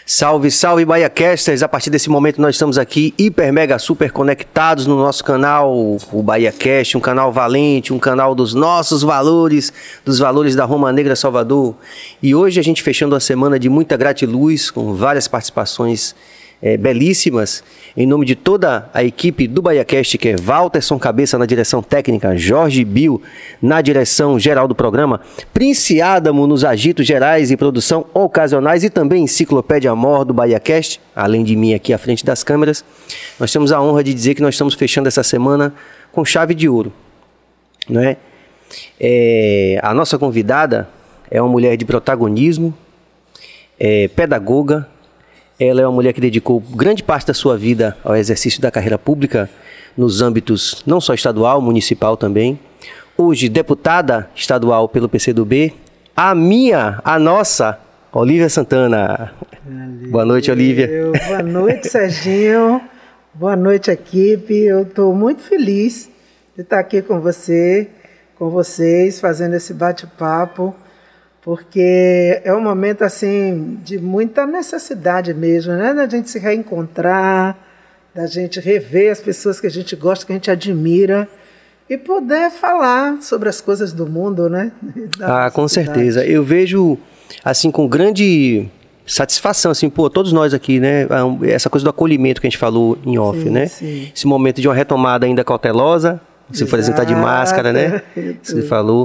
Salve, salve, BahiaCasters! A partir desse momento nós estamos aqui hiper, mega, super conectados no nosso canal, o BahiaCast, um canal valente, um canal dos nossos valores, dos valores da Roma Negra Salvador. E hoje a gente fechando uma semana de muita gratiluz, com várias participações belíssimas, em nome de toda a equipe do BahiaCast, que é Walterson Cabeça na direção técnica, Jorge Bill na direção geral do programa, Prince Adamo nos agitos gerais e produção ocasionais e também Enciclopédia Mor do BahiaCast, além de mim aqui à frente das câmeras. Nós temos a honra de dizer que nós estamos fechando essa semana com chave de ouro, não é? A nossa convidada é uma mulher de protagonismo, pedagoga. Ela é uma mulher que dedicou grande parte da sua vida ao exercício da carreira pública nos âmbitos não só estadual, municipal também. Hoje, deputada estadual pelo PCdoB, a nossa, Olívia Santana. Boa noite, Olívia. Boa noite, Serginho. Boa noite, equipe. Eu estou muito feliz de estar aqui com vocês, fazendo esse bate-papo, porque é um momento assim de muita necessidade mesmo, né? Da gente se reencontrar, da gente rever as pessoas que a gente gosta, que a gente admira e poder falar sobre as coisas do mundo, né? Com certeza. Eu vejo assim com grande satisfação, assim, todos nós aqui, né? Essa coisa do acolhimento que a gente falou em off, né? Sim. Esse momento de uma retomada ainda cautelosa, você por exemplo, tá de máscara, né? Você falou.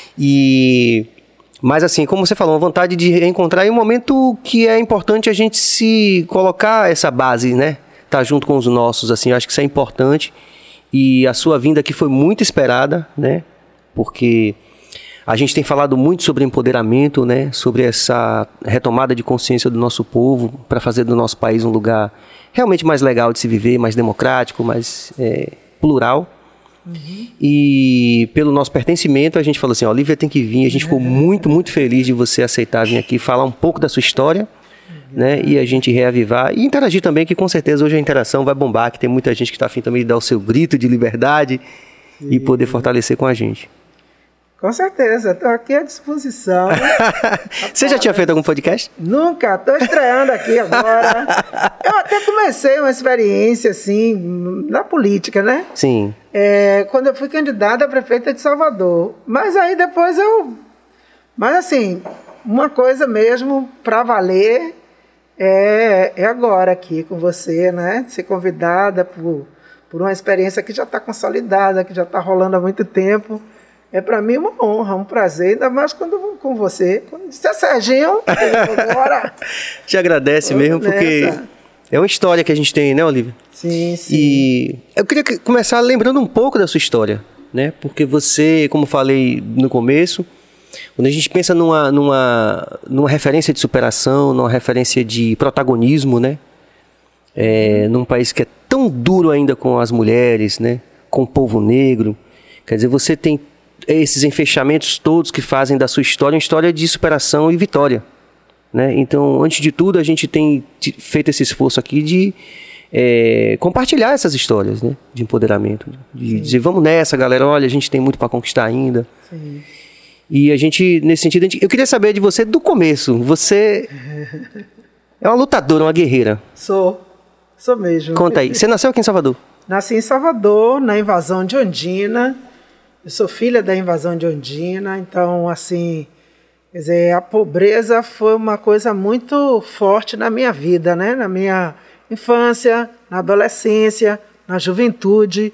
Mas assim, como você falou, uma vontade de reencontrar em um momento que é importante a gente se colocar essa base, né? Tá junto com os nossos, assim, eu acho que isso é importante. E a sua vinda aqui foi muito esperada, né? Porque a gente tem falado muito sobre empoderamento, né? Sobre essa retomada de consciência do nosso povo para fazer do nosso país um lugar realmente mais legal de se viver, mais democrático, mais plural. Uhum. E pelo nosso pertencimento a gente falou assim, Olívia tem que vir. A gente ficou muito, muito feliz de você aceitar vir aqui falar um pouco da sua história, né? E a gente reavivar e interagir também, que com certeza hoje a interação vai bombar, que tem muita gente que está afim também de dar o seu grito de liberdade e poder fortalecer com a gente. Com certeza, estou aqui à disposição. Você já tinha feito algum podcast? Nunca, estou estreando aqui agora. Eu até comecei uma experiência assim, na política, né? Sim. Quando eu fui candidata a prefeita de Salvador. Mas aí depois Mas assim, uma coisa mesmo para valer é agora aqui com você, né? Ser convidada por uma experiência que já está consolidada, que já está rolando há muito tempo. É para mim uma honra, um prazer, ainda mais quando vou com você. Quando disser Serginho, agora. Te agradece mesmo, porque é uma história que a gente tem, né, Olívia? Sim, sim. E eu queria começar lembrando um pouco da sua história, né? Porque você, como falei no começo, quando a gente pensa numa referência de superação, numa referência de protagonismo, né? Num país que é tão duro ainda com as mulheres, né? Com o povo negro. Quer dizer, você tem esses enfechamentos todos que fazem da sua história uma história de superação e vitória, né? Então, antes de tudo, a gente tem feito esse esforço aqui de compartilhar essas histórias, né? De empoderamento, de dizer, vamos nessa, galera, olha, a gente tem muito para conquistar ainda. Sim. E a gente, nesse sentido, eu queria saber de você do começo. Você é uma lutadora, uma guerreira. Sou mesmo. Conta aí, você nasceu aqui em Salvador? Nasci em Salvador, na invasão de Ondina. Eu sou filha da invasão de Ondina, então, assim, quer dizer, a pobreza foi uma coisa muito forte na minha vida, né? Na minha infância, na adolescência, na juventude.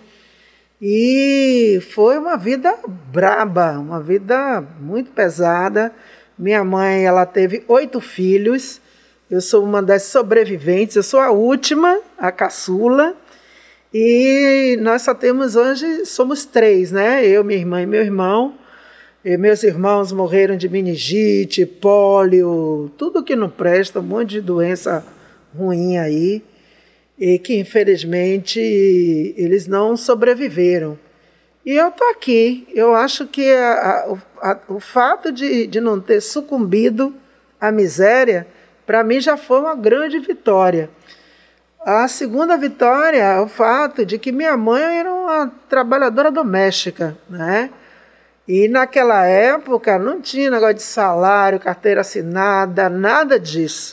E foi uma vida braba, uma vida muito pesada. Minha mãe, ela teve 8 filhos. Eu sou uma das sobreviventes, eu sou a última, a caçula. E nós só temos hoje, somos 3, né? Eu, minha irmã e meu irmão. E meus irmãos morreram de meningite, pólio, tudo que não presta, um monte de doença ruim aí. E que, infelizmente, eles não sobreviveram. E eu estou aqui. Eu acho que o fato de não ter sucumbido à miséria, para mim já foi uma grande vitória. A segunda vitória é o fato de que minha mãe era uma trabalhadora doméstica, né? E naquela época não tinha negócio de salário, carteira assinada, nada disso.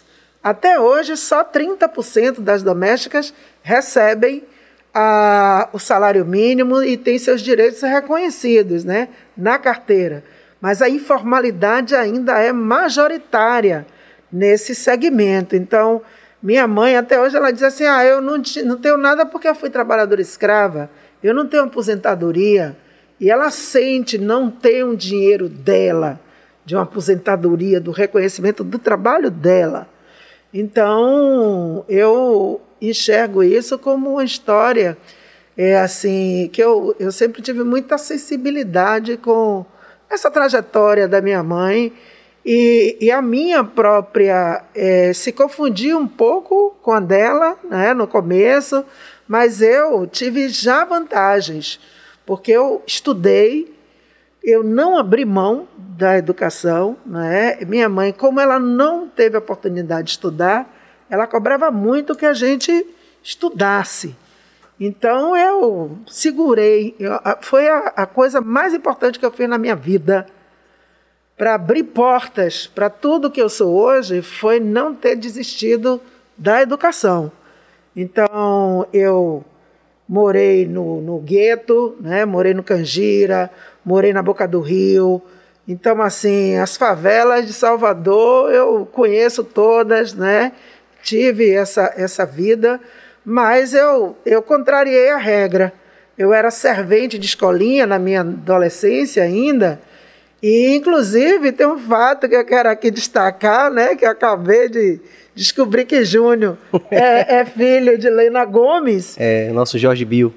Até hoje, só 30% das domésticas recebem o salário mínimo e têm seus direitos reconhecidos, né, na carteira. Mas a informalidade ainda é majoritária nesse segmento. Então, minha mãe, até hoje, ela diz assim, eu não tenho nada porque eu fui trabalhadora escrava, eu não tenho aposentadoria. E ela sente não ter um dinheiro dela, de uma aposentadoria, do reconhecimento do trabalho dela. Então, eu enxergo isso como uma história assim, que eu sempre tive muita sensibilidade com essa trajetória da minha mãe e a minha própria se confundia um pouco com a dela, né, no começo, mas eu tive já vantagens, porque eu estudei, eu não abri mão da educação, né? Minha mãe, como ela não teve a oportunidade de estudar, ela cobrava muito que a gente estudasse. Então, eu segurei. Foi a coisa mais importante que eu fiz na minha vida para abrir portas para tudo que eu sou hoje, foi não ter desistido da educação. Então, eu morei no gueto, né? Morei no Canjira, morei na Boca do Rio. Então, assim, as favelas de Salvador eu conheço todas, né? Tive essa vida, mas eu contrariei a regra. Eu era servente de escolinha na minha adolescência ainda, e, inclusive, tem um fato que eu quero aqui destacar, né? Que eu acabei de descobrir que Júnior é filho de Lena Gomes. Nosso Jorge Bill.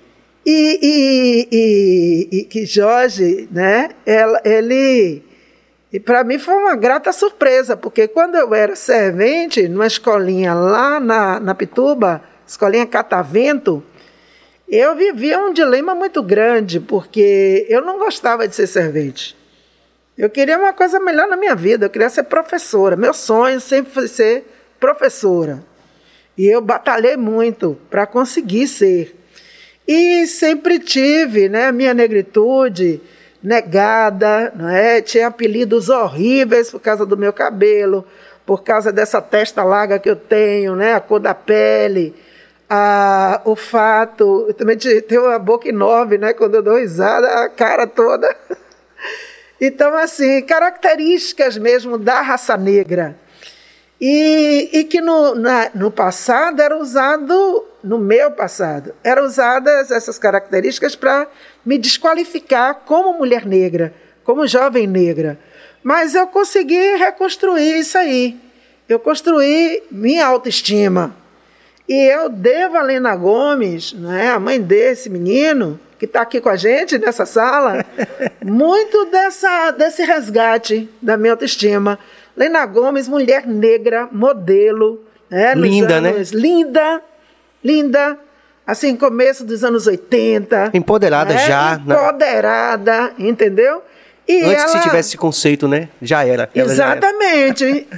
E que Jorge, né, ele para mim foi uma grata surpresa, porque quando eu era servente numa escolinha lá na Pituba, escolinha Catavento, eu vivia um dilema muito grande, porque eu não gostava de ser servente. Eu queria uma coisa melhor na minha vida, eu queria ser professora. Meu sonho sempre foi ser professora. E eu batalhei muito para conseguir ser. E sempre tive, né, a minha negritude negada, não é? Tinha apelidos horríveis por causa do meu cabelo, por causa dessa testa larga que eu tenho, né, a cor da pele, o fato. Eu também tenho uma boca enorme, né, quando eu dou risada, a cara toda. Então, assim, características mesmo da raça negra. E que no passado era usado, no meu passado, eram usadas essas características para me desqualificar como mulher negra, como jovem negra. Mas eu consegui reconstruir isso aí. Eu construí minha autoestima. E eu devo a Lena Gomes, né, a mãe desse menino, que está aqui com a gente nessa sala, muito desse resgate da minha autoestima. Lena Gomes, mulher negra, modelo. Né, linda, né? Linda. Assim, começo dos anos 80. Empoderada, né? Já. Empoderada, entendeu? E antes que se tivesse esse conceito, né? Já era. Exatamente.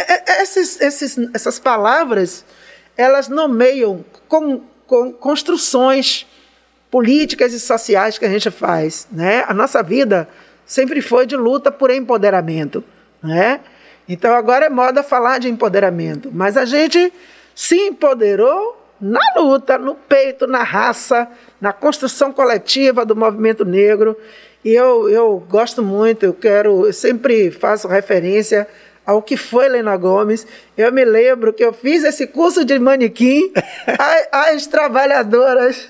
Essas palavras, elas nomeiam com construções políticas e sociais que a gente faz, né? A nossa vida sempre foi de luta por empoderamento, né? Então agora é moda falar de empoderamento, mas a gente se empoderou na luta, no peito, na raça, na construção coletiva do movimento negro. E eu gosto muito, eu sempre faço referência ao que foi Lena Gomes. Eu me lembro que eu fiz esse curso de manequim, as trabalhadoras.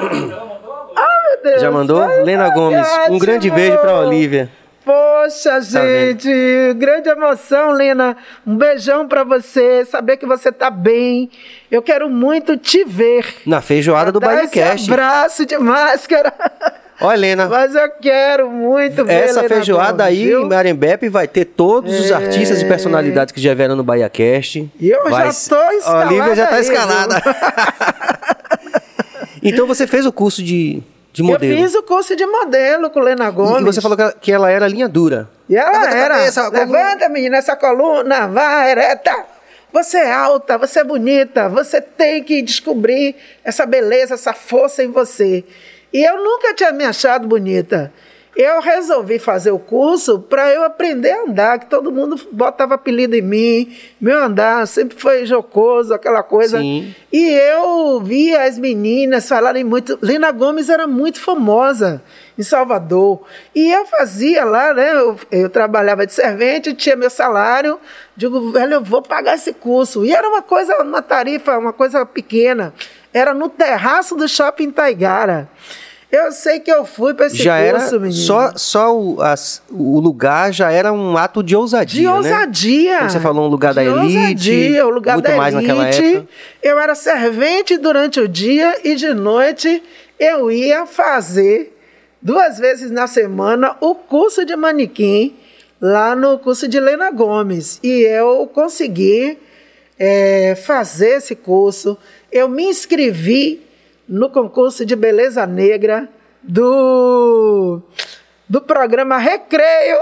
Meu Deus. Já mandou? Lena Gomes, um grande beijo para a Olívia. Poxa, gente, grande emoção, Lena. Um beijão para você, saber que você tá bem. Eu quero muito te ver. Na feijoada do BahiaCast. Um abraço de máscara. Olha, Lena. Mas eu quero muito ver essa Lena feijoada Gomes, aí viu? em Marembepe vai ter todos os artistas e personalidades que já vieram no BahiaCast. E eu já estou escalada. A Olívia já está escalada. Então você fez o curso de modelo. Eu fiz o curso de modelo com Lena Gomes. E você falou que ela era linha dura. E ela era. Levanta, menina, essa coluna, vai ereta. Você é alta, você é bonita, você tem que descobrir essa beleza, essa força em você. E eu nunca tinha me achado bonita. Eu resolvi fazer o curso para eu aprender a andar, que todo mundo botava apelido em mim. Meu andar sempre foi jocoso, aquela coisa. Sim. E eu via as meninas falarem muito. Lena Gomes era muito famosa em Salvador. E eu fazia lá, né? Eu trabalhava de servente, tinha meu salário. Digo, velho, eu vou pagar esse curso. E era uma tarifa, uma coisa pequena. Era no terraço do Shopping Taigara. Eu sei que eu fui para esse curso, menino. Só o lugar já era um ato de ousadia, de ousadia. Né? Como você falou, um lugar da elite. Ousadia, o lugar muito da mais elite. Naquela época. Eu era servente durante o dia e de noite eu ia fazer 2 vezes na semana o curso de manequim lá no curso de Lena Gomes. E eu consegui fazer esse curso. Eu me inscrevi no concurso de beleza negra do programa Recreio.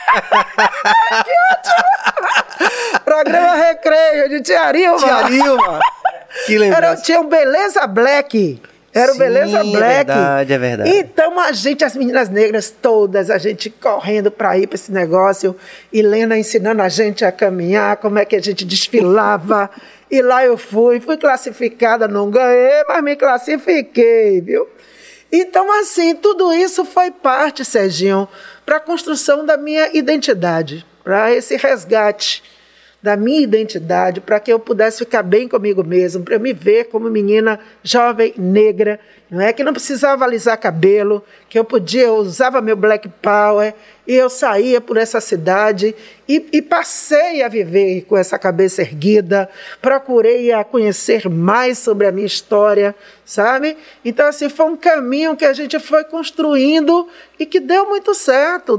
Que ótimo! Programa Recreio de Tia Arilma. Tia Arilma. Que lembrança. Tinha o Beleza Black. Era o Beleza Black. É verdade. Então, as meninas negras todas, a gente correndo para ir para esse negócio, e Lena ensinando a gente a caminhar, como é que a gente desfilava. E lá eu fui classificada, não ganhei, mas me classifiquei, viu? Então, assim, tudo isso foi parte, Serginho, para a construção da minha identidade, para esse resgate da minha identidade, para que eu pudesse ficar bem comigo mesmo, para eu me ver como menina jovem, negra, não é? Que não precisava alisar cabelo, que eu usava meu Black Power, e eu saía por essa cidade e passei a viver com essa cabeça erguida, procurei a conhecer mais sobre a minha história, sabe? Então, assim, foi um caminho que a gente foi construindo e que deu muito certo.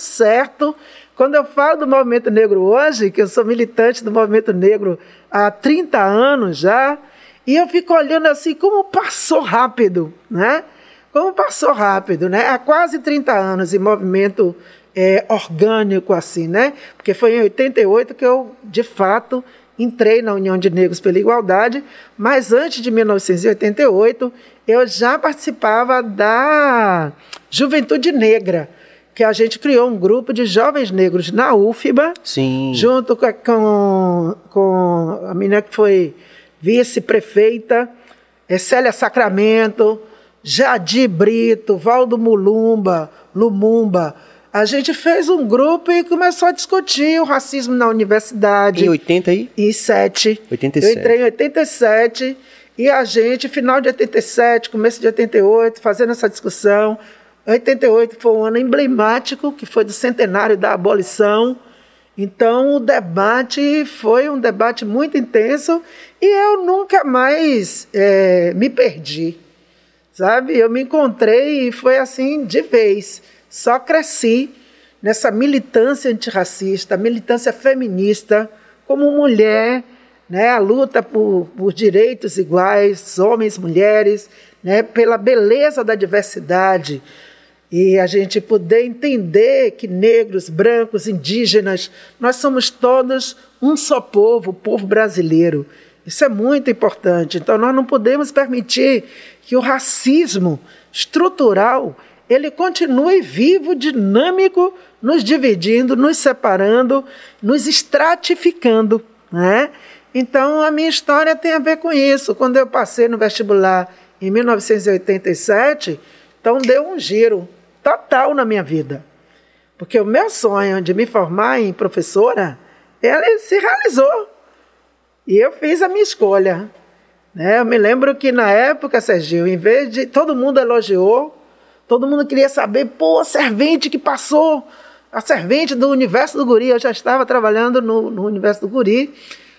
Quando eu falo do movimento negro hoje, que eu sou militante do movimento negro há 30 anos já, e eu fico olhando assim, como passou rápido, né? Há quase 30 anos em movimento orgânico, assim, né? Porque foi em 88 que eu, de fato, entrei na União de Negros pela Igualdade, mas antes de 1988, eu já participava da Juventude Negra, que a gente criou um grupo de jovens negros na UFBA, Sim. Junto com a menina que foi vice-prefeita, Célia Sacramento, Jadi Brito, Valdo Lumumba. A gente fez um grupo e começou a discutir o racismo na universidade. Em 87? 87. Eu entrei em 87 e a gente, final de 87, começo de 88, fazendo essa discussão. 88 foi um ano emblemático, que foi do centenário da abolição. Então, o debate foi um debate muito intenso e eu nunca mais me perdi, sabe? Eu me encontrei e foi assim de vez. Só cresci nessa militância antirracista, militância feminista, como mulher, né? A luta por direitos iguais, homens, mulheres, né? Pela beleza da diversidade. E a gente poder entender que negros, brancos, indígenas, nós somos todos um só povo, o povo brasileiro. Isso é muito importante. Então, nós não podemos permitir que o racismo estrutural ele continue vivo, dinâmico, nos dividindo, nos separando, nos estratificando, né? Então, a minha história tem a ver com isso. Quando eu passei no vestibular em 1987, então deu um giro total na minha vida. Porque o meu sonho de me formar em professora, ele se realizou. E eu fiz a minha escolha. Né? Eu me lembro que na época, Serginho, em vez de... Todo mundo elogiou, todo mundo queria saber, pô, a servente que passou, a servente do Universo do Guri, eu já estava trabalhando no Universo do Guri.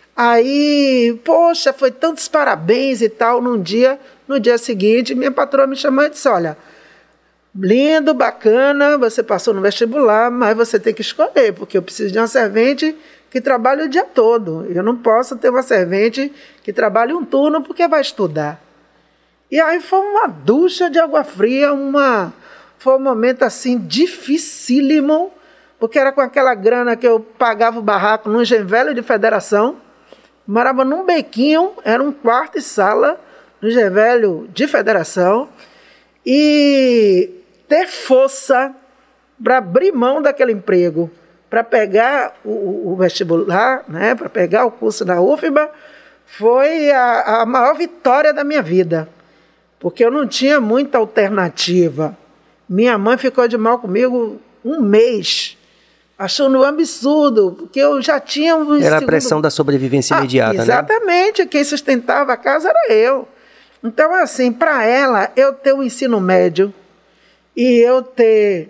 Aí, poxa, foi tantos parabéns e tal. No dia seguinte, minha patroa me chamou e disse, olha, lindo, bacana, você passou no vestibular, mas você tem que escolher, porque eu preciso de uma servente que trabalhe o dia todo. Eu não posso ter uma servente que trabalhe um turno porque vai estudar. E aí foi uma ducha de água fria, foi um momento assim dificílimo, porque era com aquela grana que eu pagava o barraco no Engenho Velho de Federação, morava num bequinho, era um quarto e sala no Engenho Velho de Federação, e ter força para abrir mão daquele emprego, para pegar o vestibular, né, para pegar o curso da UFBA, foi a maior vitória da minha vida, porque eu não tinha muita alternativa. Minha mãe ficou de mal comigo um mês, achando um absurdo, porque eu já tinha um Era a pressão da sobrevivência imediata, exatamente, né? Quem sustentava a casa era eu. Então, assim, para ela, eu ter o ensino médio e eu ter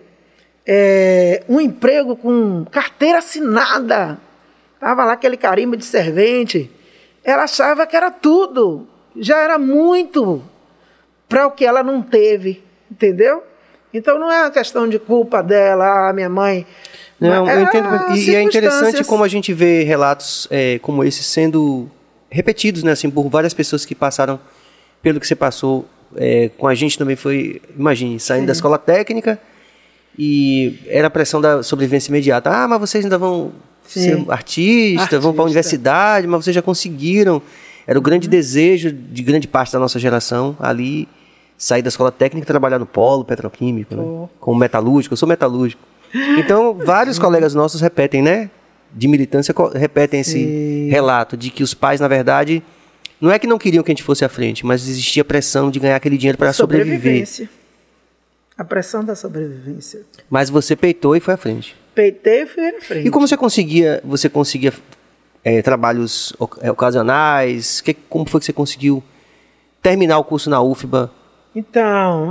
um emprego com carteira assinada, estava lá aquele carimbo de servente, ela achava que era tudo, já era muito para o que ela não teve, entendeu? Então não é uma questão de culpa dela, minha mãe. Não, eu entendo. E é interessante como a gente vê relatos como esse sendo repetidos, né, assim, por várias pessoas que passaram pelo que você passou. Com a gente também foi, imagine, saindo da escola técnica e era a pressão da sobrevivência imediata. Ah, mas vocês ainda vão ser artistas, vão para a universidade, mas vocês já conseguiram. Era o grande desejo de grande parte da nossa geração ali, sair da escola técnica e trabalhar no polo petroquímico, né? Como metalúrgico. Eu sou metalúrgico. Então, vários colegas nossos repetem, né? De militância, repetem esse relato de que os pais, na verdade, não é que não queriam que a gente fosse à frente, mas existia pressão de ganhar aquele dinheiro para sobreviver. A pressão da sobrevivência. Mas você peitou e foi à frente. Peitei e fui à frente. E como você conseguia trabalhos ocasionais? Como foi que você conseguiu terminar o curso na UFBA? Então,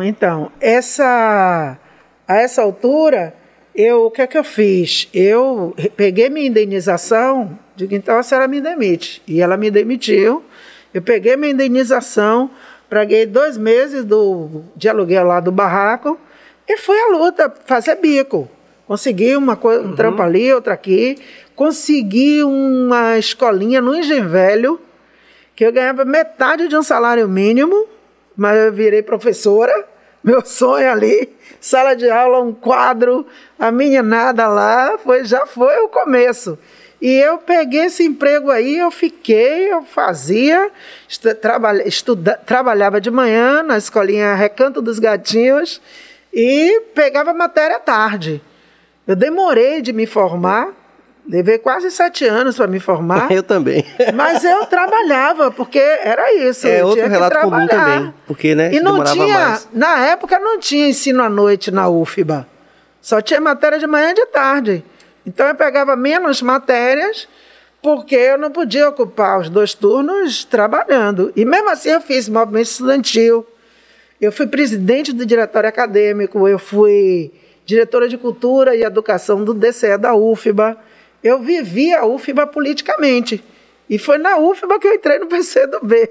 a essa altura, o que é que eu fiz? Eu peguei minha indenização, digo, então a senhora me demite. E ela me demitiu. Eu peguei minha indenização, paguei 2 meses de aluguel lá do barraco e fui à luta, fazer bico. Consegui um trampo ali, outro aqui. Consegui uma escolinha no Engenho Velho, que eu ganhava metade de um salário mínimo, mas eu virei professora. Meu sonho ali, sala de aula, um quadro, a meninada lá, já foi o começo. E eu peguei esse emprego aí, eu fazia, trabalhava de manhã na escolinha Recanto dos Gatinhos e pegava matéria à tarde. Eu demorei de me formar, levei quase 7 anos para me formar. Eu também. Mas eu trabalhava, porque era isso. Outro relato comum também, porque, né, e não demorava mais. Na época não tinha ensino à noite na UFBA, só tinha matéria de manhã e de tarde. Então eu pegava menos matérias, porque eu não podia ocupar os 2 turnos trabalhando. E mesmo assim eu fiz movimento estudantil, eu fui presidente do diretório acadêmico, eu fui diretora de cultura e educação do DCE da UFBA. Eu vivi a UFBA politicamente. E foi na UFBA que eu entrei no PCdoB.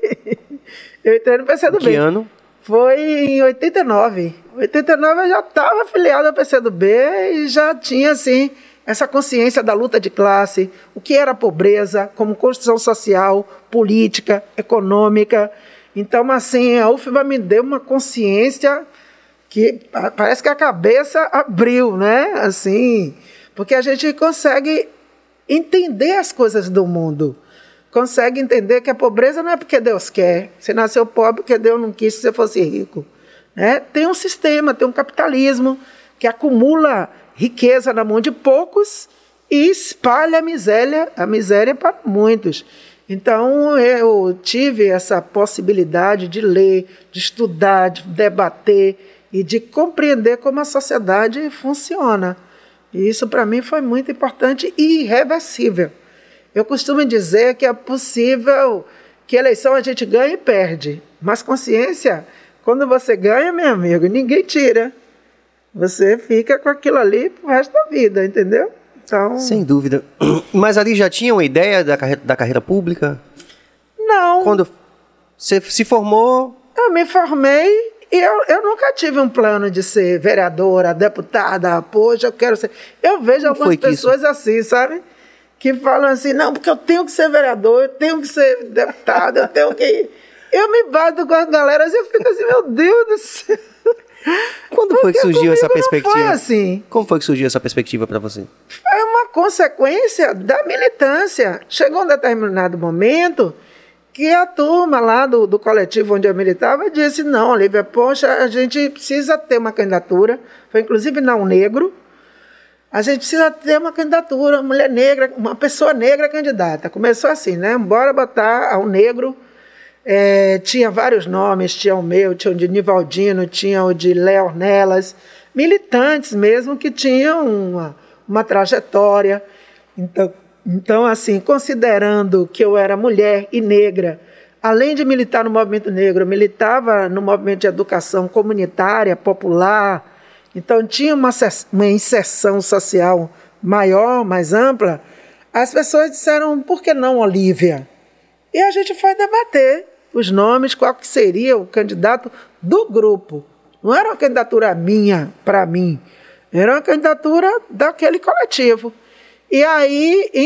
Eu entrei no PCdoB. Que ano? Foi em 89. Em 89 eu já estava afiliada ao PCdoB e já tinha, assim, essa consciência da luta de classe, o que era a pobreza, como construção social, política, econômica. Então, assim, a UFBA me deu uma consciência que parece que a cabeça abriu, né? Assim, porque a gente consegue entender as coisas do mundo. Consegue entender que a pobreza não é porque Deus quer. Você nasceu pobre porque Deus não quis que você fosse rico. Né? Tem um sistema, tem um capitalismo que acumula riqueza na mão de poucos e espalha a miséria para muitos. Então, eu tive essa possibilidade de ler, de estudar, de debater e de compreender como a sociedade funciona. E isso, para mim, foi muito importante e irreversível. Eu costumo dizer que é possível que eleição a gente ganhe e perde, mas consciência, quando você ganha, meu amigo, ninguém tira. Você fica com aquilo ali pro resto da vida, entendeu? Então... Sem dúvida. Mas ali já tinha uma ideia da carreira pública? Não. Quando você se formou... Eu me formei e eu nunca tive um plano de ser vereadora, deputada, poxa, eu quero ser... Eu vejo algumas pessoas assim, sabe? Que falam assim, não, porque eu tenho que ser vereador, eu tenho que ser deputada, eu tenho que... Eu me bato com as galeras e eu fico assim, meu Deus do céu... Quando foi que surgiu essa perspectiva? Não foi assim. Como foi que surgiu essa perspectiva para você? Foi uma consequência da militância. Chegou um determinado momento que a turma lá do coletivo onde eu militava disse, não, Olívia, poxa, a gente precisa ter uma candidatura. Foi inclusive não negro, a gente precisa ter uma candidatura, uma mulher negra, uma pessoa negra candidata. Começou assim, né? Bora botar ao negro. Tinha vários nomes, tinha o meu, tinha o de Nivaldino, tinha o de Léo Ornelas, militantes mesmo que tinham uma trajetória. Então, assim, considerando que eu era mulher e negra, além de militar no movimento negro, eu militava no movimento de educação comunitária, popular, então tinha uma inserção social maior, mais ampla. As pessoas disseram, por que não Olívia? E a gente foi debater os nomes, qual que seria o candidato do grupo. Não era uma candidatura minha, para mim, era uma candidatura daquele coletivo. E aí, em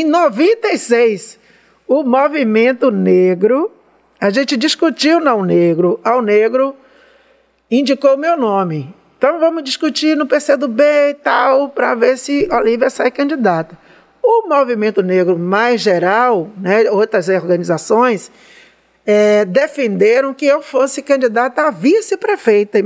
96, o movimento negro, a gente discutiu ao negro indicou o meu nome. Então vamos discutir no PCdoB e tal, para ver se Olívia sai candidata. O movimento negro mais geral, né, outras organizações, defenderam que eu fosse candidata a vice-prefeita em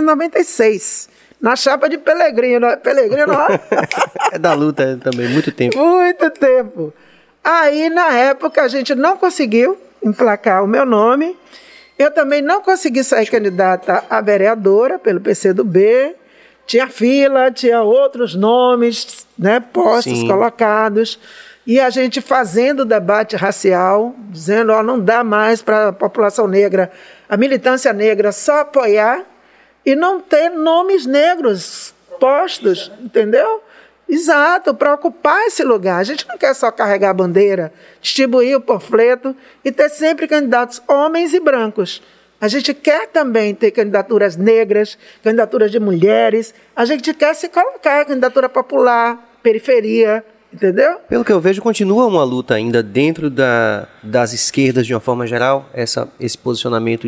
1996. Na chapa de Pelegrino. Pelegrino lá. É da luta também, muito tempo. Muito tempo. Aí, na época, a gente não conseguiu emplacar o meu nome. Eu também não consegui sair candidata a vereadora pelo PCdoB. Tinha fila, tinha outros nomes, né, postos colocados. E a gente fazendo debate racial, dizendo, não dá mais para a população negra, a militância negra só apoiar e não ter nomes negros postos, entendeu? Exato, para ocupar esse lugar. A gente não quer só carregar a bandeira, distribuir o panfleto e ter sempre candidatos homens e brancos. A gente quer também ter candidaturas negras, candidaturas de mulheres. A gente quer se colocar, candidatura popular, periferia, entendeu? Pelo que eu vejo, continua uma luta ainda dentro das esquerdas, de uma forma geral, esse posicionamento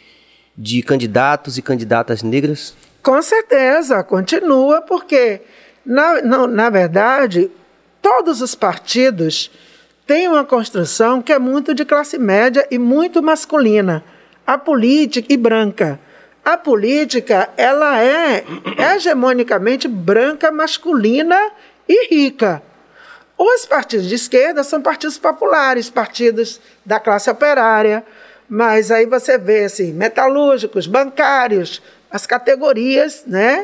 de candidatos e candidatas negras? Com certeza, continua, porque, na verdade, todos os partidos têm uma construção que é muito de classe média e muito masculina. A política e branca. A política, ela é hegemonicamente branca, masculina e rica. Os partidos de esquerda são partidos populares, partidos da classe operária, mas aí você vê assim, metalúrgicos, bancários, as categorias, né,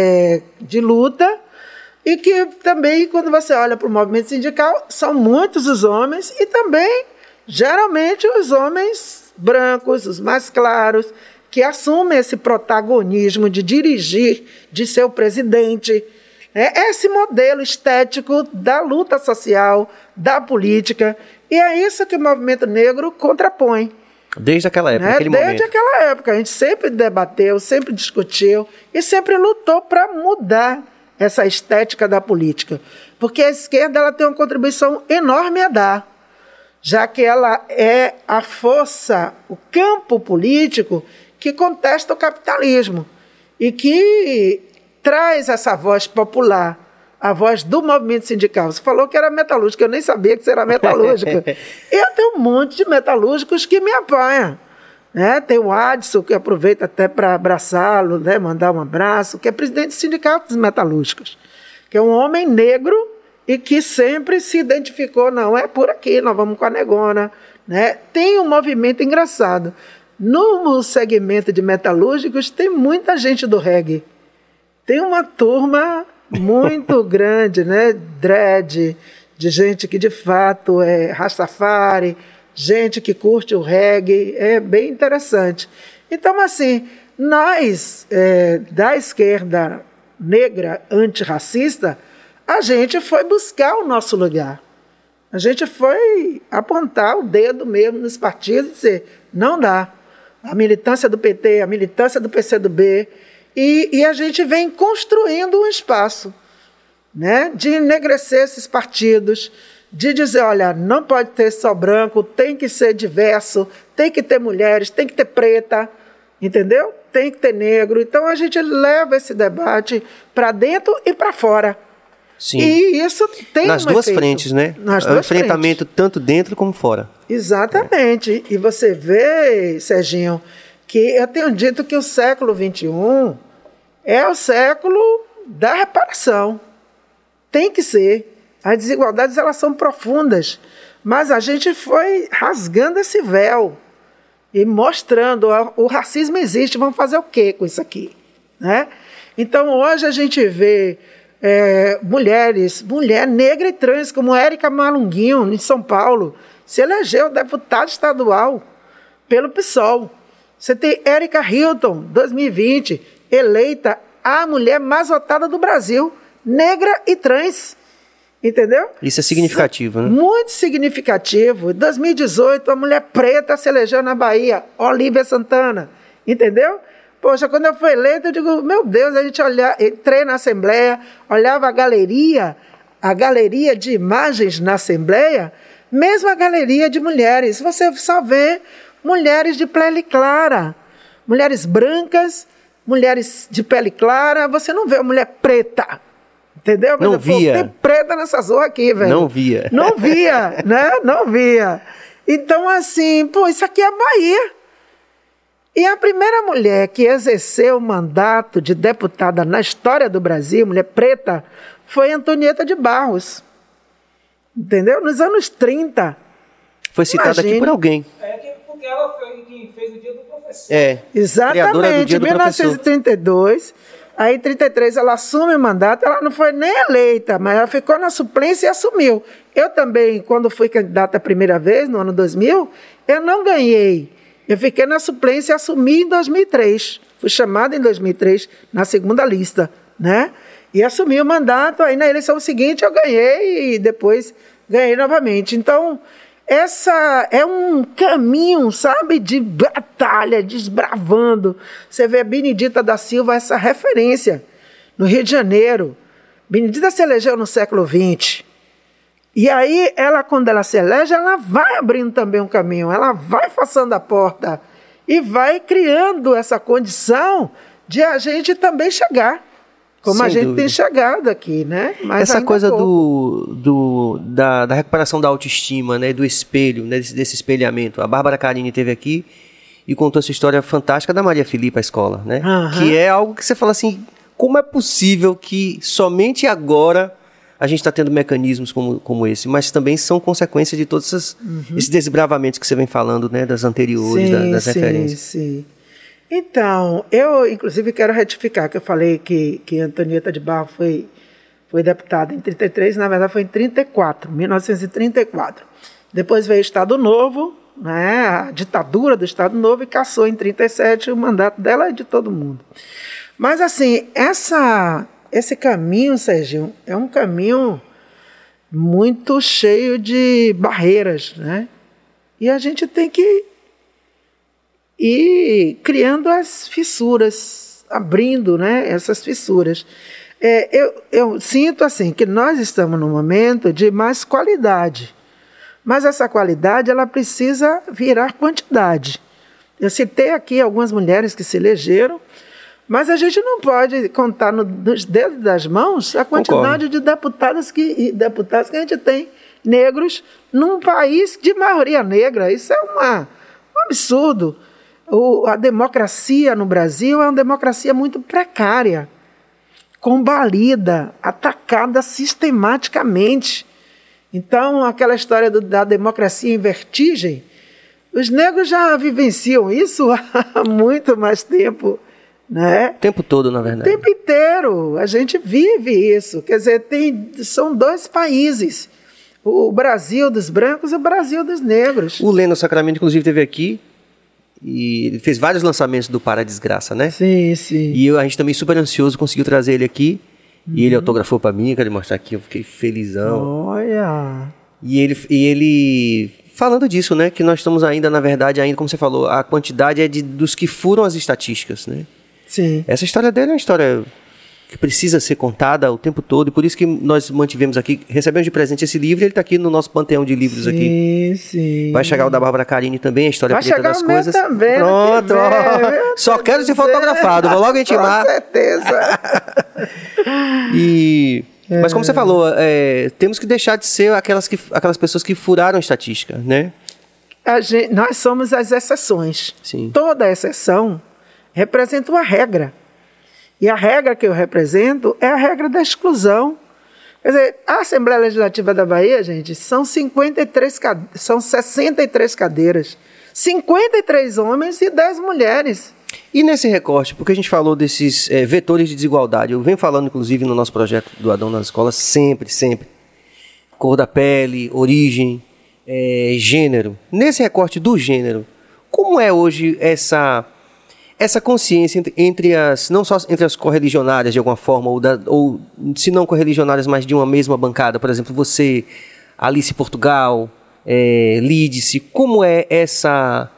de luta, e que também, quando você olha para o movimento sindical, são muitos os homens e também, geralmente, os homens brancos, os mais claros, que assumem esse protagonismo de dirigir, de ser o presidente. Esse modelo estético da luta social, da política, e é isso que o movimento negro contrapõe. Desde aquela época, Desde aquela época, a gente sempre debateu, sempre discutiu e sempre lutou para mudar essa estética da política. Porque a esquerda ela tem uma contribuição enorme a dar, já que ela é a força, o campo político que contesta o capitalismo e que traz essa voz popular, a voz do movimento sindical. Você falou que era metalúrgico, eu nem sabia que você era metalúrgico. Eu tenho um monte de metalúrgicos que me apoiam. Né? Tem o Adson, que aproveita até para abraçá-lo, né? Mandar um abraço, que é presidente do Sindicato dos Metalúrgicos, que é um homem negro e que sempre se identificou, não, é por aqui, nós vamos com a negona. Né? Tem um movimento engraçado. No segmento de metalúrgicos tem muita gente do reggae. Tem uma turma muito grande, né? Dread, de gente que de fato é Rastafari, gente que curte o reggae, é bem interessante. Então, assim, nós, da esquerda negra antirracista, a gente foi buscar o nosso lugar. A gente foi apontar o dedo mesmo nos partidos e dizer, não dá. A militância do PT, a militância do PCdoB, e a gente vem construindo um espaço, né, de enegrecer esses partidos, de dizer, olha, não pode ter só branco, tem que ser diverso, tem que ter mulheres, tem que ter preta, entendeu? Tem que ter negro. Então a gente leva esse debate para dentro e para fora. Sim. E isso tem nas duas frentes, né? Nas duas enfrentamento frentes. Tanto dentro como fora. Exatamente. E você vê, Serginho, que eu tenho dito que o século XXI é o século da reparação. Tem que ser. As desigualdades, elas são profundas. Mas a gente foi rasgando esse véu e mostrando, o racismo existe, vamos fazer o quê com isso aqui? Né? Então, hoje a gente vê mulher negra e trans, como Érica Malunguinho, em São Paulo, se elegeu deputada estadual pelo PSOL. Você tem Érica Hilton, 2020, eleita a mulher mais votada do Brasil, negra e trans. Entendeu? Isso é significativo, né? Muito significativo. Em 2018, a mulher preta se elegeu na Bahia, Olívia Santana. Entendeu? Poxa, quando eu fui eleita, eu digo, meu Deus, a gente entrei na Assembleia, olhava a galeria de imagens na Assembleia, mesmo a galeria de mulheres. Você só vê mulheres de pele clara, mulheres brancas, mulheres de pele clara, você não vê uma mulher preta. Entendeu? Não via. Tem preta nessa zorra aqui, velho. Não via. Não via, né? Não via. Então, assim, isso aqui é Bahia. E a primeira mulher que exerceu o mandato de deputada na história do Brasil, mulher preta, foi Antonieta de Barros. Entendeu? Nos anos 30. Foi citada aqui por alguém. Porque ela foi quem fez o Dia do Professor. Exatamente. Em 1932... Aí, em 1933, ela assume o mandato, ela não foi nem eleita, mas ela ficou na suplência e assumiu. Eu também, quando fui candidata a primeira vez, no ano 2000, eu não ganhei. Eu fiquei na suplência e assumi em 2003. Fui chamada em 2003, na segunda lista, né? E assumi o mandato, aí na eleição seguinte eu ganhei e depois ganhei novamente. Então, essa é um caminho, sabe, de batalha, desbravando. Você vê a Benedita da Silva, essa referência, no Rio de Janeiro. Benedita se elegeu no século XX. E aí, quando ela se elege, ela vai abrindo também um caminho, ela vai forçando a porta e vai criando essa condição de a gente também chegar. Como sem a gente dúvida. Tem chegado aqui, né? Mas essa coisa da recuperação da autoestima, né? Do espelho, né? Desse espelhamento. A Bárbara Carini esteve aqui e contou essa história fantástica da Maria Filipa, a escola, né? Que é algo que você fala assim, como é possível que somente agora a gente está tendo mecanismos como esse, mas também são consequência de todos esses desbravamentos que você vem falando, né? Das anteriores, das referências. Sim. Então, eu, inclusive, quero retificar que eu falei que Antonieta de Barros foi deputada em 1933, na verdade foi em 1934. Depois veio o Estado Novo, né, a ditadura do Estado Novo, e cassou em 1937 o mandato dela e de todo mundo. Mas, assim, esse caminho, Serginho, é um caminho muito cheio de barreiras, né? E a gente tem que e criando as fissuras, abrindo, né, essas fissuras. Eu sinto assim que nós estamos num momento de mais qualidade, mas essa qualidade ela precisa virar quantidade. Eu citei aqui algumas mulheres que se elegeram, mas a gente não pode contar nos dedos das mãos a quantidade de deputados que a gente tem negros num país de maioria negra. Isso é um absurdo. A democracia no Brasil é uma democracia muito precária, combalida, atacada sistematicamente. Então, aquela história da democracia em vertigem, os negros já vivenciam isso há muito mais tempo. Né? O tempo todo, na verdade. O tempo inteiro. A gente vive isso. Quer dizer, são dois países. O Brasil dos brancos e o Brasil dos negros. O Leno Sacramento, inclusive, esteve aqui. E ele fez vários lançamentos do Para a Desgraça, né? Sim. E a gente também super ansioso conseguiu trazer ele aqui. E ele autografou para mim, quero mostrar aqui, eu fiquei felizão. Olha! E ele falando disso, né? Que nós estamos ainda, na verdade, como você falou, a quantidade é dos que furam as estatísticas, né? Sim. Essa história dele é uma história que precisa ser contada o tempo todo, e por isso que nós mantivemos aqui, recebemos de presente esse livro, e ele está aqui no nosso panteão de livros aqui. Sim. Vai chegar o da Bárbara Carini também, a história preta das coisas. Vai chegar o meu também. Pronto, só quero ser fotografado, vou logo intimar. Com certeza. Mas como você falou, temos que deixar de ser aquelas pessoas que furaram a estatística, né? Nós somos as exceções. Sim. Toda exceção representa uma regra. E a regra que eu represento é a regra da exclusão. Quer dizer, a Assembleia Legislativa da Bahia, gente, são 63 cadeiras. 53 homens e 10 mulheres. E nesse recorte, porque a gente falou desses vetores de desigualdade, eu venho falando, inclusive, no nosso projeto do Adão nas Escolas, sempre. Cor da pele, origem, gênero. Nesse recorte do gênero, como é hoje essa consciência entre não só entre as correligionárias de alguma forma, ou se não correligionárias, mas de uma mesma bancada, por exemplo, você, Alice Portugal, Lídice, como é essa...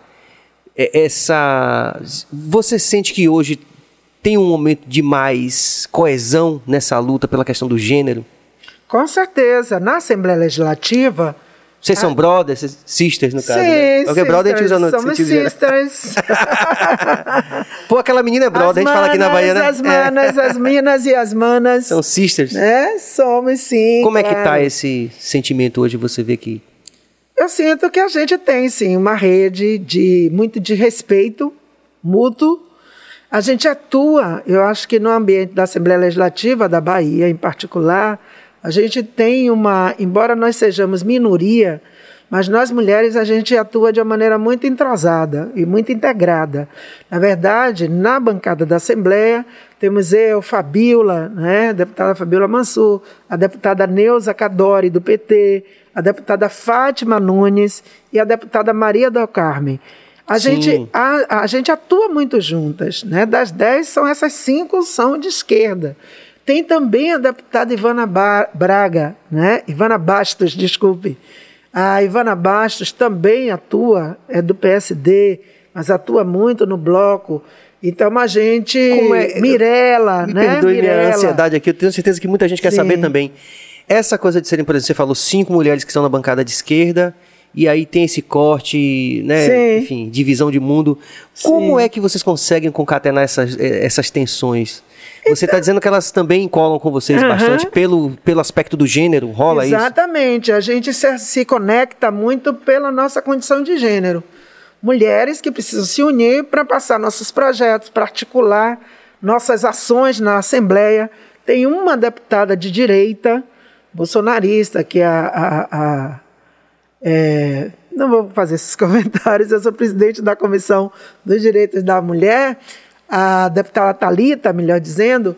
Você sente que hoje tem um momento de mais coesão nessa luta pela questão do gênero? Com certeza. Na Assembleia Legislativa... Vocês são brothers, sisters, no caso, sim, né? Porque brother a gente usa no somos sentido sisters. Pô, aquela menina é brother, a gente fala aqui na Bahia, né? As manas, as minas e as manas. São sisters. Somos sim. Como é que tá esse sentimento hoje, você vê que... Eu sinto que a gente tem, sim, uma rede muito de respeito mútuo. A gente atua, eu acho que no ambiente da Assembleia Legislativa da Bahia, em particular, a gente tem embora nós sejamos minoria, mas nós mulheres a gente atua de uma maneira muito entrosada e muito integrada. Na verdade, na bancada da Assembleia, temos eu, Fabíola, né, a deputada Fabíola Mansur, a deputada Neuza Cadori, do PT, a deputada Fátima Nunes e a deputada Maria do Carmen. A gente atua muito juntas, né? Das 10, essas 5 são de esquerda. Tem também a deputada Ivana Braga, né? Ivana Bastos, desculpe. A Ivana Bastos também atua, é do PSD, mas atua muito no bloco. Então a gente... Mirella, me né? Perdoe Mirella. minha ansiedade aqui, eu tenho certeza que muita gente quer saber também. Essa coisa de serem, por exemplo, você falou 5 mulheres que estão na bancada de esquerda, e aí tem esse corte, né? Sim. Enfim, divisão de mundo. Como é que vocês conseguem concatenar essas tensões? Você está dizendo que elas também colam com vocês bastante pelo aspecto do gênero, rola isso? Exatamente, a gente se conecta muito pela nossa condição de gênero. Mulheres que precisam se unir para passar nossos projetos, para articular nossas ações na Assembleia. Tem uma deputada de direita, bolsonarista, que não vou fazer esses comentários, eu sou presidente da Comissão dos Direitos da Mulher, a deputada Thalita, melhor dizendo,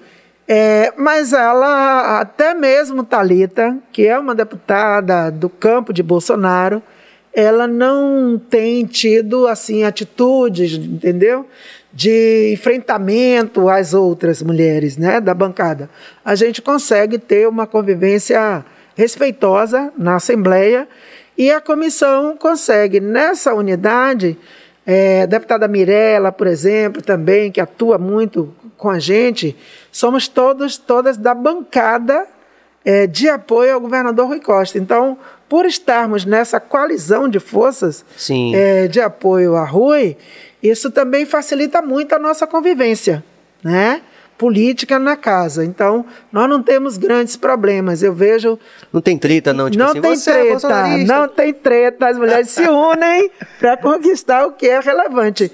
mas ela, até mesmo Thalita, que é uma deputada do campo de Bolsonaro, ela não tem tido assim, atitudes, entendeu? De enfrentamento às outras mulheres, né, da bancada. A gente consegue ter uma convivência respeitosa na Assembleia e a comissão consegue, nessa unidade, a deputada Mirella, por exemplo, também, que atua muito com a gente, somos todas da bancada de apoio ao governador Rui Costa. Então, por estarmos nessa coalizão de forças de apoio a Rui, isso também facilita muito a nossa convivência, né, política na casa. Então, nós não temos grandes problemas. Eu vejo... Não tem treta, não? Tipo não assim, tem treta, não tem treta. As mulheres se unem para conquistar o que é relevante.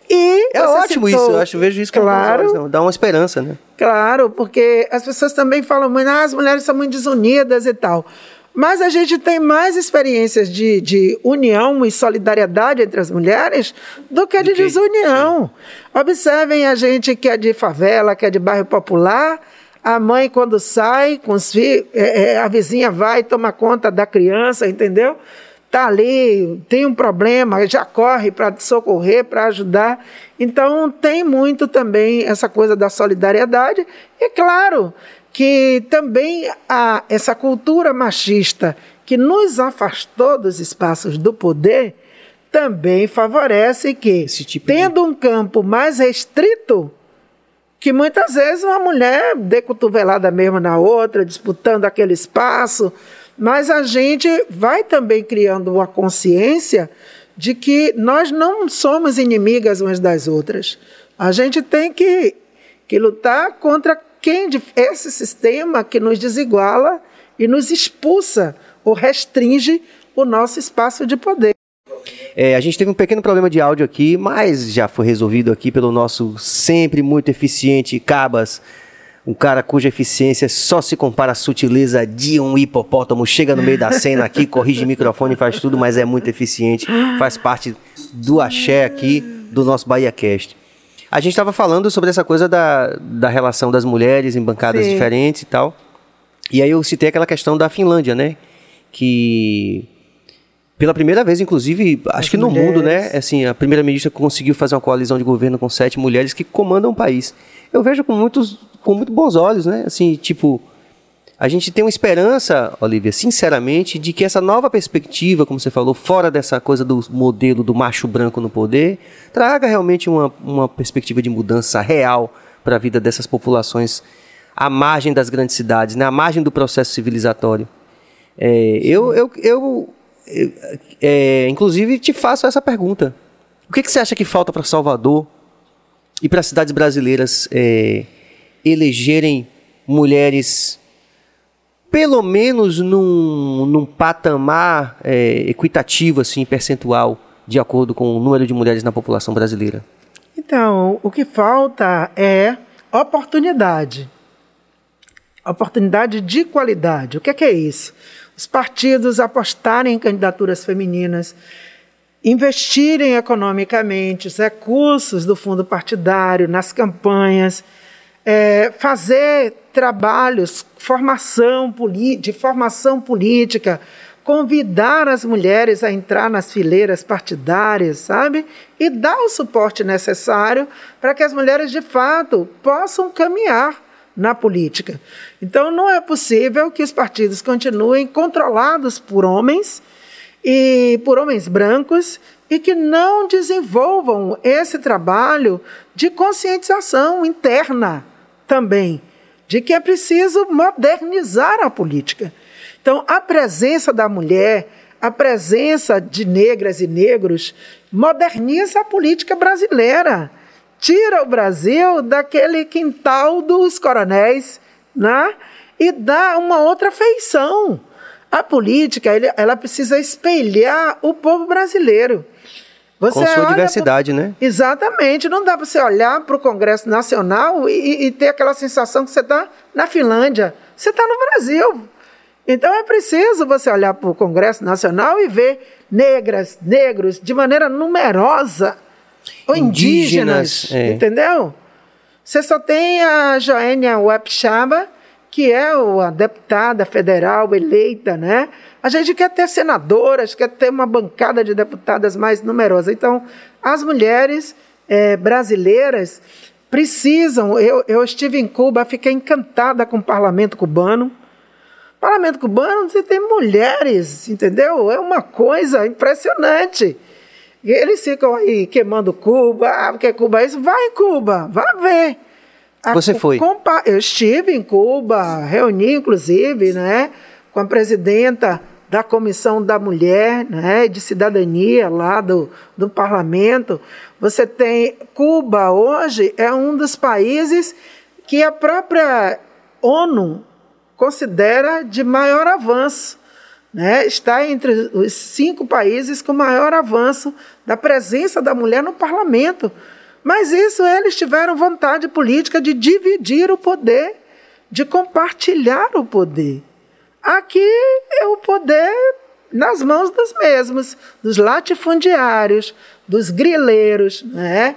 E é ótimo isso, eu vejo isso como dá uma esperança, né? Claro, porque as pessoas também falam muito, as mulheres são muito desunidas e tal. Mas a gente tem mais experiências de união e solidariedade entre as mulheres do que de desunião. Sim. Observem a gente que é de favela, que é de bairro popular, a mãe quando sai com os filhos, a vizinha vai e toma conta da criança, entendeu? Está ali, tem um problema, já corre para socorrer, para ajudar. Então, tem muito também essa coisa da solidariedade. E, claro, que também há essa cultura machista que nos afastou dos espaços do poder, também favorece que, tendo um campo mais restrito, que muitas vezes uma mulher dê cotovelada mesmo na outra, disputando aquele espaço, mas a gente vai também criando uma consciência de que nós não somos inimigas umas das outras. A gente tem que lutar contra esse sistema que nos desiguala e nos expulsa ou restringe o nosso espaço de poder. A gente teve um pequeno problema de áudio aqui, mas já foi resolvido aqui pelo nosso sempre muito eficiente Cabas, Um cara cuja eficiência só se compara à sutileza de um hipopótamo. Chega no meio da cena aqui, corrige microfone, faz tudo, mas é muito eficiente. Faz parte do axé aqui do nosso BahiaCast. A gente estava falando sobre essa coisa da relação das mulheres em bancadas diferentes e tal. E aí eu citei aquela questão da Finlândia, né? Que pela primeira vez, inclusive, acho que no mundo, né? Assim, a primeira-ministra conseguiu fazer uma coalizão de governo com 7 mulheres que comandam o país. Eu vejo com muito bons olhos, né? Assim, tipo, a gente tem uma esperança, Olivia, sinceramente, de que essa nova perspectiva, como você falou, fora dessa coisa do modelo do macho branco no poder, traga realmente uma perspectiva de mudança real para a vida dessas populações à margem das grandes cidades, né? À margem do processo civilizatório. Inclusive, te faço essa pergunta. O que você acha que falta para Salvador e para as cidades brasileiras elegerem mulheres, pelo menos num patamar equitativo, assim, percentual, de acordo com o número de mulheres na população brasileira? Então, o que falta é oportunidade. Oportunidade de qualidade. O que é isso? Os partidos apostarem em candidaturas femininas, investirem economicamente os recursos do fundo partidário nas campanhas, fazer trabalhos de formação política, convidar as mulheres a entrar nas fileiras partidárias, sabe? E dar o suporte necessário para que as mulheres, de fato, possam caminhar na política. Então, não é possível que os partidos continuem controlados por homens e por homens brancos e que não desenvolvam esse trabalho de conscientização interna também, de que é preciso modernizar a política. Então, a presença da mulher, a presença de negras e negros moderniza a política brasileira. Tira o Brasil daquele quintal dos coronéis, né? E dá uma outra feição. A política, ela precisa espelhar o povo brasileiro. Com sua diversidade, né? Exatamente. Não dá para você olhar para o Congresso Nacional e ter aquela sensação que você está na Finlândia. Você está no Brasil. Então é preciso você olhar para o Congresso Nacional e ver negros, de maneira numerosa, ou indígenas, entendeu? Você só tem a Joênia Wapchaba, que é a deputada federal eleita, né? A gente quer ter senadoras, quer ter uma bancada de deputadas mais numerosa. Então, as mulheres brasileiras precisam... Eu estive em Cuba, fiquei encantada com o parlamento cubano. O parlamento cubano, você tem mulheres, entendeu? É uma coisa impressionante. E eles ficam aí queimando Cuba, porque Cuba é isso. Vai em Cuba, vai ver. Você foi? Eu estive em Cuba, reuni, inclusive, né, com a presidenta da Comissão da Mulher, né, de Cidadania lá do Parlamento. Você tem... Cuba, hoje, é um dos países que a própria ONU considera de maior avanço. Né? Está entre os 5 países com maior avanço da presença da mulher no parlamento. Mas isso eles tiveram vontade política de dividir o poder, de compartilhar o poder. Aqui é o poder nas mãos dos mesmos, dos latifundiários, dos grileiros, né?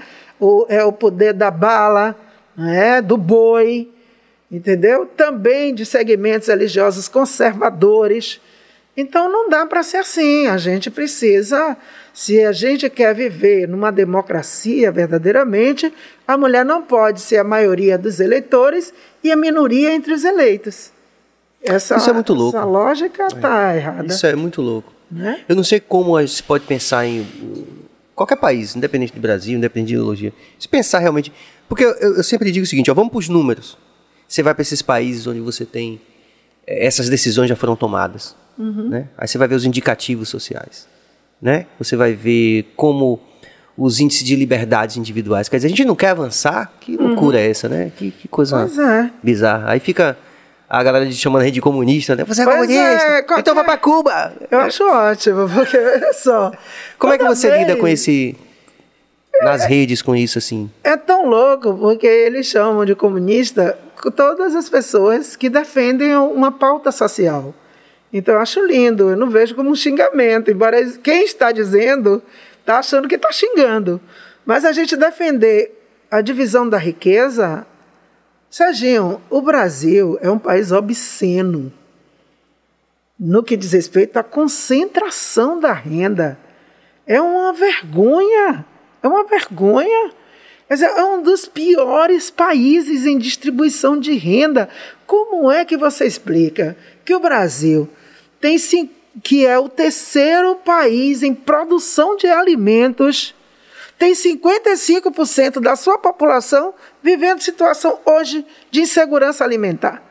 É o poder da bala, né? Do boi, entendeu? Também de segmentos religiosos conservadores. Então, não dá para ser assim. A gente precisa, se a gente quer viver numa democracia verdadeiramente, a mulher não pode ser a maioria dos eleitores e a minoria entre os eleitos. Isso é muito louco. Essa lógica está errada. Isso é muito louco. Né? Eu não sei como se pode pensar em qualquer país, independente do Brasil, independente de ideologia. Se pensar realmente... Porque eu sempre digo o seguinte, vamos para os números. Você vai para esses países onde você tem... essas decisões já foram tomadas. Né? Aí você vai ver os indicativos sociais, né? Você vai ver como os índices de liberdades individuais. Quer dizer, a gente não quer avançar? Que loucura é essa, né? Que coisa bizarra. Aí fica a galera chamando a gente de comunista, né? Você é comunista, então vai pra Cuba. Eu acho ótimo, porque olha só. Como é que você lida com esse... nas redes com isso, assim. É tão louco, porque eles chamam de comunista todas as pessoas que defendem uma pauta social. Então, eu acho lindo, eu não vejo como um xingamento, embora quem está dizendo está achando que está xingando. Mas a gente defender a divisão da riqueza... Serginho, o Brasil é um país obsceno no que diz respeito à concentração da renda. É uma vergonha, é uma vergonha. Quer dizer, é um dos piores países em distribuição de renda. Como é que você explica que o Brasil que é o terceiro país em produção de alimentos, tem 55% da sua população vivendo situação hoje de insegurança alimentar?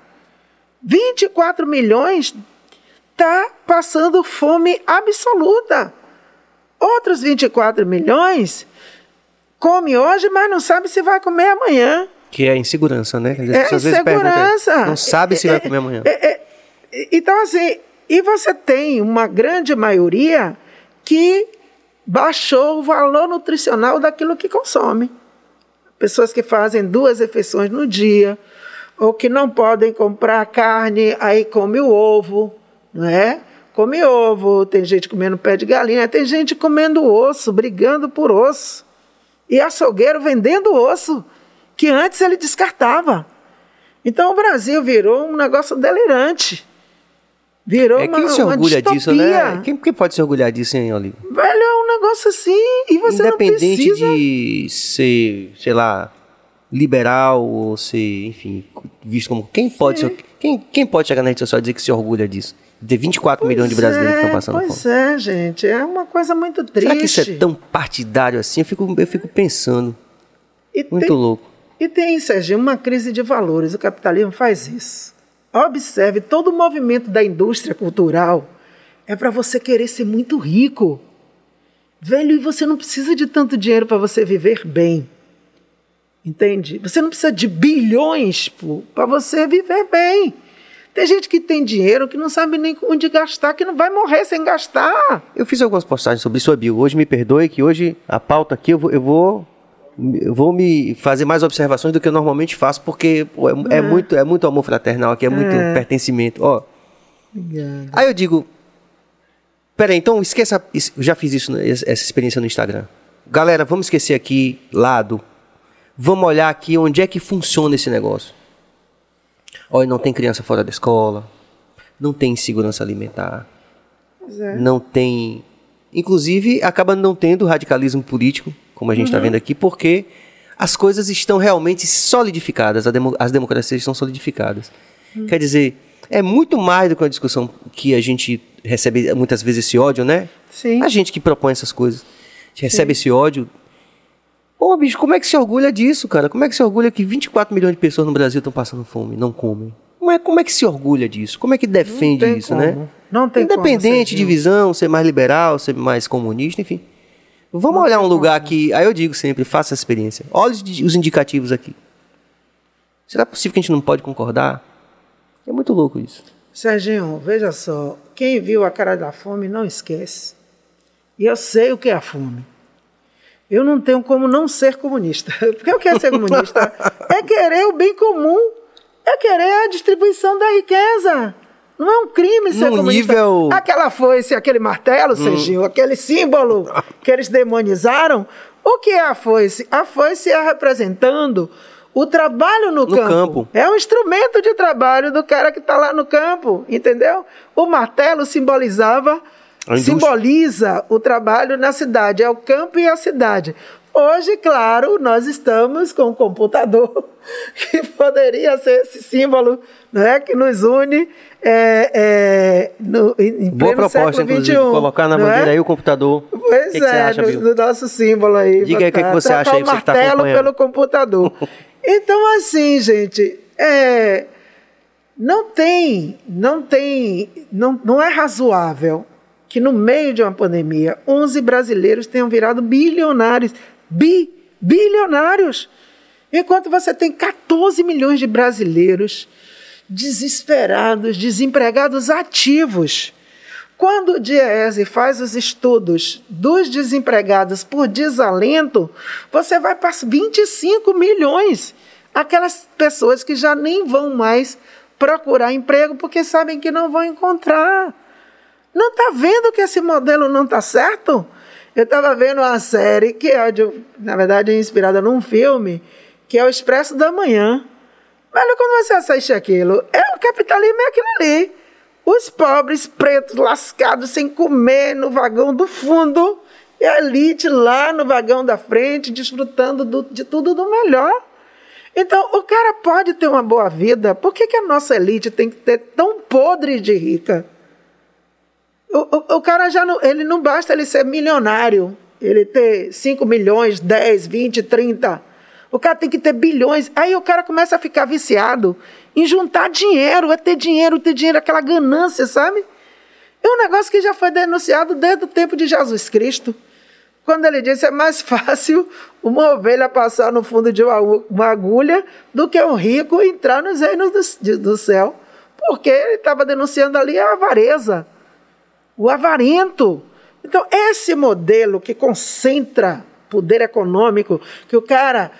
24 milhões está passando fome absoluta. Outros 24 milhões come hoje, mas não sabe se vai comer amanhã. Que é insegurança, né? É insegurança. Não sabe se vai comer amanhã. Então, assim, e você tem uma grande maioria que baixou o valor nutricional daquilo que consome. Pessoas que fazem 2 refeições no dia, ou que não podem comprar carne, aí come o ovo, não é? Come ovo, tem gente comendo pé de galinha, tem gente comendo osso, brigando por osso. E açougueiro vendendo osso, que antes ele descartava. Então o Brasil virou um negócio delirante. Virou quem se orgulha disso, né? Quem pode se orgulhar disso, hein, Olívio? Velho, é um negócio assim, e você não precisa... Independente de ser, sei lá, liberal ou ser, enfim, visto como... Quem pode chegar na rede social e dizer que se orgulha disso? De 24 milhões de brasileiros que estão passando fome. Pois é, gente, é uma coisa muito triste. Será que isso é tão partidário assim? Eu fico pensando. Muito louco. E tem, Serginho, uma crise de valores. O capitalismo faz isso. Observe, todo o movimento da indústria cultural é para você querer ser muito rico. Velho, e você não precisa de tanto dinheiro para você viver bem. Entende? Você não precisa de bilhões para você viver bem. Tem gente que tem dinheiro que não sabe nem onde gastar, que não vai morrer sem gastar. Eu fiz algumas postagens sobre isso, Bill. Hoje me perdoe que hoje a pauta aqui eu vou me fazer mais observações do que eu normalmente faço, porque é muito amor fraternal aqui, é muito pertencimento. Ó. Obrigada. Aí eu digo, peraí, então esqueça, já fiz isso, essa experiência no Instagram. Galera, vamos esquecer aqui, vamos olhar aqui onde é que funciona esse negócio. Olha, não tem criança fora da escola, não tem insegurança alimentar, não tem... Inclusive, acaba não tendo radicalismo político, como a gente está vendo aqui, porque as coisas estão realmente solidificadas, as democracias estão solidificadas. Quer dizer, é muito mais do que uma discussão que a gente recebe muitas vezes esse ódio, né? Sim. A gente que propõe essas coisas, a gente recebe esse ódio. Pô, bicho, como é que se orgulha disso, cara? Como é que se orgulha que 24 milhões de pessoas no Brasil estão passando fome, não comem? Como é que se orgulha disso? Como é que defende isso, né? Não tem independente de visão, ser mais liberal, ser mais comunista, enfim. Vamos olhar um lugar que... Aí eu digo sempre, faça a experiência. Olha os indicativos aqui. Será possível que a gente não pode concordar? É muito louco isso. Serginho, veja só. Quem viu a cara da fome não esquece. E eu sei o que é a fome. Eu não tenho como não ser comunista. Porque eu quero ser comunista. É querer o bem comum. É querer a distribuição da riqueza. Não é um crime ser comunista. Nível... Aquela foice, aquele martelo, Serginho, aquele símbolo que eles demonizaram. O que é a foice? A foice é representando o trabalho no campo. É um instrumento de trabalho do cara que está lá no campo, entendeu? O martelo simboliza o trabalho na cidade, é o campo e a cidade. Hoje, claro, nós estamos com um computador que poderia ser esse símbolo, né, que nos une em boa proposta, inclusive, colocar na bandeira aí o computador. Pois que acha, no nosso símbolo aí. Diga aí o que você acha aí, você que tá acompanhando. O martelo pelo computador. Então, assim, gente, não é razoável que no meio de uma pandemia 11 brasileiros tenham virado bilionários. Bilionários! Enquanto você tem 14 milhões de brasileiros desesperados, desempregados ativos, Quando o Diese faz os estudos dos desempregados por desalento, você vai para 25 milhões. Aquelas pessoas que já nem vão mais procurar emprego porque sabem que não vão encontrar. Não está vendo que esse modelo não está certo? Eu estava vendo uma série que na verdade, é inspirada num filme, que é o Expresso da Manhã. Mas quando você assiste aquilo, o capitalismo é aquilo ali. Os pobres, pretos, lascados, sem comer, no vagão do fundo, e a elite lá no vagão da frente, desfrutando de tudo do melhor. Então, o cara pode ter uma boa vida. Por que a nossa elite tem que ter tão podre de rica? O cara ele não basta ele ser milionário, ele ter 5 milhões, 10, 20, 30. O cara tem que ter bilhões. Aí o cara começa a ficar viciado em juntar dinheiro, ter dinheiro, aquela ganância, sabe? É um negócio que já foi denunciado desde o tempo de Jesus Cristo. Quando ele disse, é mais fácil uma ovelha passar no fundo de uma agulha do que um rico entrar nos reinos do céu. Porque ele estava denunciando ali a avareza, o avarento. Então, esse modelo que concentra poder econômico, que o cara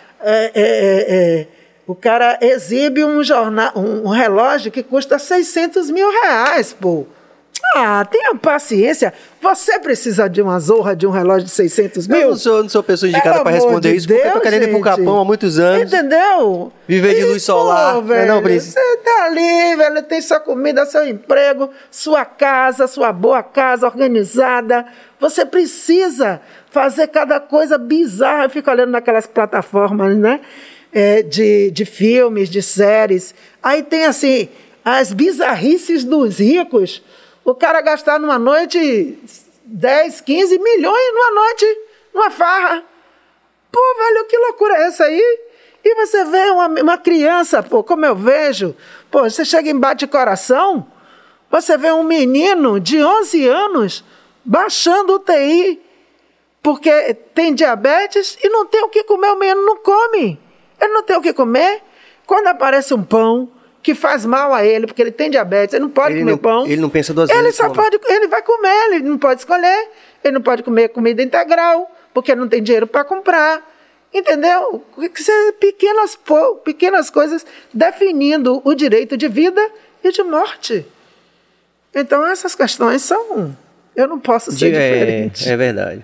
exibe um relógio que custa 600 mil reais, pô. Tenha paciência. Você precisa de uma zorra de um relógio de 600 mil? Eu não sou pessoa indicada para responder isso, porque eu tô querendo ir pro Capão há muitos anos. Entendeu? Viver de luz solar. Velho, não, Príncipe? Você tá ali, velho, tem sua comida, seu emprego, sua casa, sua boa casa organizada. Você precisa fazer cada coisa bizarra. Eu fico olhando naquelas plataformas, né? De filmes, de séries. Aí tem, assim, as bizarrices dos ricos. O cara gastar numa noite 10, 15 milhões numa noite, numa farra. Pô, velho, que loucura é essa aí? E você vê uma criança, pô, como eu vejo, pô, você chega em bate-coração, você vê um menino de 11 anos baixando o UTI, porque tem diabetes e não tem o que comer, o menino não come. Ele não tem o que comer. Quando aparece um pão que faz mal a ele, porque ele tem diabetes, ele não pode comer pão. Ele não pensa duas vezes. Ele vai comer, ele não pode escolher, ele não pode comer comida integral, porque não tem dinheiro para comprar. Entendeu? Pequenas coisas definindo o direito de vida e de morte. Então, essas questões são... Eu não posso ser diferente. É verdade.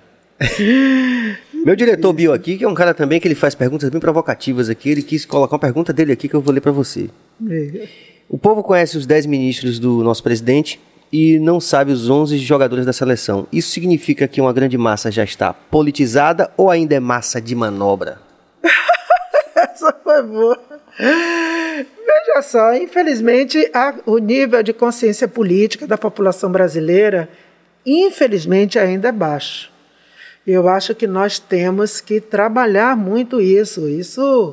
Meu diretor Bio aqui, que é um cara também que ele faz perguntas bem provocativas aqui, ele quis colocar uma pergunta dele aqui que eu vou ler para você. O povo conhece os 10 ministros do nosso presidente e não sabe os 11 jogadores da seleção. Isso significa que uma grande massa já está politizada ou ainda é massa de manobra? Essa foi boa. Veja só, infelizmente, o nível de consciência política da população brasileira, infelizmente, ainda é baixo. Eu acho que nós temos que trabalhar muito isso. Isso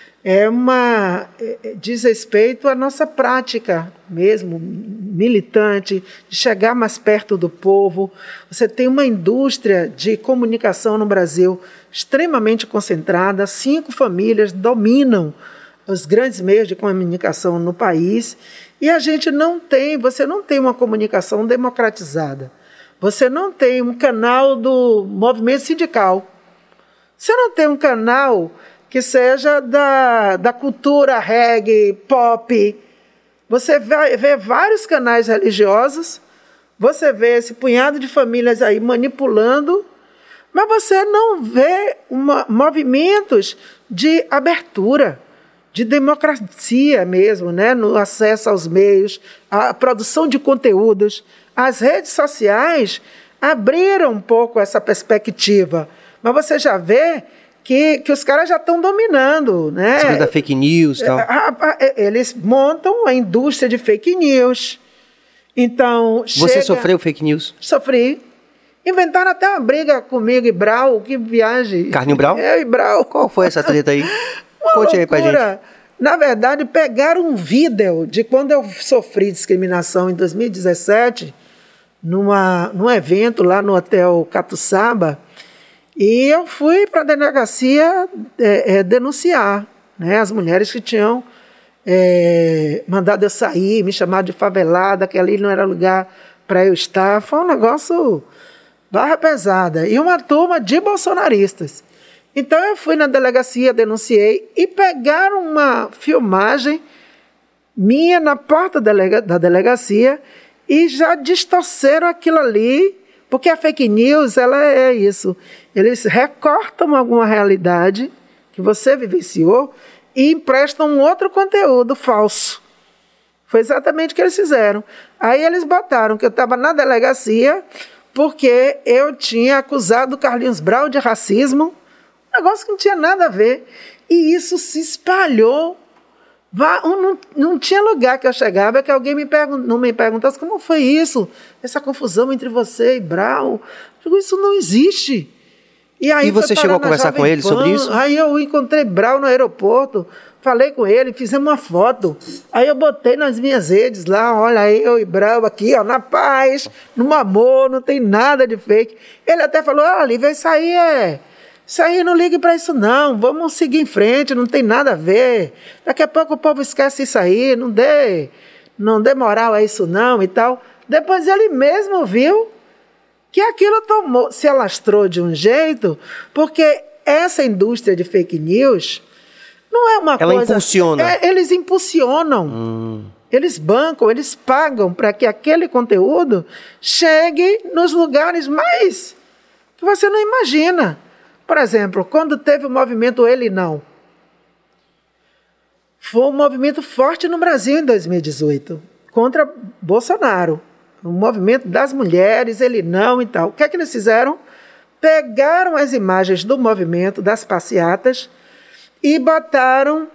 diz respeito à nossa prática mesmo, militante, de chegar mais perto do povo. Você tem uma indústria de comunicação no Brasil extremamente concentrada, 5 famílias dominam os grandes meios de comunicação no país, e você não tem uma comunicação democratizada. Você não tem um canal do movimento sindical. Você não tem um canal que seja da cultura reggae, pop. Você vê vários canais religiosos, você vê esse punhado de famílias aí manipulando, mas você não vê movimentos de abertura, de democracia mesmo, né? No acesso aos meios, à produção de conteúdos. As redes sociais abriram um pouco essa perspectiva, mas você já vê que os caras já estão dominando, né? Você da fake news e tal. Eles montam a indústria de fake news. Então, Você sofreu fake news? Sofri. Inventaram até uma briga comigo e Brau, que viagem. Carlinho Brau? Eu e Brau. Qual foi essa treta aí? Conte aí pra gente. Na verdade, pegaram um vídeo de quando eu sofri discriminação em 2017, num evento lá no Hotel Catuçaba, e eu fui para a delegacia denunciar, né, as mulheres que tinham mandado eu sair, me chamado de favelada, que ali não era lugar para eu estar, foi um negócio barra pesada. E uma turma de bolsonaristas. Então eu fui na delegacia, denunciei, e pegaram uma filmagem minha na porta da delegacia e já distorceram aquilo ali, porque a fake news, ela é isso. Eles recortam alguma realidade que você vivenciou e emprestam um outro conteúdo falso. Foi exatamente o que eles fizeram. Aí eles botaram que eu estava na delegacia porque eu tinha acusado o Carlinhos Brau de racismo, um negócio que não tinha nada a ver. E isso se espalhou. Não tinha lugar que eu chegava que alguém não me perguntasse como foi isso, essa confusão entre você e Brau. Eu digo, isso não existe. E você chegou a conversar com ele sobre isso? Aí eu encontrei Brau no aeroporto, falei com ele, fizemos uma foto. Aí eu botei nas minhas redes lá, olha eu e Brau aqui, ó, na paz, no amor, não tem nada de fake. Ele até falou, Lívia, isso aí não ligue para isso não, vamos seguir em frente, não tem nada a ver. Daqui a pouco o povo esquece isso aí, não dê moral a isso não e tal. Depois ele mesmo viu que aquilo se alastrou de um jeito, porque essa indústria de fake news não é uma coisa... Ela impulsiona. Eles impulsionam. Eles bancam, eles pagam para que aquele conteúdo chegue nos lugares mais que você não imagina. Por exemplo, quando teve o movimento Ele Não, foi um movimento forte no Brasil em 2018, contra Bolsonaro. O movimento das mulheres, Ele Não e tal. O que é que eles fizeram? Pegaram as imagens do movimento, das passeatas, e botaram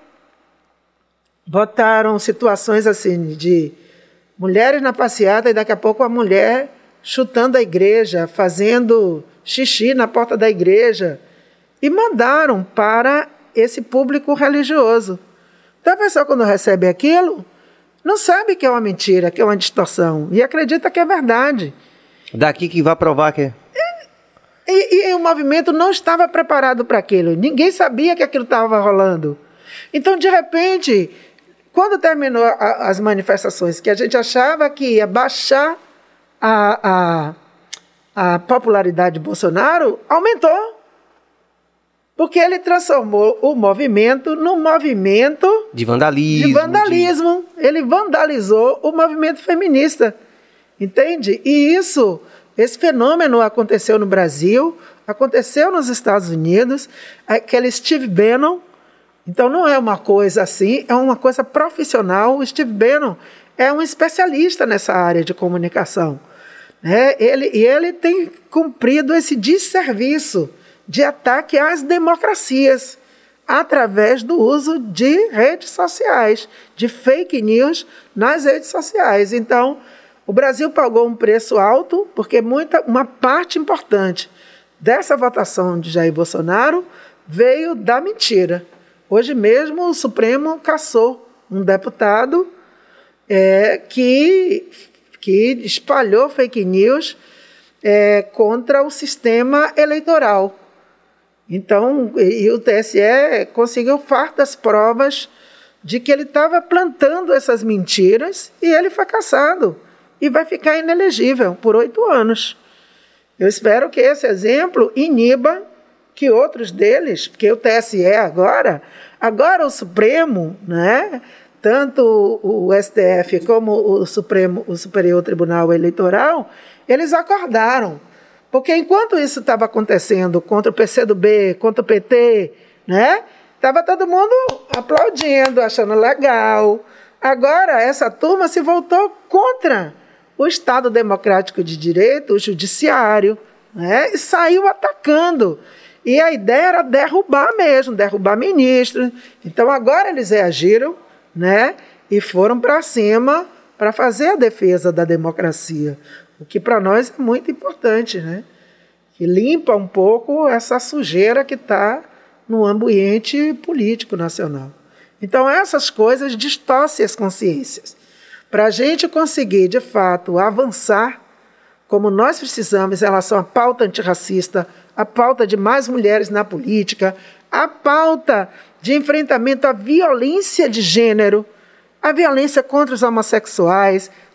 situações assim de mulheres na passeata e daqui a pouco a mulher chutando a igreja, fazendo xixi na porta da igreja, e mandaram para esse público religioso. Então a pessoa, quando recebe aquilo, não sabe que é uma mentira, que é uma distorção, e acredita que é verdade. Daqui que vai provar que é. E o movimento não estava preparado para aquilo, ninguém sabia que aquilo estava rolando. Então, de repente, quando terminou as manifestações, que a gente achava que ia baixar a popularidade de Bolsonaro, aumentou. Porque ele transformou o movimento num movimento de vandalismo. Ele vandalizou o movimento feminista. Entende? E esse fenômeno aconteceu no Brasil, aconteceu nos Estados Unidos, aquele Steve Bannon. Então não é uma coisa assim, é uma coisa profissional. O Steve Bannon é um especialista nessa área de comunicação. Ele tem cumprido esse desserviço de ataque às democracias através do uso de redes sociais, de fake news nas redes sociais. Então, o Brasil pagou um preço alto, porque uma parte importante dessa votação de Jair Bolsonaro veio da mentira. Hoje mesmo o Supremo cassou um deputado que espalhou fake news contra o sistema eleitoral. Então, e o TSE conseguiu fartas provas de que ele estava plantando essas mentiras e ele foi cassado e vai ficar inelegível por 8 anos. Eu espero que esse exemplo iniba que outros deles, porque o TSE agora o Supremo, né, tanto o STF como o Superior Tribunal Eleitoral, eles acordaram. Porque enquanto isso estava acontecendo contra o PCdoB, contra o PT, né, estava todo mundo aplaudindo, achando legal. Agora, essa turma se voltou contra o Estado Democrático de Direito, o Judiciário, né, e saiu atacando. E a ideia era derrubar mesmo, derrubar ministros. Então, agora eles reagiram, né, e foram para cima para fazer a defesa da democracia. O que para nós é muito importante, né? Que limpa um pouco essa sujeira que está no ambiente político nacional. Então, essas coisas distorcem as consciências. Para a gente conseguir, de fato, avançar, como nós precisamos em relação à pauta antirracista, a pauta de mais mulheres na política, a pauta de enfrentamento à violência de gênero, a violência contra os homossexuais,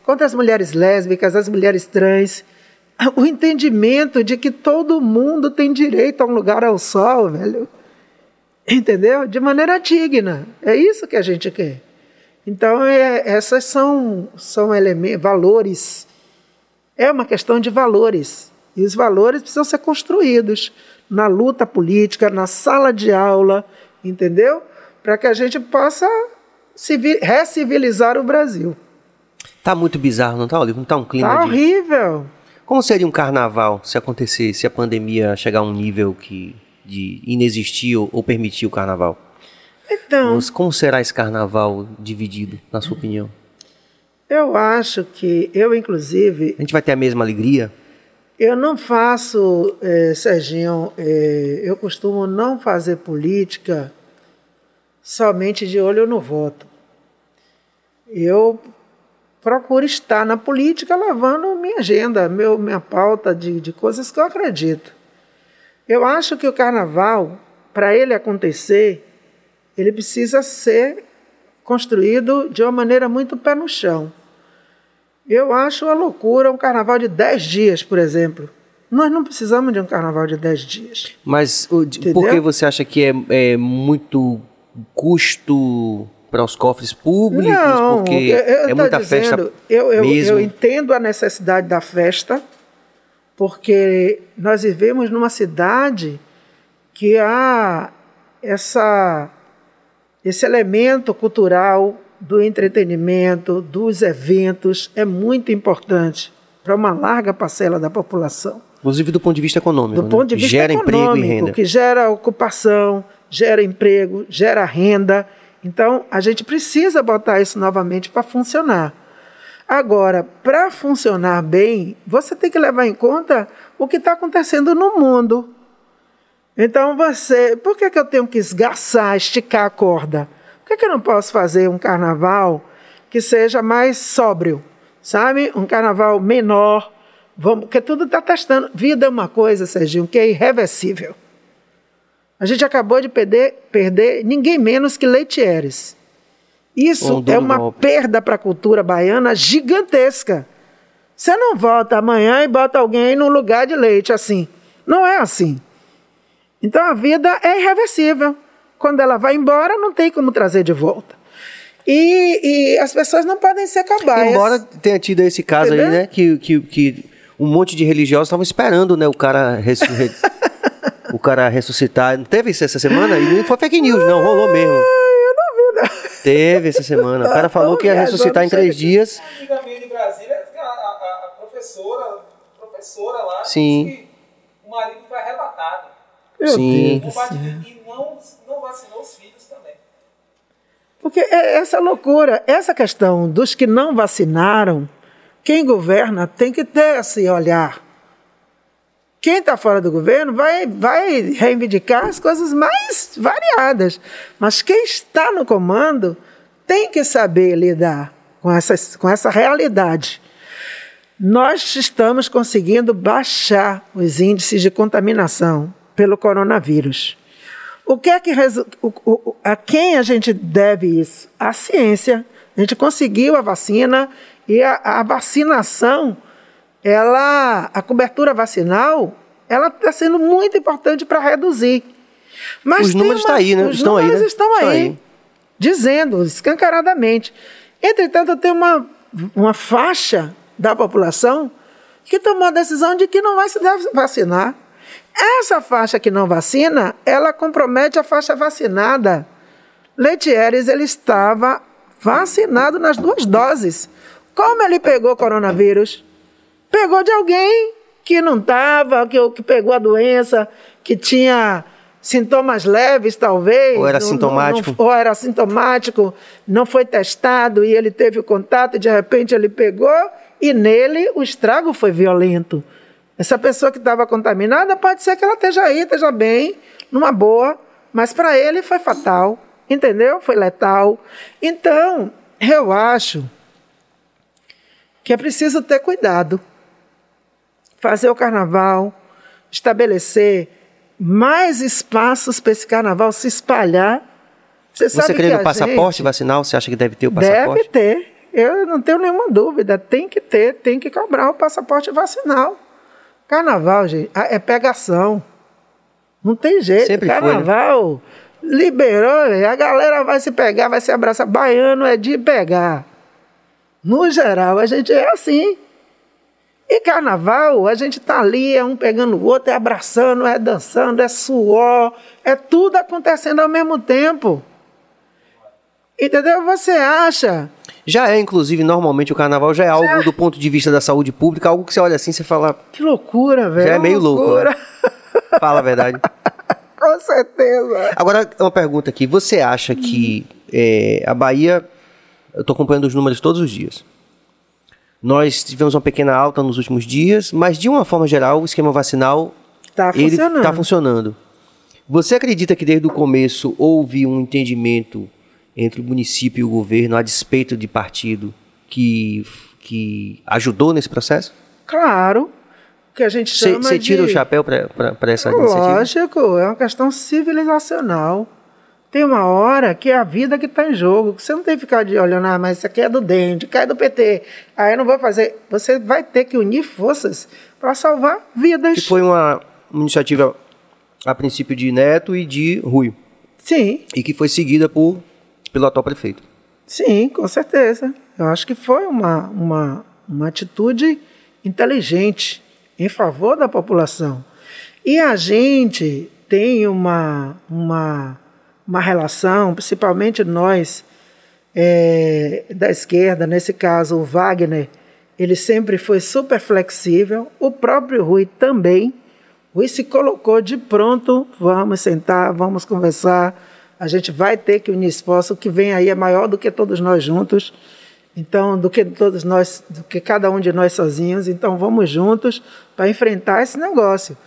contra as mulheres lésbicas, as mulheres trans. O entendimento de que todo mundo tem direito a um lugar ao sol, velho. Entendeu? De maneira digna. É isso que a gente quer. Então, essas são elementos, valores. É uma questão de valores. E os valores precisam ser construídos na luta política, na sala de aula, entendeu? Para que a gente possa recivilizar o Brasil. Tá muito bizarro, não tá, Olívio? Não tá um clima Tá horrível. Como seria um carnaval se acontecesse, se a pandemia chegar a um nível de inexistir ou permitir o carnaval? Então, como será esse carnaval dividido, na sua opinião? Eu acho que inclusive... A gente vai ter a mesma alegria? Eu não faço, Serginho, eu costumo não fazer política somente de olho no voto. Eu procuro estar na política levando minha agenda, minha pauta de coisas que eu acredito. Eu acho que o carnaval, para ele acontecer, ele precisa ser construído de uma maneira muito pé no chão. Eu acho uma loucura um carnaval de 10 dias, por exemplo. Nós não precisamos de um carnaval de 10 dias. Mas por que você acha que é muito custo para os cofres públicos? Não, porque é muita festa mesmo. Eu entendo a necessidade da festa, porque nós vivemos numa cidade que há esse elemento cultural do entretenimento, dos eventos, é muito importante para uma larga parcela da população. Inclusive do ponto de vista econômico. Do ponto de vista gera econômico, emprego e renda. Que gera ocupação, gera emprego, gera renda. Então, a gente precisa botar isso novamente para funcionar. Agora, para funcionar bem, você tem que levar em conta o que está acontecendo no mundo. Então, por que eu tenho que esgarçar, esticar a corda? Por que eu não posso fazer um carnaval que seja mais sóbrio, sabe? Um carnaval menor, porque tudo está testando. Vida é uma coisa, Serginho, que é irreversível. A gente acabou de perder ninguém menos que Leitieres. Isso é uma perda para a cultura baiana gigantesca. Você não volta amanhã e bota alguém no lugar de Leite assim. Não é assim. Então a vida é irreversível. Quando ela vai embora, não tem como trazer de volta. E as pessoas não podem ser cobaias. Embora tenha tido esse caso aí, né? Que um monte de religiosos estavam esperando, né, o cara ressuscitar. Não teve isso essa semana? E não foi fake news, não. Rolou mesmo. Eu não vi, não. Teve essa semana. O cara falou que ia ressuscitar em 3 dias. Uma amiga minha de Brasília, a professora lá, sim, disse que o marido foi arrebatado. Sim. E não vacinou os filhos também. Porque essa loucura, essa questão dos que não vacinaram, quem governa tem que ter esse olhar. Quem está fora do governo vai reivindicar as coisas mais variadas. Mas quem está no comando tem que saber lidar com essa realidade. Nós estamos conseguindo baixar os índices de contaminação pelo coronavírus. A quem a gente deve isso? A ciência. A gente conseguiu a vacina e a vacinação, a cobertura vacinal, ela está sendo muito importante para reduzir. Mas os números estão aí, né? Os números estão aí, dizendo escancaradamente. Entretanto, tem uma faixa da população que tomou a decisão de que não vai se vacinar. Essa faixa que não vacina, ela compromete a faixa vacinada. Leitieres, ele estava vacinado nas 2 doses. Como ele pegou coronavírus? Pegou de alguém que não estava, que pegou a doença, que tinha sintomas leves, talvez. Ou era sintomático. Ou era sintomático, não foi testado e ele teve o contato e de repente ele pegou e nele o estrago foi violento. Essa pessoa que estava contaminada, pode ser que ela esteja aí, esteja bem, numa boa, mas para ele foi fatal, entendeu? Foi letal. Então, eu acho que é preciso ter cuidado. Fazer o carnaval, estabelecer mais espaços para esse carnaval se espalhar. Você crê no passaporte vacinal? Você acha que deve ter o passaporte? Deve ter. eu não tenho nenhuma dúvida, tem que cobrar o passaporte vacinal. Carnaval, gente, é pegação. Não tem jeito. Sempre Carnaval foi, né? Liberou, a galera vai se pegar, vai se abraçar. Baiano é de pegar. No geral, a gente é assim. E carnaval, a gente tá ali, é um pegando o outro, é abraçando, é dançando, é suor, é tudo acontecendo ao mesmo tempo. Entendeu? Você acha? Já é, inclusive, normalmente o carnaval já é algo do ponto de vista da saúde pública, algo que você olha assim e você fala... Que loucura, velho. Já é meio louco, né? Fala a verdade. Com certeza. Agora, uma pergunta aqui. Você acha que a Bahia... Eu estou acompanhando os números todos os dias. Nós tivemos uma pequena alta nos últimos dias, mas de uma forma geral o esquema vacinal está funcionando. Você acredita que desde o começo houve um entendimento entre o município e o governo, a despeito de partido, que ajudou nesse processo? Claro, que a gente chama Você tira o chapéu para essa iniciativa? Lógico, é uma questão civilizacional. Tem uma hora que é a vida que está em jogo, que você não tem que ficar de olhando, mas isso aqui é do DEM, cai do PT, aí eu não vou fazer. Você vai ter que unir forças para salvar vidas. Que foi uma iniciativa, a princípio, de Neto e de Rui. Sim. E que foi seguida pelo atual prefeito. Sim, com certeza. Eu acho que foi uma atitude inteligente em favor da população. E a gente tem uma relação, principalmente nós da esquerda, nesse caso o Wagner, ele sempre foi super flexível, o próprio Rui também. O Rui se colocou de pronto, vamos sentar, vamos conversar, a gente vai ter que unir esforço, o que vem aí é maior do que todos nós juntos, então, do que cada um de nós sozinhos, então vamos juntos para enfrentar esse negócio.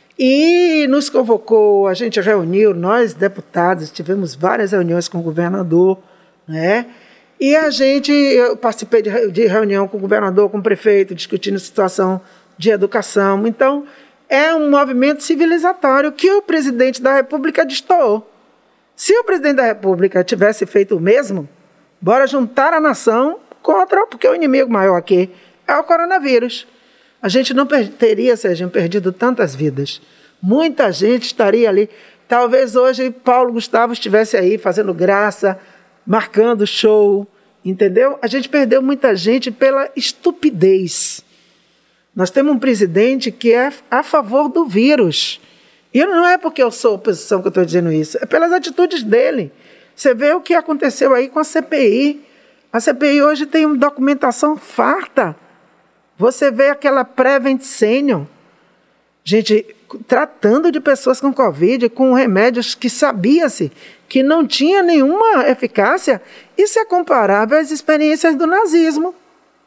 E nos convocou, a gente reuniu, nós deputados, tivemos várias reuniões com o governador, né? E eu participei de reunião com o governador, com o prefeito, discutindo a situação de educação. Então, é um movimento civilizatório que o presidente da República destoou. Se o presidente da República tivesse feito o mesmo, bora juntar a nação contra, porque o inimigo maior aqui é o coronavírus. A gente não teria, Serginho, perdido tantas vidas. Muita gente estaria ali. Talvez hoje Paulo Gustavo estivesse aí fazendo graça, marcando show, entendeu? A gente perdeu muita gente pela estupidez. Nós temos um presidente que é a favor do vírus. E não é porque eu sou oposição que eu estou dizendo isso, é pelas atitudes dele. Você vê o que aconteceu aí com a CPI. A CPI hoje tem uma documentação farta. Você vê aquela Prevent Senior, gente, tratando de pessoas com Covid, com remédios que sabia-se que não tinha nenhuma eficácia, isso é comparável às experiências do nazismo.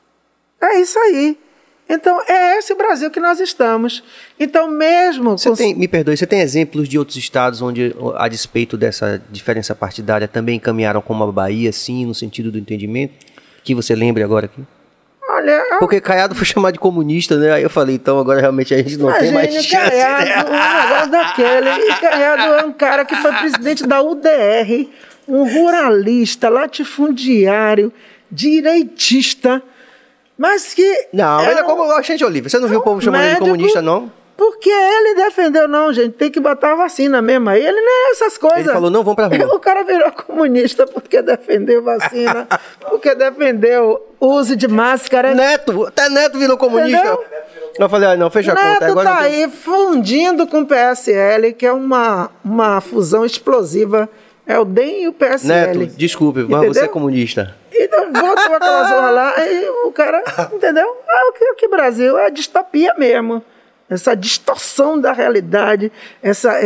É isso aí. Então, é esse o Brasil que nós estamos. Então, mesmo... Me perdoe, você tem exemplos de outros estados onde, a despeito dessa diferença partidária, também caminharam como a Bahia, sim, no sentido do entendimento? Que você lembre agora aqui? Olha, porque Caiado foi chamado de comunista, né? Aí eu falei, então agora realmente a gente não tem mais chance. Caiado, né? Um negócio daquele. E Caiado é um cara que foi presidente da UDR, um ruralista, latifundiário, direitista, mas que... Não, mas é como a gente, Olívia. Você não viu o povo chamando ele de comunista, não? Porque ele defendeu, não, gente, tem que botar a vacina mesmo. Aí ele não é essas coisas. Ele falou, não, vamos pra rua. O cara virou comunista porque defendeu vacina, porque defendeu o uso de máscara. Até Neto virou comunista. Entendeu? Eu falei, não, fecha a conta. Neto tá aí fundindo com o PSL, que é uma fusão explosiva. É o DEM e o PSL. Neto, desculpe, mas você é comunista. Então, botou aquela zorra lá e o cara, entendeu? Que Brasil é distopia mesmo. Essa distorção da realidade, essa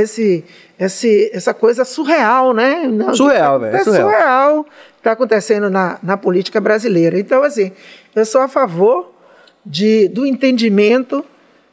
coisa surreal, né? Surreal, velho. É surreal que está acontecendo na política brasileira. Então, assim, eu sou a favor do entendimento.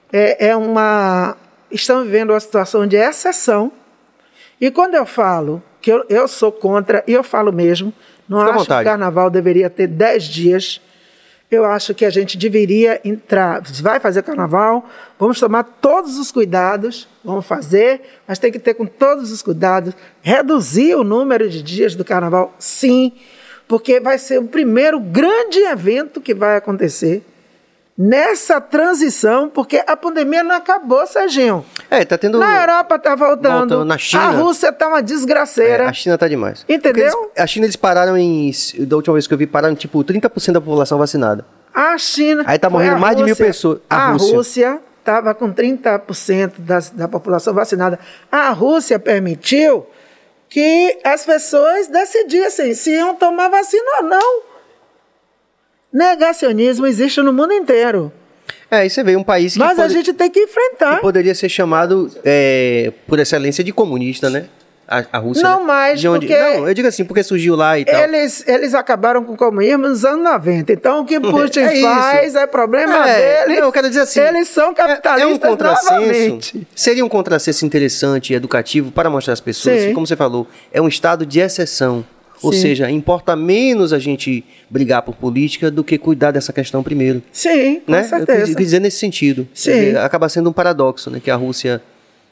Estamos vivendo uma situação de exceção. E quando eu falo que eu sou contra, e eu falo mesmo, não acho que o carnaval deveria ter 10 dias. Eu acho que a gente deveria entrar, vai fazer carnaval, vamos tomar todos os cuidados, vamos fazer, mas tem que ter com todos os cuidados, reduzir o número de dias do carnaval, sim, porque vai ser o primeiro grande evento que vai acontecer nessa transição, porque a pandemia não acabou, Serginho. Tá tendo... Na Europa está voltando. Na China. A Rússia está uma desgraceira. A China está demais. Entendeu? A China, eles pararam da última vez que eu vi, pararam tipo 30% da população vacinada. A China... Aí tá morrendo mais de 1.000 pessoas. A Rússia estava com 30% da população vacinada. A Rússia permitiu que as pessoas decidissem se iam tomar vacina ou não. Negacionismo existe no mundo inteiro. Isso você vê um país que... Mas a gente tem que enfrentar. Que poderia ser chamado, por excelência, de comunista, né? A Rússia. Não né? mais, porque... Não, eu digo assim, porque surgiu lá e tal. Eles acabaram com o comunismo nos anos 90. Então, o que Putin faz é problema deles. Não, eu quero dizer assim... Eles são capitalistas novamente. Seria um contrassenso interessante e educativo para mostrar às pessoas que, como você falou, é um estado de exceção. Ou seja, importa menos a gente brigar por política do que cuidar dessa questão primeiro. Sim, com certeza. Eu quis dizer nesse sentido. Sim. Acaba sendo um paradoxo, né? Que a Rússia...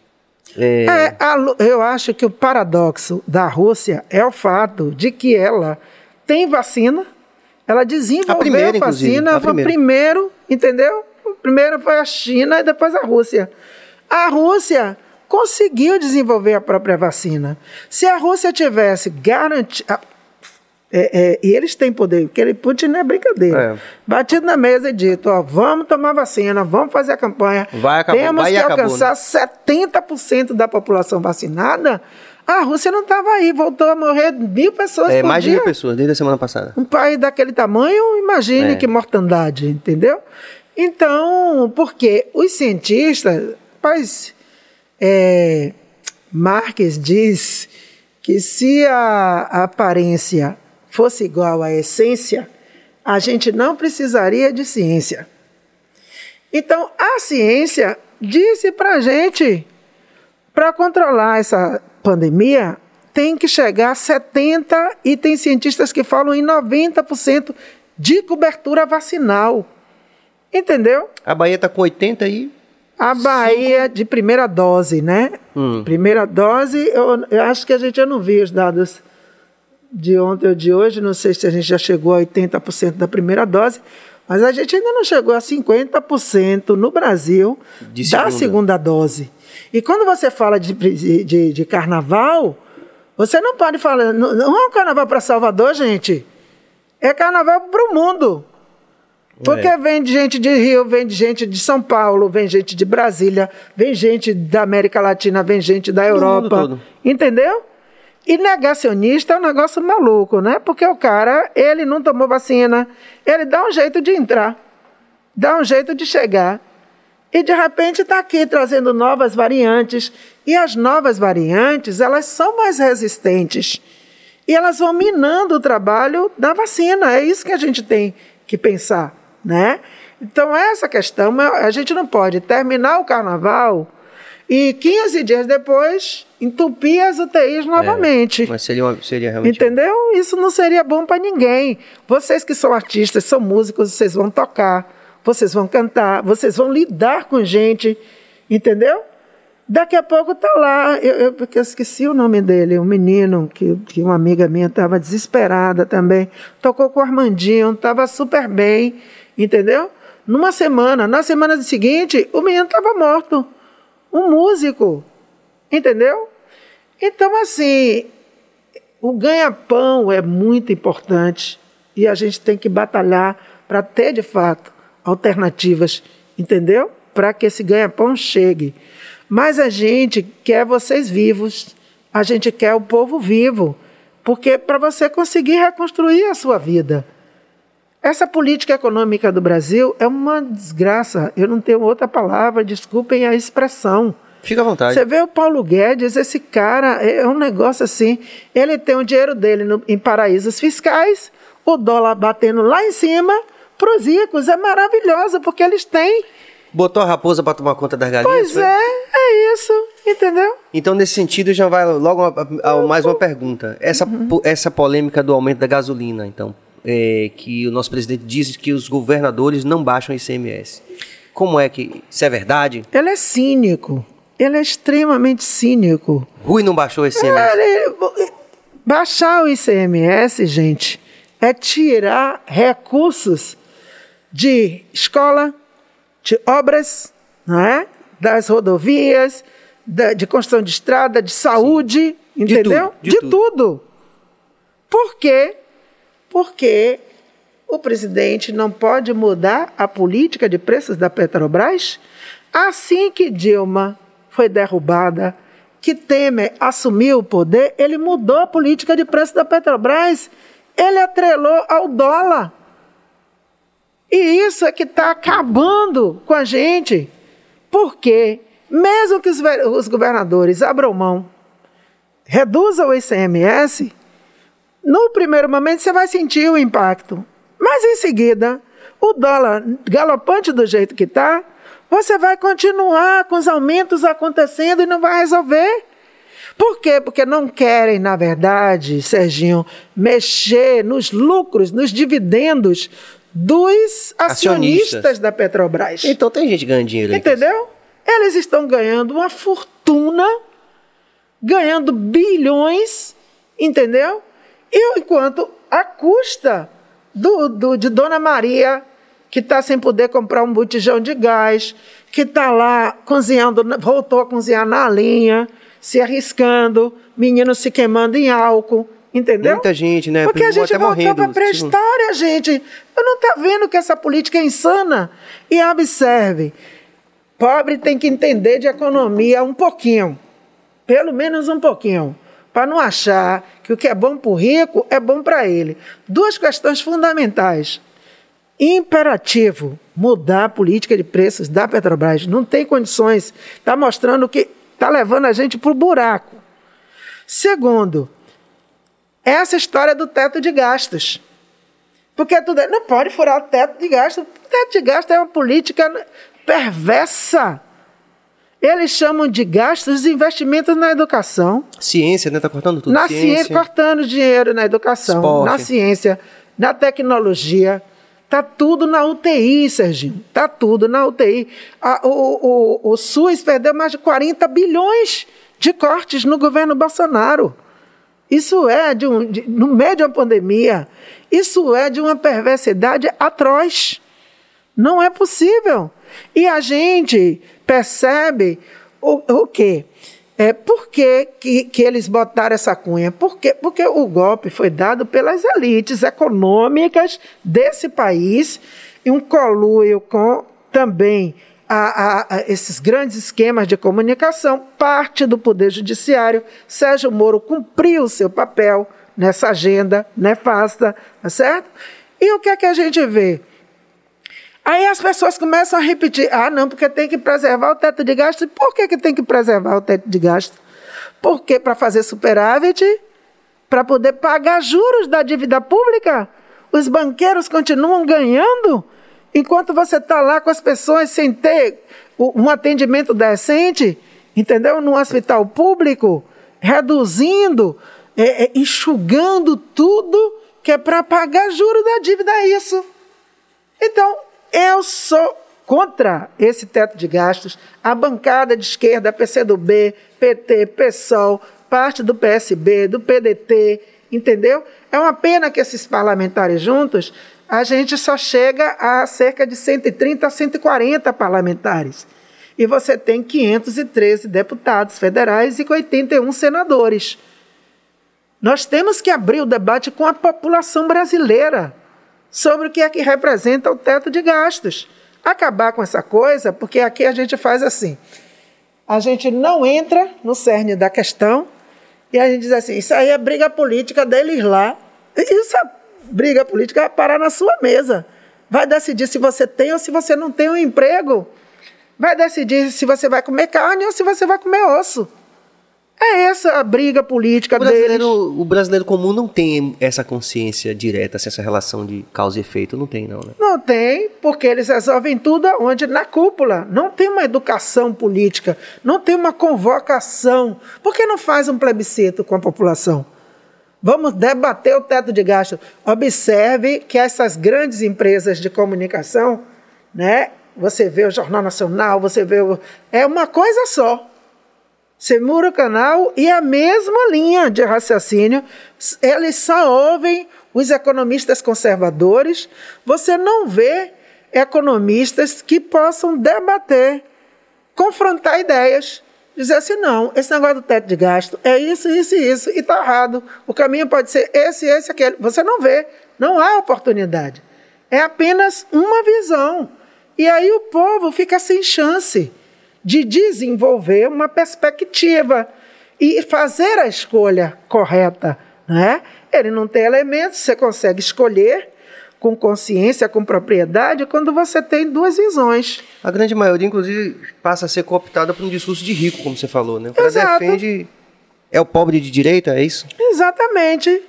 eu acho que o paradoxo da Rússia é o fato de que ela tem vacina, ela desenvolveu a vacina, foi primeiro, entendeu? O primeiro foi a China e depois a Rússia. A Rússia conseguiu desenvolver a própria vacina. Se a Rússia tivesse garantido... e eles têm poder, porque Putin não é brincadeira. Batido na mesa e dito, vamos tomar vacina, vamos fazer a campanha. Temos que alcançar 70% da população vacinada. A Rússia não estava aí, voltou a morrer 1.000 pessoas por mais de dia. 1.000 pessoas, desde a semana passada. Um país daquele tamanho, imagine que mortandade, entendeu? Então, porque os cientistas... Marx diz que se a aparência fosse igual à essência, a gente não precisaria de ciência. Então, a ciência disse para a gente, para controlar essa pandemia, tem que chegar a 70%, e tem cientistas que falam em 90% de cobertura vacinal. Entendeu? A Bahia está com 80% aí. A Bahia de primeira dose, né? Primeira dose, eu acho que eu não vi os dados de ontem ou de hoje, não sei se a gente já chegou a 80% da primeira dose, mas a gente ainda não chegou a 50% no Brasil da segunda dose. E quando você fala de carnaval, você não pode falar, não é um carnaval para Salvador, gente, é carnaval para o mundo. Porque vem gente de Rio, vem gente de São Paulo, vem gente de Brasília, vem gente da América Latina, vem gente da Europa. Todo. Entendeu? E negacionista é um negócio maluco, né? Porque o cara, ele não tomou vacina, ele dá um jeito de entrar, dá um jeito de chegar. E de repente está aqui trazendo novas variantes. E as novas variantes, elas são mais resistentes. E elas vão minando o trabalho da vacina. É isso que a gente tem que pensar. Né? Então, essa questão, a gente não pode terminar o carnaval e 15 dias depois entupir as UTIs novamente. Mas seria realmente... Entendeu? Isso não seria bom para ninguém. Vocês que são artistas, são músicos, vocês vão tocar, vocês vão cantar, vocês vão lidar com gente, entendeu? Daqui a pouco está lá, porque eu esqueci o nome dele, um menino, que uma amiga minha estava desesperada também, tocou com o Armandinho, estava super bem, entendeu? Na semana seguinte, o menino estava morto. Um músico, entendeu? Então, assim, o ganha-pão é muito importante e a gente tem que batalhar para ter, de fato, alternativas, entendeu? Para que esse ganha-pão chegue. Mas a gente quer vocês vivos, a gente quer o povo vivo, porque para você conseguir reconstruir a sua vida. Essa política econômica do Brasil é uma desgraça. Eu não tenho outra palavra, desculpem a expressão. Fica à vontade. Você vê o Paulo Guedes, esse cara, é um negócio assim, ele tem o dinheiro dele em paraísos fiscais, o dólar batendo lá em cima, para os ricos é maravilhoso, porque eles têm. Botou a raposa para tomar conta das galinhas? Pois é isso, entendeu? Então, nesse sentido, já vai logo a mais uma pergunta. Essa polêmica do aumento da gasolina, então, que o nosso presidente diz que os governadores não baixam o ICMS. Como é que... Isso é verdade? Ele é cínico. Ele é extremamente cínico. Rui não baixou o ICMS? Baixar o ICMS, gente, é tirar recursos de escola, de obras, não é? Das rodovias, de construção de estrada, de saúde, sim, entendeu? De tudo. Por quê? Porque o presidente não pode mudar a política de preços da Petrobras? Assim que Dilma foi derrubada, que Temer assumiu o poder, ele mudou a política de preço da Petrobras. Ele atrelou ao dólar. E isso é que está acabando com a gente. Porque, mesmo que os governadores abram mão, reduzam o ICMS, no primeiro momento você vai sentir o impacto. Mas, em seguida, o dólar galopante do jeito que está, você vai continuar com os aumentos acontecendo e não vai resolver. Por quê? Porque não querem, na verdade, Serginho, mexer nos lucros, nos dividendos dos acionistas da Petrobras. Então tem gente ganhando dinheiro aí. Entendeu? Eles estão ganhando uma fortuna, ganhando bilhões, entendeu? E enquanto a custa de Dona Maria, que está sem poder comprar um botijão de gás, que está lá cozinhando, voltou a cozinhar na lenha, se arriscando, menino se queimando em álcool, entendeu? Muita gente, né? Porque a gente voltou para a pré-história, gente. Eu não estou vendo que essa política é insana. E observe, pobre tem que entender de economia um pouquinho, pelo menos um pouquinho, para não achar que o que é bom para o rico é bom para ele. Duas questões fundamentais. Imperativo mudar a política de preços da Petrobras. Não tem condições. Está mostrando que está levando a gente para o buraco. Segundo, essa história do teto de gastos. Porque tudo não pode furar o teto de gastos. O teto de gastos é uma política perversa. Eles chamam de gastos de investimentos na educação. Ciência, né? Está cortando tudo. Na ciência, cortando dinheiro na educação, esporte, na ciência, na tecnologia. Está tudo na UTI, Serginho. Está tudo na UTI. O SUS perdeu mais de 40 bilhões de cortes no governo Bolsonaro. Isso é, no meio de uma pandemia, isso é de uma perversidade atroz. Não é possível. E a gente percebe o quê? Por que eles botaram essa cunha? Porque o golpe foi dado pelas elites econômicas desse país e um conluio com também esses grandes esquemas de comunicação, parte do Poder Judiciário. Sérgio Moro cumpriu o seu papel nessa agenda nefasta, tá certo? E o que é que a gente vê? Aí as pessoas começam a repetir, não, porque tem que preservar o teto de gasto. Por que tem que preservar o teto de gasto? Porque para fazer superávit, para poder pagar juros da dívida pública, os banqueiros continuam ganhando, enquanto você está lá com as pessoas sem ter um atendimento decente, entendeu? No hospital público, reduzindo, enxugando tudo que é para pagar juros da dívida, é isso. Então, eu sou contra esse teto de gastos. A bancada de esquerda, PCdoB, PT, PSOL, parte do PSB, do PDT, entendeu? É uma pena que esses parlamentares juntos, a gente só chega a cerca de 130 a 140 parlamentares. E você tem 513 deputados federais e 81 senadores. Nós temos que abrir o debate com a população brasileira sobre o que é que representa o teto de gastos. Acabar com essa coisa, porque aqui a gente faz assim, a gente não entra no cerne da questão e a gente diz assim, isso aí é briga política deles lá. Essa briga política vai parar na sua mesa. Vai decidir se você tem ou se você não tem um emprego. Vai decidir se você vai comer carne ou se você vai comer osso. É essa a briga política deles. O brasileiro comum não tem essa consciência direta, essa relação de causa e efeito, não tem não, né? Não tem, porque eles resolvem tudo onde? Na cúpula. Não tem uma educação política, não tem uma convocação. Por que não faz um plebiscito com a população? Vamos debater o teto de gasto. Observe que essas grandes empresas de comunicação, né? Você vê o Jornal Nacional, você vê é uma coisa só. Você muda o canal e a mesma linha de raciocínio, eles só ouvem os economistas conservadores, você não vê economistas que possam debater, confrontar ideias, dizer assim, não, esse negócio do teto de gasto é isso, isso e isso, e está errado. O caminho pode ser esse, aquele. Você não vê, não há oportunidade. É apenas uma visão. E aí o povo fica sem chance de desenvolver uma perspectiva e fazer a escolha correta, né? Ele não tem elementos, você consegue escolher com consciência, com propriedade, quando você tem duas visões. A grande maioria, inclusive, passa a ser cooptada por um discurso de rico, como você falou, né? O cara defende... É o pobre de direita, é isso? Exatamente.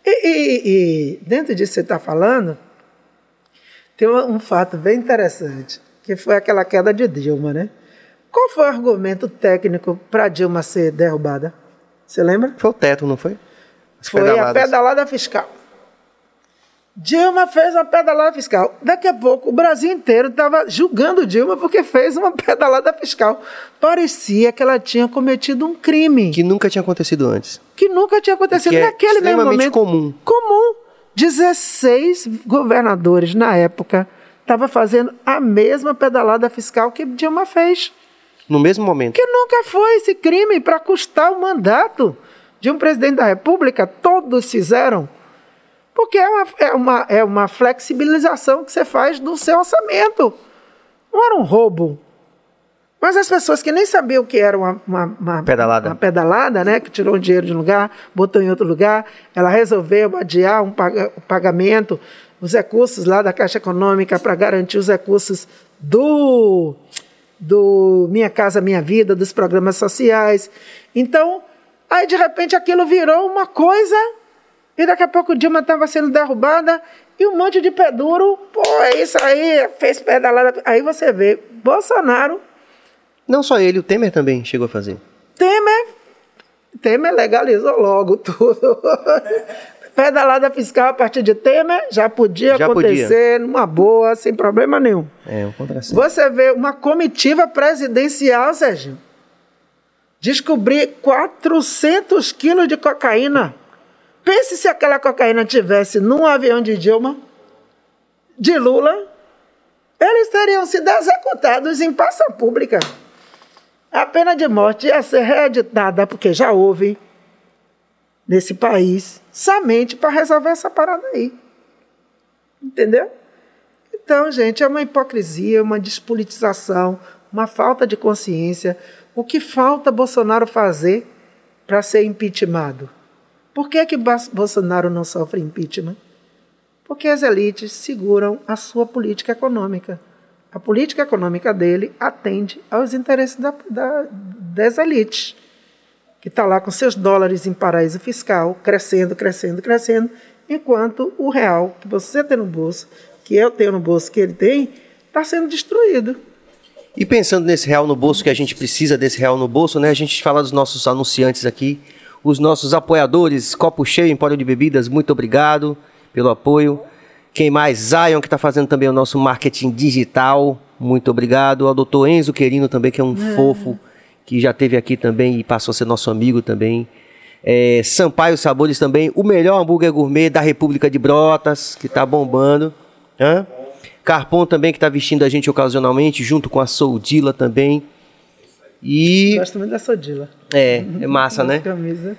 E dentro disso que você está falando, tem um fato bem interessante, que foi aquela queda de Dilma, né? Qual foi o argumento técnico para Dilma ser derrubada? Você lembra? Foi o teto, não foi? Foi a pedalada fiscal. Dilma fez uma pedalada fiscal. Daqui a pouco, o Brasil inteiro estava julgando Dilma porque fez uma pedalada fiscal. Parecia que ela tinha cometido um crime. Que nunca tinha acontecido antes. Que nunca tinha acontecido naquele mesmo momento. Comum. Comum. 16 governadores, na época, estavam fazendo a mesma pedalada fiscal que Dilma fez. No mesmo momento. Que nunca foi esse crime para custar o mandato de um presidente da República. Todos fizeram. Porque é uma flexibilização que você faz do seu orçamento. Não era um roubo. Mas as pessoas que nem sabiam o que era uma pedalada, né, que tirou o dinheiro de um lugar, botou em outro lugar, ela resolveu adiar o pagamento, os recursos lá da Caixa Econômica para garantir os recursos do Minha Casa Minha Vida, dos programas sociais. Então, aí de repente aquilo virou uma coisa... E daqui a pouco Dilma estava sendo derrubada e um monte de pé duro, pô, é isso aí, fez pedalada. Aí você vê, Bolsonaro... Não só ele, o Temer também chegou a fazer. Temer legalizou logo tudo. Pedalada fiscal a partir de Temer já podia acontecer numa boa, sem problema nenhum. Um contrassenso. Você vê uma comitiva presidencial, Sérgio, descobrir 400 quilos de cocaína. Pense se aquela cocaína tivesse num avião de Dilma, de Lula, eles teriam sido executados em praça pública. A pena de morte ia ser reeditada, porque já houve nesse país, somente para resolver essa parada aí. Entendeu? Então, gente, é uma hipocrisia, uma despolitização, uma falta de consciência. O que falta Bolsonaro fazer para ser impeachmentado? Por que Bolsonaro não sofre impeachment? Porque as elites seguram a sua política econômica. A política econômica dele atende aos interesses das elites, que está lá com seus dólares em paraíso fiscal, crescendo, enquanto o real que você tem no bolso, que eu tenho no bolso, que ele tem, está sendo destruído. E pensando nesse real no bolso, que a gente precisa desse real no bolso, né? A gente fala dos nossos anunciantes aqui, os nossos apoiadores, Copo Cheio, Empório de Bebidas, muito obrigado pelo apoio. Quem mais? Zion, que está fazendo também o nosso marketing digital, muito obrigado. Ao doutor Enzo Querino também, que é um fofo, que já esteve aqui também e passou a ser nosso amigo também. Sampaio Sabores também, o melhor hambúrguer gourmet da República de Brotas, que está bombando. Carpon também, que está vestindo a gente ocasionalmente, junto com a Soldila também. E... Gosto muito da Soldila. É massa, né? Camisa.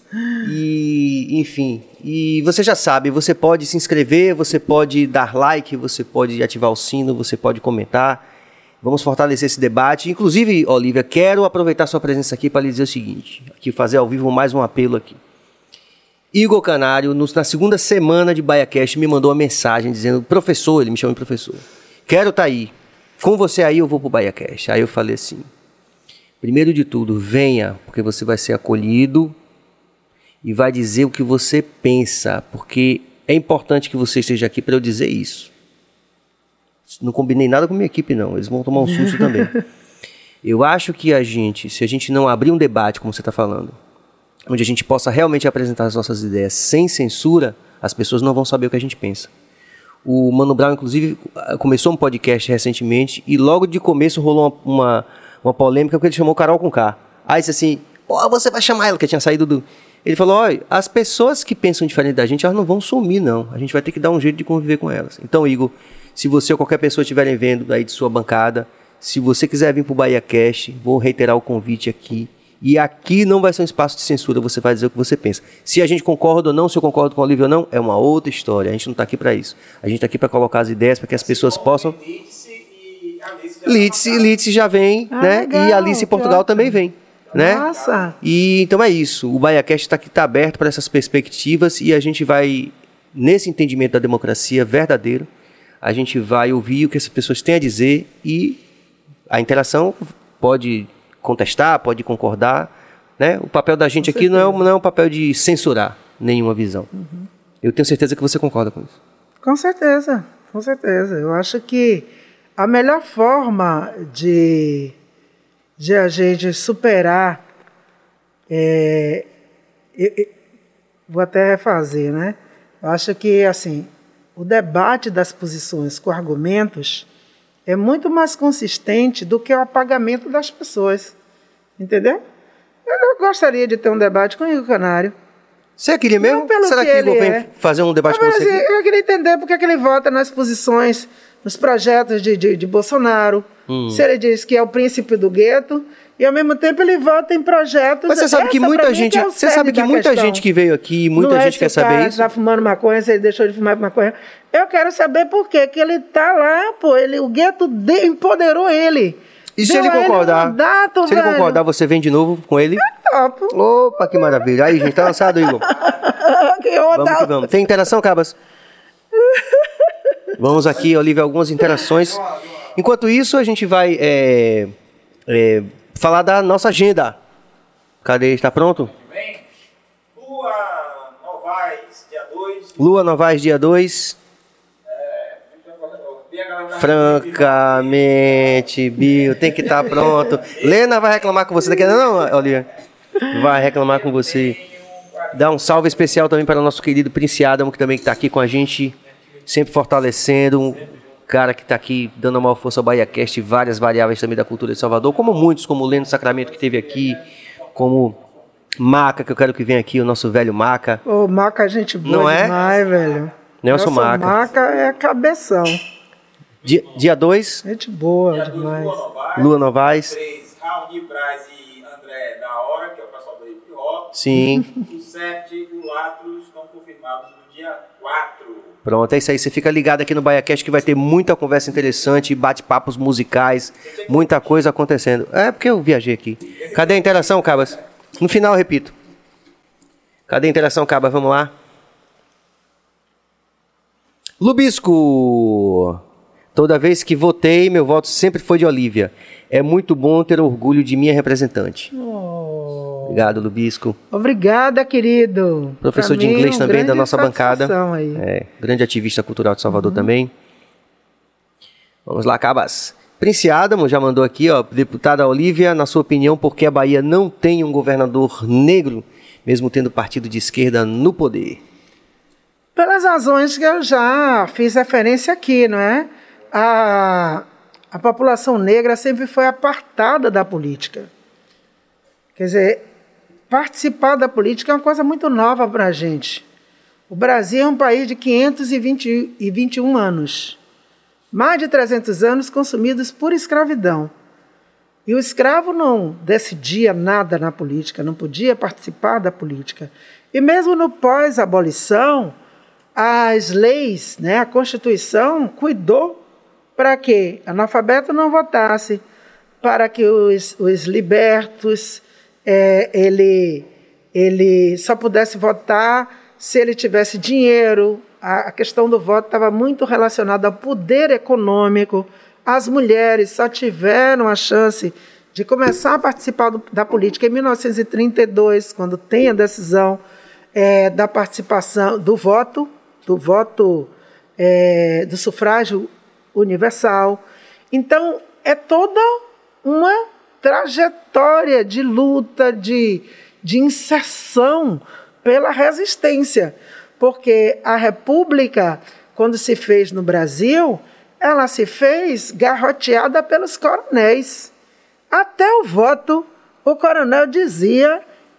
E, enfim, e você já sabe, você pode se inscrever, você pode dar like, você pode ativar o sino, você pode comentar. Vamos fortalecer esse debate. Inclusive, Olívia, quero aproveitar sua presença aqui para lhe dizer o seguinte, aqui fazer ao vivo mais um apelo aqui. Igor Canário, na segunda semana de BaiaCast, me mandou uma mensagem dizendo, professor, ele me chama de professor, quero estar aí, com você aí eu vou pro BaiaCast. Aí eu falei assim, primeiro de tudo, venha, porque você vai ser acolhido e vai dizer o que você pensa, porque é importante que você esteja aqui para eu dizer isso. Não combinei nada com a minha equipe, não. Eles vão tomar um susto também. Eu acho que se a gente não abrir um debate, como você está falando, onde a gente possa realmente apresentar as nossas ideias sem censura, as pessoas não vão saber o que a gente pensa. O Mano Brown, inclusive, começou um podcast recentemente e logo de começo rolou uma polêmica porque ele chamou Carol Conká. Aí disse assim, pô, você vai chamar ela, que tinha saído do... Ele falou, olha, as pessoas que pensam diferente da gente, elas não vão sumir, não. A gente vai ter que dar um jeito de conviver com elas. Então, Igor, se você ou qualquer pessoa estiverem vendo aí de sua bancada, se você quiser vir para o Bahia Cast, vou reiterar o convite aqui. E aqui não vai ser um espaço de censura, você vai dizer o que você pensa. Se a gente concorda ou não, se eu concordo com a Olivia ou não, é uma outra história. A gente não está aqui para isso. A gente está aqui para colocar as ideias, para que as pessoas possam... Lídice já vem, né? Legal, e Alice em Portugal também vem. Né? Nossa! E então é isso. O BahiaCast está aberto para essas perspectivas e a gente vai, nesse entendimento da democracia verdadeiro, a gente vai ouvir o que essas pessoas têm a dizer e a interação pode contestar, pode concordar, né? O papel da gente aqui não é um papel de censurar nenhuma visão. Uhum. Eu tenho certeza que você concorda com isso. Com certeza, com certeza. Eu acho que a melhor forma de a gente superar, vou até refazer, né? Eu acho que, assim, o debate das posições com argumentos é muito mais consistente do que o apagamento das pessoas, entendeu? Eu gostaria de ter um debate com o Igor Canário. Você queria mesmo? Será que Igor vem fazer um debate com você? Assim, eu queria entender porque que ele vota nas posições, nos projetos de Bolsonaro. Se ele diz que é o príncipe do gueto, e ao mesmo tempo ele vota em projetos... Mas você sabe que muita gente, gente que veio aqui, muita gente quer saber isso. Está fumando maconha, se ele deixou de fumar maconha. Eu quero saber por que ele está lá, pô. O gueto empoderou ele. E se ele concordar? Se ele concordar, você vem de novo com ele? Topo. Opa, que maravilha. Aí, gente, tá lançado, Igor. Vamos que vamos. Tem interação, Cabas? Vamos aqui, Olivia, algumas interações. Enquanto isso, a gente vai falar da nossa agenda. Cadê? Está pronto? Lua Novaes, dia 2. Lua Novaes, dia 2. Francamente, Bill, tem que estar pronto. Lena vai reclamar com você daqui. Não, Olivia. Vai reclamar com você. Dá um salve especial também para o nosso querido Prince Adam, que também está aqui com a gente, sempre fortalecendo. Um cara que está aqui dando a maior força ao BahiaCast e várias variáveis também da cultura de Salvador, como muitos, como o Leno Sacramento que esteve aqui, como Maca, que eu quero que venha aqui, o nosso velho Maca. Ô, Maca, gente boa não é? Demais, velho. Nelson Maca. Maca é cabeção. Dia 2. Gente boa demais. Lua Novaes. 3, Raoni Braz e André da Hora, que é o pessoal do hip hop. Sim. O 7, o Latros, estão confirmados no dia 4. Pronto, é isso aí. Você fica ligado aqui no BahiaCast que vai ter muita conversa interessante, bate-papos musicais, muita coisa acontecendo. É porque eu viajei aqui. Cadê a interação, Cabas? No final eu repito. Cadê a interação, Cabas? Vamos lá. Lubisco. Toda vez que votei, meu voto sempre foi de Olivia. É muito bom ter orgulho de minha representante. Obrigado, Lubisco. Obrigada, querido. Professor de inglês também da nossa bancada. Aí. Grande ativista cultural de Salvador também. Vamos lá, Cabas. Prince Adamo já mandou aqui, ó. Deputada Olivia, na sua opinião, por que a Bahia não tem um governador negro, mesmo tendo partido de esquerda no poder? Pelas razões que eu já fiz referência aqui, não é? A população negra sempre foi apartada da política. Quer dizer, participar da política é uma coisa muito nova para a gente. O Brasil é um país de 521 anos. Mais de 300 anos consumidos por escravidão. E o escravo não decidia nada na política, não podia participar da política. E mesmo no pós-abolição, as leis, né, a Constituição cuidou para que analfabeto não votasse, para que os libertos ele só pudesse votar se ele tivesse dinheiro. A questão do voto estava muito relacionada ao poder econômico. As mulheres só tiveram a chance de começar a participar da política em 1932, quando tem a decisão da participação do voto, do sufrágio universal. Então, é toda uma trajetória de luta, de inserção pela resistência, porque a República, quando se fez no Brasil, ela se fez garroteada pelos coronéis. Até o voto, o coronel dizia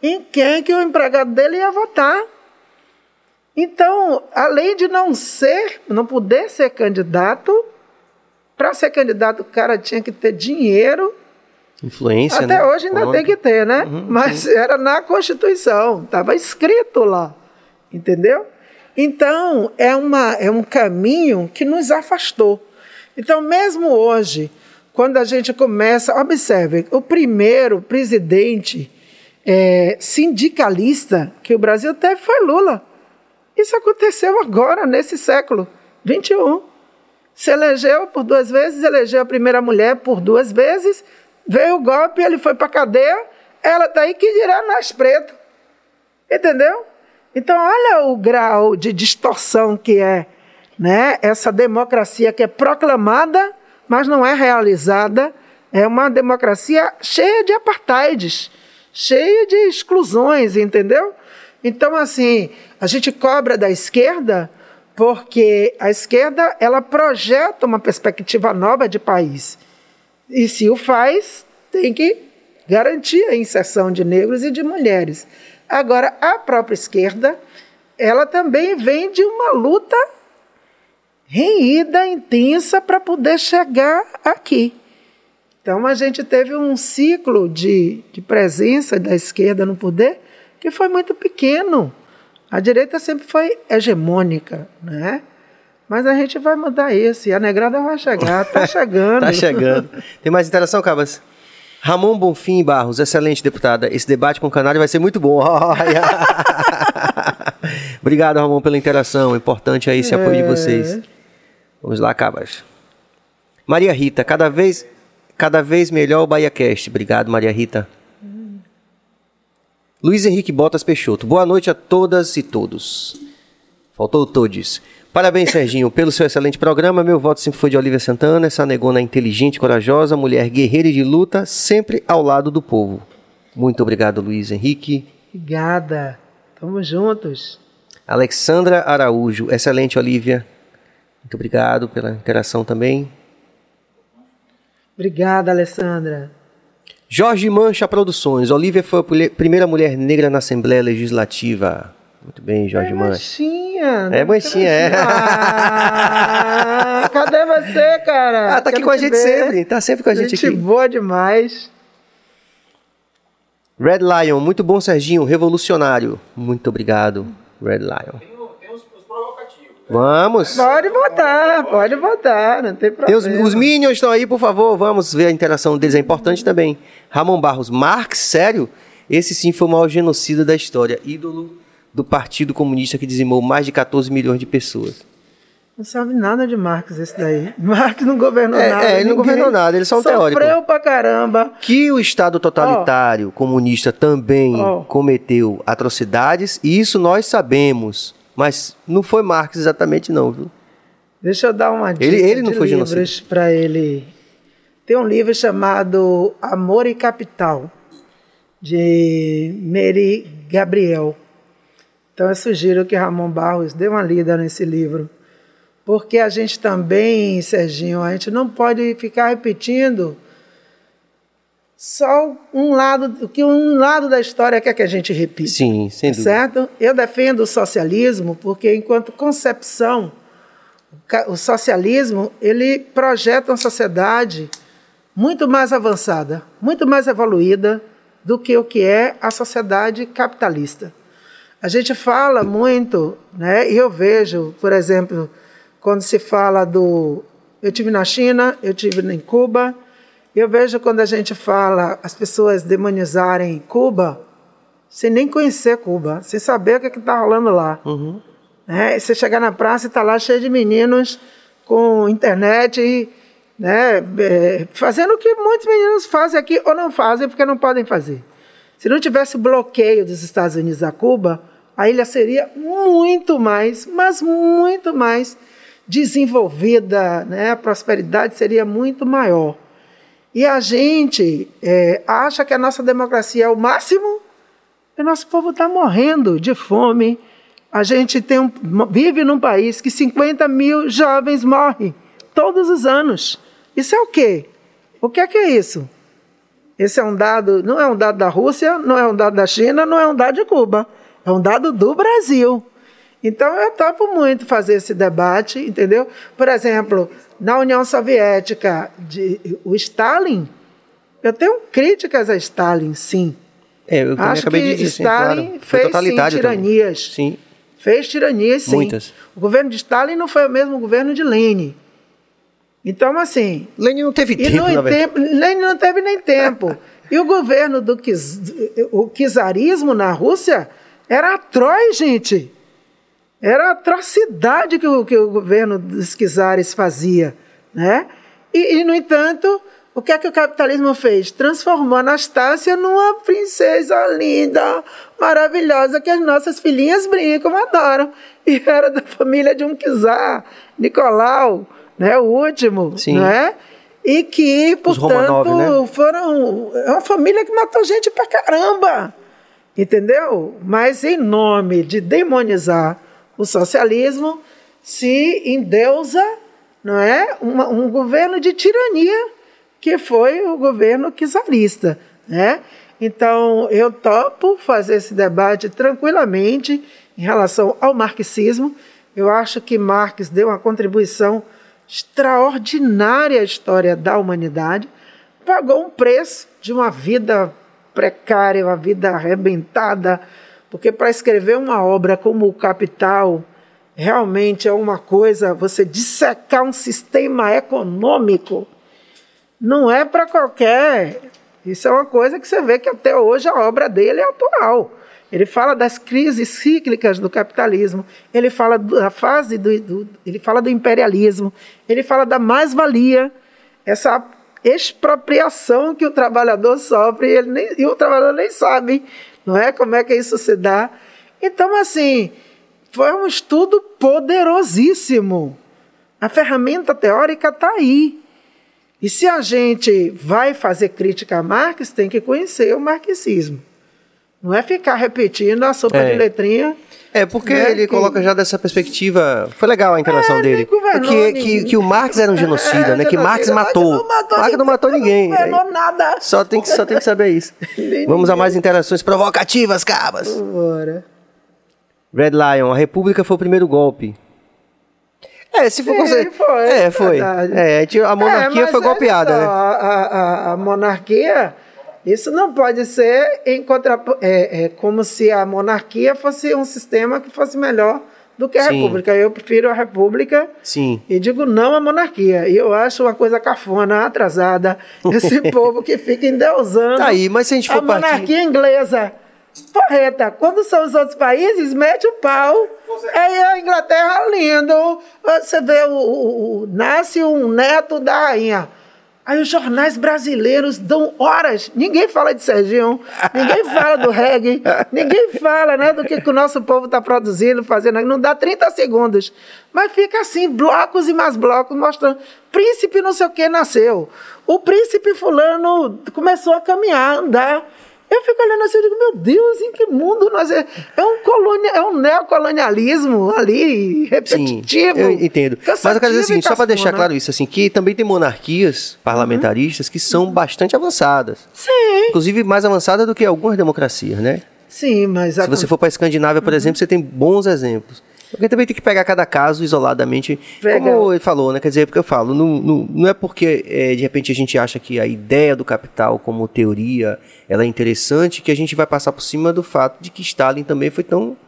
em quem que o empregado dele ia votar. Então, além de não poder ser candidato, para ser candidato o cara tinha que ter dinheiro. Influência, até hoje ainda tem que ter, né? Mas era na Constituição, estava escrito lá, entendeu? Então, é um caminho que nos afastou. Então, mesmo hoje, quando a gente começa... Observe, o primeiro presidente sindicalista que o Brasil teve foi Lula. Isso aconteceu agora, nesse século XXI. Se elegeu por 2 vezes, elegeu a primeira mulher por 2 vezes, veio o golpe, ele foi para a cadeia, ela está aí, que dirá nós preto. Entendeu? Então, olha o grau de distorção que é, né? Essa democracia que é proclamada, mas não é realizada. É uma democracia cheia de apartheids, cheia de exclusões, entendeu? Então, assim, a gente cobra da esquerda porque a esquerda ela projeta uma perspectiva nova de país. E se o faz, tem que garantir a inserção de negros e de mulheres. Agora, a própria esquerda, ela também vem de uma luta renhida, intensa, para poder chegar aqui. Então, a gente teve um ciclo de presença da esquerda no poder que foi muito pequeno. A direita sempre foi hegemônica, né? Mas a gente vai mudar isso, e a negrada vai chegar, está chegando. Está chegando. Tem mais interação, Cabas? Ramon Bonfim Barros, excelente deputada. Esse debate com o Canário vai ser muito bom. Obrigado, Ramon, pela interação. Importante aí esse apoio de vocês. Vamos lá, Cabas. Maria Rita, cada vez melhor o BahiaCast. Obrigado, Maria Rita. Luiz Henrique Botas Peixoto. Boa noite a todas e todos. Faltou todos. Parabéns, Serginho, pelo seu excelente programa. Meu voto sempre foi de Olívia Santana, essa negona inteligente, corajosa, mulher guerreira e de luta, sempre ao lado do povo. Muito obrigado, Luiz Henrique. Obrigada. Tamo juntos. Alexandra Araújo. Excelente, Olívia. Muito obrigado pela interação também. Obrigada, Alessandra. Jorge Mancha Produções. Olívia foi a primeira mulher negra na Assembleia Legislativa. Muito bem, Jorge Mancha. Manchinha. É Manchinha, é. Cadê você, cara? Tá aqui com a gente sempre. Tá sempre com a gente aqui. Gente boa demais. Red Lion. Muito bom, Serginho. Revolucionário. Muito obrigado, Red Lion. Tem os provocativos. Vamos. Pode botar, não tem problema. Os Minions estão aí, por favor, vamos ver a interação deles, é importante também. Ramon Barros, Marx, sério? Esse sim foi o maior genocida da história, ídolo do Partido Comunista que dizimou mais de 14 milhões de pessoas. Não sabe nada de Marx esse daí. Marx não governou nada. Ele não governou nada, ele é só um teórico. Sofreu pra caramba. Que o Estado totalitário comunista também cometeu atrocidades, e isso nós sabemos. Mas não foi Marx exatamente não, viu? Deixa eu dar uma dica ele não foi livros para ele. Tem um livro chamado Amor e Capital, de Mary Gabriel. Então eu sugiro que Ramon Barros dê uma lida nesse livro. Porque a gente também, Serginho, a gente não pode ficar repetindo só um lado, o que um lado da história quer que a gente repita. Sim, sem dúvida. Certo? Eu defendo o socialismo porque, enquanto concepção, o socialismo ele projeta uma sociedade muito mais avançada, muito mais evoluída do que o que é a sociedade capitalista. A gente fala muito, né? E eu vejo, por exemplo, quando se fala do... Eu estive na China, eu estive em Cuba. Eu vejo quando a gente fala, as pessoas demonizarem Cuba, sem nem conhecer Cuba, sem saber o que está rolando lá. Uhum. Você chegar na praça e está lá cheio de meninos com internet, né, fazendo o que muitos meninos fazem aqui ou não fazem porque não podem fazer. Se não tivesse bloqueio dos Estados Unidos a Cuba, a ilha seria muito mais, mas muito mais desenvolvida, né? A prosperidade seria muito maior. E a gente acha que a nossa democracia é o máximo e o nosso povo está morrendo de fome. A gente vive num país que 50 mil jovens morrem todos os anos. Isso é o quê? O que é isso? Esse é um dado, não é um dado da Rússia, não é um dado da China, não é um dado de Cuba. É um dado do Brasil. Então, eu topo muito fazer esse debate, entendeu? Por exemplo, na União Soviética, o Stalin, eu tenho críticas a Stalin, sim. Eu também acho acabei que de dizer, Stalin claro. fez totalitário tiranias. Sim. Fez tiranias, sim. Muitas. O governo de Stalin não foi o mesmo governo de Lenin. Então, assim... Lenin não teve tempo, na verdade. Lenin não teve nem tempo. E o governo o czarismo na Rússia era atroz, gente. Era a atrocidade que o governo dos czares fazia, né? E, no entanto, o que é que o capitalismo fez? Transformou a Anastácia numa princesa linda, maravilhosa, que as nossas filhinhas brincam, adoram. E era da família de um czar, Nicolau, né? O último, sim. Né? E que, portanto, Romanov, né? é uma família que matou gente pra caramba, entendeu? Mas em nome de demonizar o socialismo, se endeusa, não é? Um governo de tirania, que foi o governo czarista, né? Então, eu topo fazer esse debate tranquilamente em relação ao marxismo. Eu acho que Marx deu uma contribuição extraordinária à história da humanidade, pagou um preço de uma vida precária, uma vida arrebentada, porque para escrever uma obra como O Capital, realmente é uma coisa, você dissecar um sistema econômico, não é para qualquer... Isso é uma coisa que você vê que até hoje a obra dele é atual. Ele fala das crises cíclicas do capitalismo, ele fala da fase ele fala do imperialismo, ele fala da mais-valia, essa expropriação que o trabalhador sofre e o trabalhador nem sabe, não é? Como é que isso se dá. Então, assim, foi um estudo poderosíssimo. A ferramenta teórica está aí. E se a gente vai fazer crítica a Marx, tem que conhecer o marxismo. Não é ficar repetindo a sopa de letrinha. Porque ele coloca já dessa perspectiva. Foi legal a interação dele. Que o Marx era um genocida, né? Que Marx matou. Marx não matou ninguém. Não matou nada. Só tem que saber isso. Vamos a mais interações provocativas, cabas. Bora. Red Lion, a República foi o primeiro golpe. Se for foi. A monarquia foi golpeada, né? A monarquia, isso não pode ser como se a monarquia fosse um sistema que fosse melhor do que a República. Eu prefiro a República. Sim. E digo não à monarquia. E eu acho uma coisa cafona, atrasada, esse povo que fica endeusando tá aí, mas se a gente for monarquia inglesa. Porreta, quando são os outros países, mete o pau. Aí a Inglaterra, lindo. Você vê, nasce um neto da rainha. Aí os jornais brasileiros dão horas. Ninguém fala de Serginho, ninguém fala do reggae, ninguém fala, né, do que o nosso povo está produzindo, fazendo. Não dá 30 segundos. Mas fica assim, blocos e mais blocos, mostrando. Príncipe não sei o que nasceu. O príncipe fulano começou a caminhar, andar. Eu fico olhando assim e digo, meu Deus, em que mundo nós... É um neocolonialismo ali, repetitivo. Sim, eu entendo. Mas eu quero dizer assim, só para deixar claro isso, assim, que também tem monarquias parlamentaristas que são bastante avançadas. Sim. Inclusive mais avançadas do que algumas democracias, né? Sim, mas... Se você for para a Escandinávia, por exemplo, você tem bons exemplos. Porque também tem que pegar cada caso isoladamente, como ele falou, né? Quer dizer, porque eu falo, não é porque de repente a gente acha que a ideia do capital como teoria ela é interessante que a gente vai passar por cima do fato de que Stalin também foi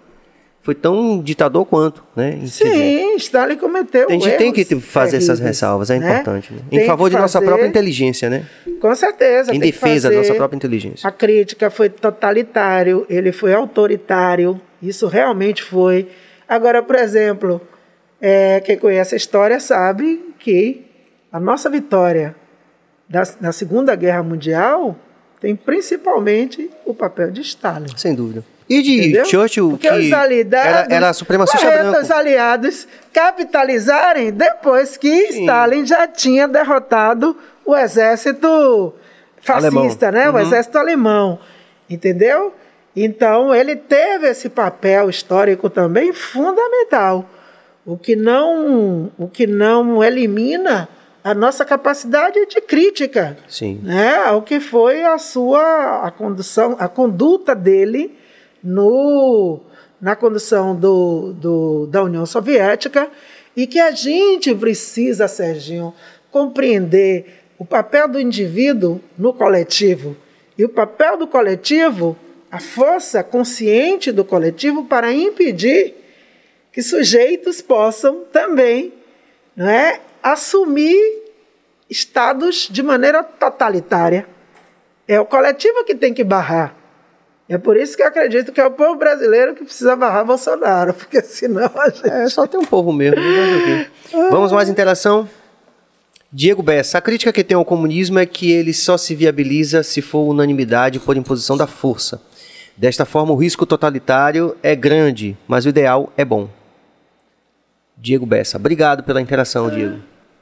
tão ditador quanto, né? Sim, Stalin cometeu. A gente tem que fazer essas ressalvas, é importante. Né? Em favor de nossa própria inteligência, né? Com certeza. Em defesa da nossa própria inteligência. A crítica foi totalitário, ele foi autoritário, isso realmente foi. Agora, por exemplo, quem conhece a história sabe que a nossa vitória na Segunda Guerra Mundial tem principalmente o papel de Stalin. Sem dúvida. E de Churchill, porque que os aliados, era supremacista branco. Os aliados capitalizarem depois que Stalin já tinha derrotado o exército fascista, né? O exército alemão, entendeu? Então, ele teve esse papel histórico também fundamental, o que não elimina a nossa capacidade de crítica, Sim. né, ao que foi a conduta dele na condução da União Soviética, e que a gente precisa, Serginho, compreender o papel do indivíduo no coletivo e o papel do coletivo, a força consciente do coletivo para impedir que sujeitos possam também, não é, assumir estados de maneira totalitária. É o coletivo que tem que barrar. É por isso que eu acredito que é o povo brasileiro que precisa barrar Bolsonaro, porque senão a gente... Só tem um povo mesmo. Vamos mais interação? Diego Bessa, a crítica que tem ao comunismo é que ele só se viabiliza se for unanimidade por imposição da força. Desta forma, o risco totalitário é grande, mas o ideal é bom. Diego Bessa, obrigado pela interação, Diego.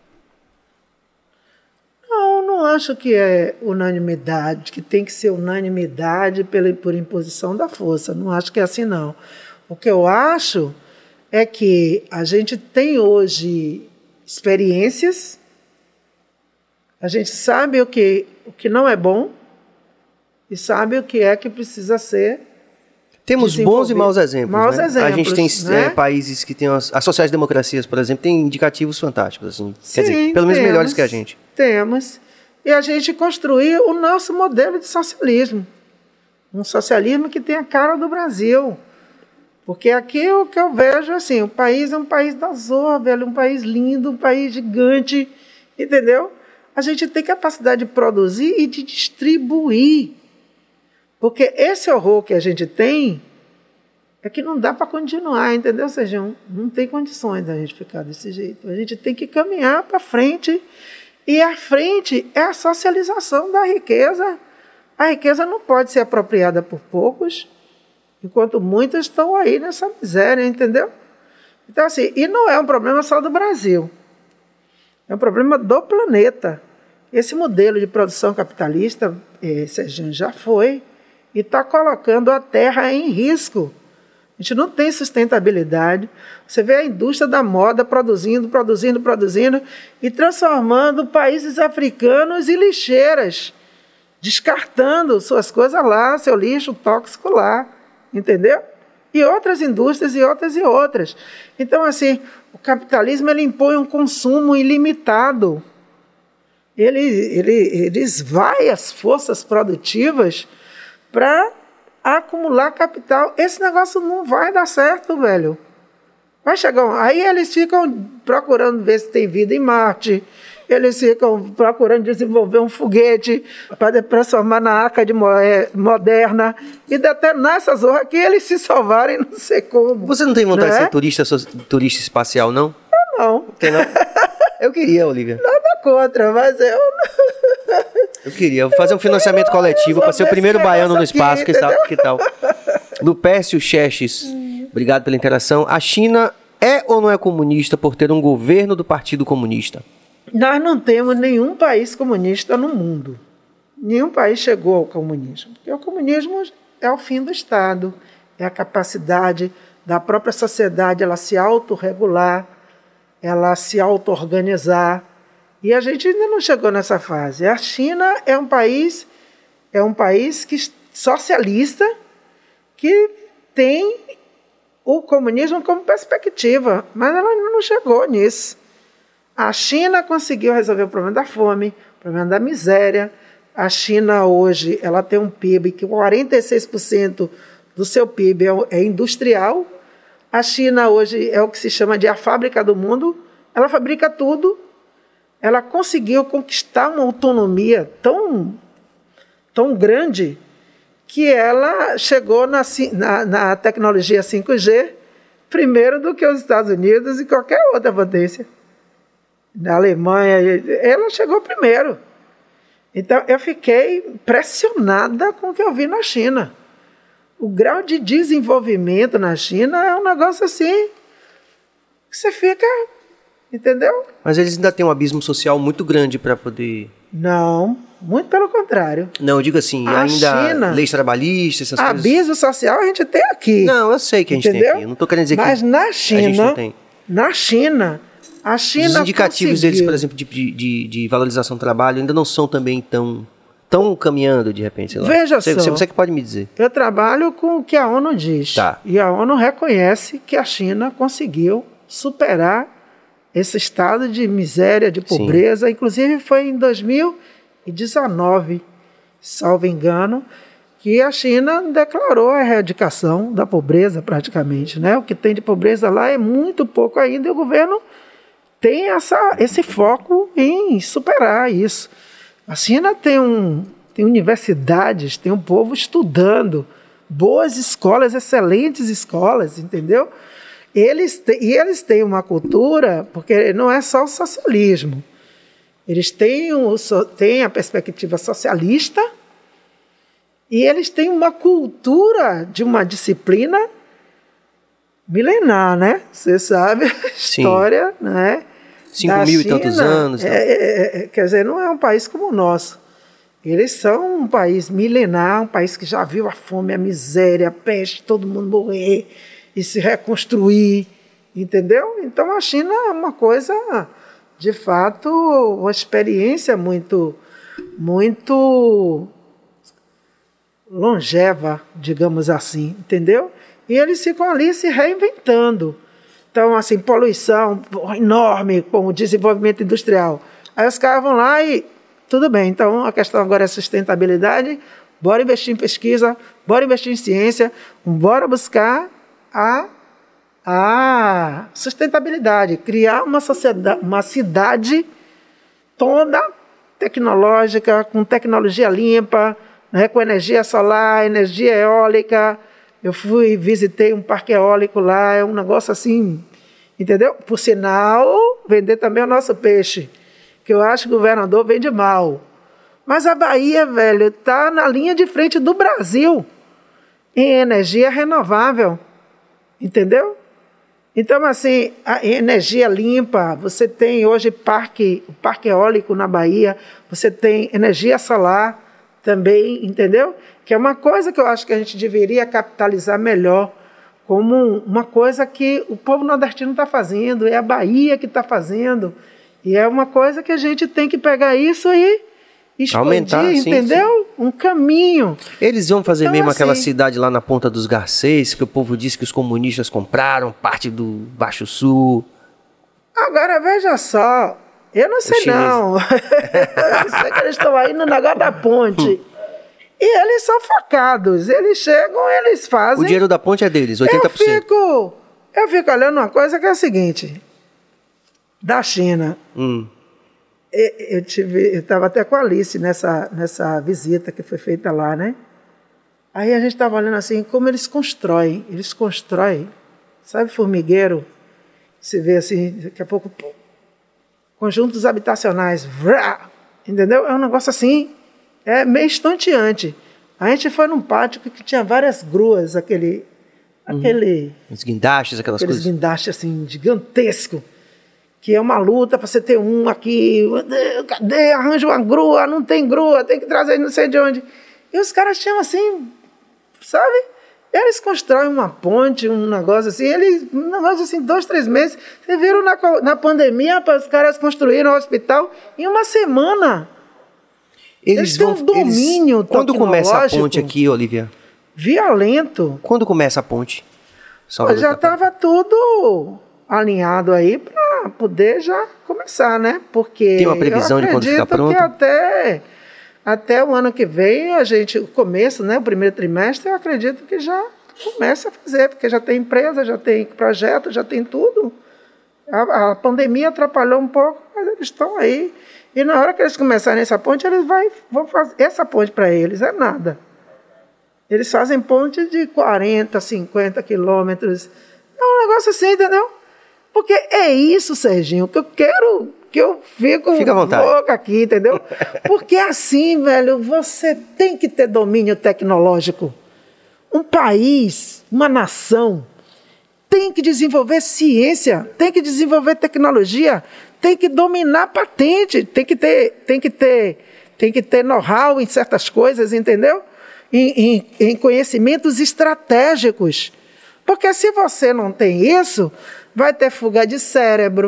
Não acho que é unanimidade, que tem que ser unanimidade por imposição da força. Não acho que é assim, não. O que eu acho é que a gente tem hoje experiências, a gente sabe o que não é bom e sabe o que é que precisa ser. Temos bons e maus exemplos. Exemplos, a gente tem, né, países que têm as sociais-democracias, por exemplo, têm indicativos fantásticos. Assim. Sim, quer dizer, pelo menos melhores que a gente. Temos. E a gente construiu o nosso modelo de socialismo. Um socialismo que tem a cara do Brasil. Porque aqui o que eu vejo, assim, o país é um país da zorra, velho, um país lindo, um país gigante, entendeu? A gente tem capacidade de produzir e de distribuir. Porque esse horror que a gente tem é que não dá para continuar, entendeu, Sérgio? Não tem condições da gente ficar desse jeito. A gente tem que caminhar para frente. E a frente é a socialização da riqueza. A riqueza não pode ser apropriada por poucos, enquanto muitos estão aí nessa miséria, entendeu? Então, assim, e não é um problema só do Brasil. É um problema do planeta. Esse modelo de produção capitalista, Serginho, já foi e está colocando a Terra em risco. A gente não tem sustentabilidade. Você vê a indústria da moda produzindo e transformando países africanos em lixeiras, descartando suas coisas lá, seu lixo tóxico lá, entendeu? E outras indústrias e outras. Então, assim, o capitalismo ele impõe um consumo ilimitado. Ele esvai as forças produtivas para acumular capital. Esse negócio não vai dar certo, velho. Vai chegar. Aí eles ficam procurando ver se tem vida em Marte. Eles ficam procurando desenvolver um foguete para transformar na arca moderna. E até nessa zorra aqui eles se salvarem, não sei como. Você não tem vontade de ser turista espacial, não? Eu não. Tem não? Eu queria, Olívia. Nada contra, mas eu não. Eu queria fazer um financiamento coletivo para ser o primeiro baiano no espaço. Que tal? Lupécio Cheches, obrigado pela interação. A China é ou não é comunista por ter um governo do Partido Comunista? Nós não temos nenhum país comunista no mundo. Nenhum país chegou ao comunismo. Porque o comunismo é o fim do Estado, é a capacidade da própria sociedade ela se autorregular, ela se auto-organizar. E a gente ainda não chegou nessa fase. A China é um país socialista que tem o comunismo como perspectiva, mas ela ainda não chegou nisso. A China conseguiu resolver o problema da fome, o problema da miséria. A China hoje ela tem um PIB que 46% do seu PIB é industrial. A China hoje é o que se chama de a fábrica do mundo. Ela fabrica tudo. Ela conseguiu conquistar uma autonomia tão grande que ela chegou na tecnologia 5G primeiro do que os Estados Unidos e qualquer outra potência. Na Alemanha, ela chegou primeiro. Então, eu fiquei impressionada com o que eu vi na China. O grau de desenvolvimento na China é um negócio assim que você fica... Entendeu? Mas eles ainda têm um abismo social muito grande para poder... Não, muito pelo contrário. Não, eu digo assim, ainda China, leis trabalhistas, essas coisas... Abismo social a gente tem aqui. Não, eu sei que a gente tem aqui. Eu não estou querendo dizer mas que na a gente não tem. Na China, A China Os indicativos conseguiu. deles, por exemplo, de valorização do trabalho ainda não são também tão caminhando, de repente, sei lá. Veja só. Você que pode me dizer. Eu trabalho com o que a ONU diz. Tá. E a ONU reconhece que a China conseguiu superar esse estado de miséria, de pobreza. Sim. Inclusive foi em 2019, salvo engano, que a China declarou a erradicação da pobreza praticamente, né? O que tem de pobreza lá é muito pouco ainda e o governo tem esse foco em superar isso. A China tem universidades, tem um povo estudando, boas escolas, excelentes escolas, entendeu? Eles têm uma cultura, porque não é só o socialismo. Eles têm a perspectiva socialista e eles têm uma cultura de uma disciplina milenar, né? Você sabe a história, né? 5.000 e tantos anos. Quer dizer, não é um país como o nosso. Eles são um país milenar, um país que já viu a fome, a miséria, a peste, todo mundo morrer e se reconstruir, entendeu? Então a China é uma coisa, de fato, uma experiência muito longeva, digamos assim, entendeu? E eles ficam ali se reinventando. Então, assim, poluição enorme com o desenvolvimento industrial. Aí os caras vão lá e tudo bem, então a questão agora é sustentabilidade, bora investir em pesquisa, bora investir em ciência, bora buscar a sustentabilidade, criar uma cidade toda tecnológica, com tecnologia limpa, né, com energia solar, energia eólica. Eu visitei um parque eólico lá, é um negócio assim, entendeu? Por sinal, vender também o nosso peixe, que eu acho que o governador vende mal. Mas a Bahia, velho, está na linha de frente do Brasil em energia renovável, entendeu? Então, assim, a energia limpa, você tem hoje o parque eólico na Bahia, você tem energia solar também, entendeu? Que é uma coisa que eu acho que a gente deveria capitalizar melhor, como uma coisa que o povo nordestino está fazendo, é a Bahia que está fazendo, e é uma coisa que a gente tem que pegar isso e expandir, aumentar, entendeu? Sim. Um caminho. Eles vão fazer então, mesmo assim, aquela cidade lá na Ponta dos Garcês, que o povo disse que os comunistas compraram, parte do Baixo Sul. Agora, veja só, eu não sei não. Eu sei que eles estão aí no negócio da ponte. E eles são focados. Eles chegam, eles fazem... O dinheiro da ponte é deles, 80%. Eu fico olhando uma coisa que é a seguinte. Da China. Eu estava até com a Alice nessa visita que foi feita lá, né? Aí a gente estava olhando assim, como eles constroem. Eles constroem, sabe, formigueiro? Você vê assim, daqui a pouco, conjuntos habitacionais, entendeu? É um negócio assim, é meio estonteante. A gente foi num pátio que tinha várias gruas, os guindastes, aqueles coisas. Aqueles guindastes assim, gigantesco. Que é uma luta para você ter um aqui, cadê? Arranja uma grua, não tem grua, tem que trazer não sei de onde. E os caras tinham assim, sabe? Eles constroem uma ponte, um negócio assim, um negócio assim, 2, 3 meses. Vocês viram na pandemia, os caras construíram um hospital em uma semana. Eles têm um domínio tecnológico. Quando começa a ponte aqui, Olivia? Violento. Quando começa a ponte? Já estava tudo alinhado aí para poder já começar, né? Porque tem uma previsão de quando ficar pronto? Que até o ano que vem, o começo, né? O primeiro trimestre, eu acredito que já começa a fazer, porque já tem empresa, já tem projeto, já tem tudo. A pandemia atrapalhou um pouco, mas eles estão aí. E na hora que eles começarem essa ponte, eles vão fazer essa ponte para eles, é nada. Eles fazem ponte de 40, 50 quilômetros. É um negócio assim, entendeu? Porque é isso, Serginho, que eu quero, que eu fico louca aqui, entendeu? Porque assim, velho, você tem que ter domínio tecnológico. Um país, uma nação, tem que desenvolver ciência, tem que desenvolver tecnologia, tem que dominar patente, tem que ter know-how em certas coisas, entendeu? Em conhecimentos estratégicos. Porque se você não tem isso, vai ter fuga de cérebro,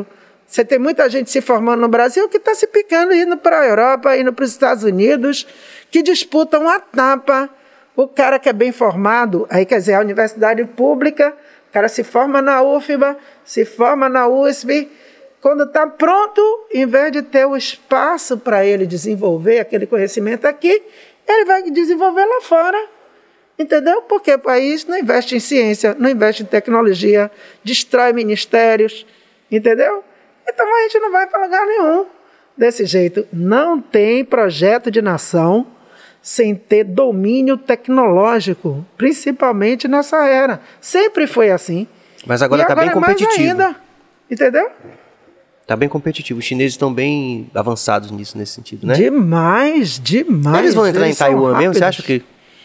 Você tem muita gente se formando no Brasil que está se picando, indo para a Europa, indo para os Estados Unidos, que disputam a tapa. O cara que é bem formado, aí quer dizer, a universidade pública, o cara se forma na UFBA, se forma na USP, quando está pronto, em vez de ter o espaço para ele desenvolver aquele conhecimento aqui, ele vai desenvolver lá fora. Entendeu? Porque o país não investe em ciência, não investe em tecnologia, destrói ministérios, entendeu? Então a gente não vai para lugar nenhum. Desse jeito, não tem projeto de nação sem ter domínio tecnológico, principalmente nessa era. Sempre foi assim. Mas agora está bem competitivo. Mais ainda, entendeu? Está bem competitivo. Os chineses estão bem avançados nisso, nesse sentido, né? Demais, demais. Eles vão entrar em Taiwan mesmo? Você acha que...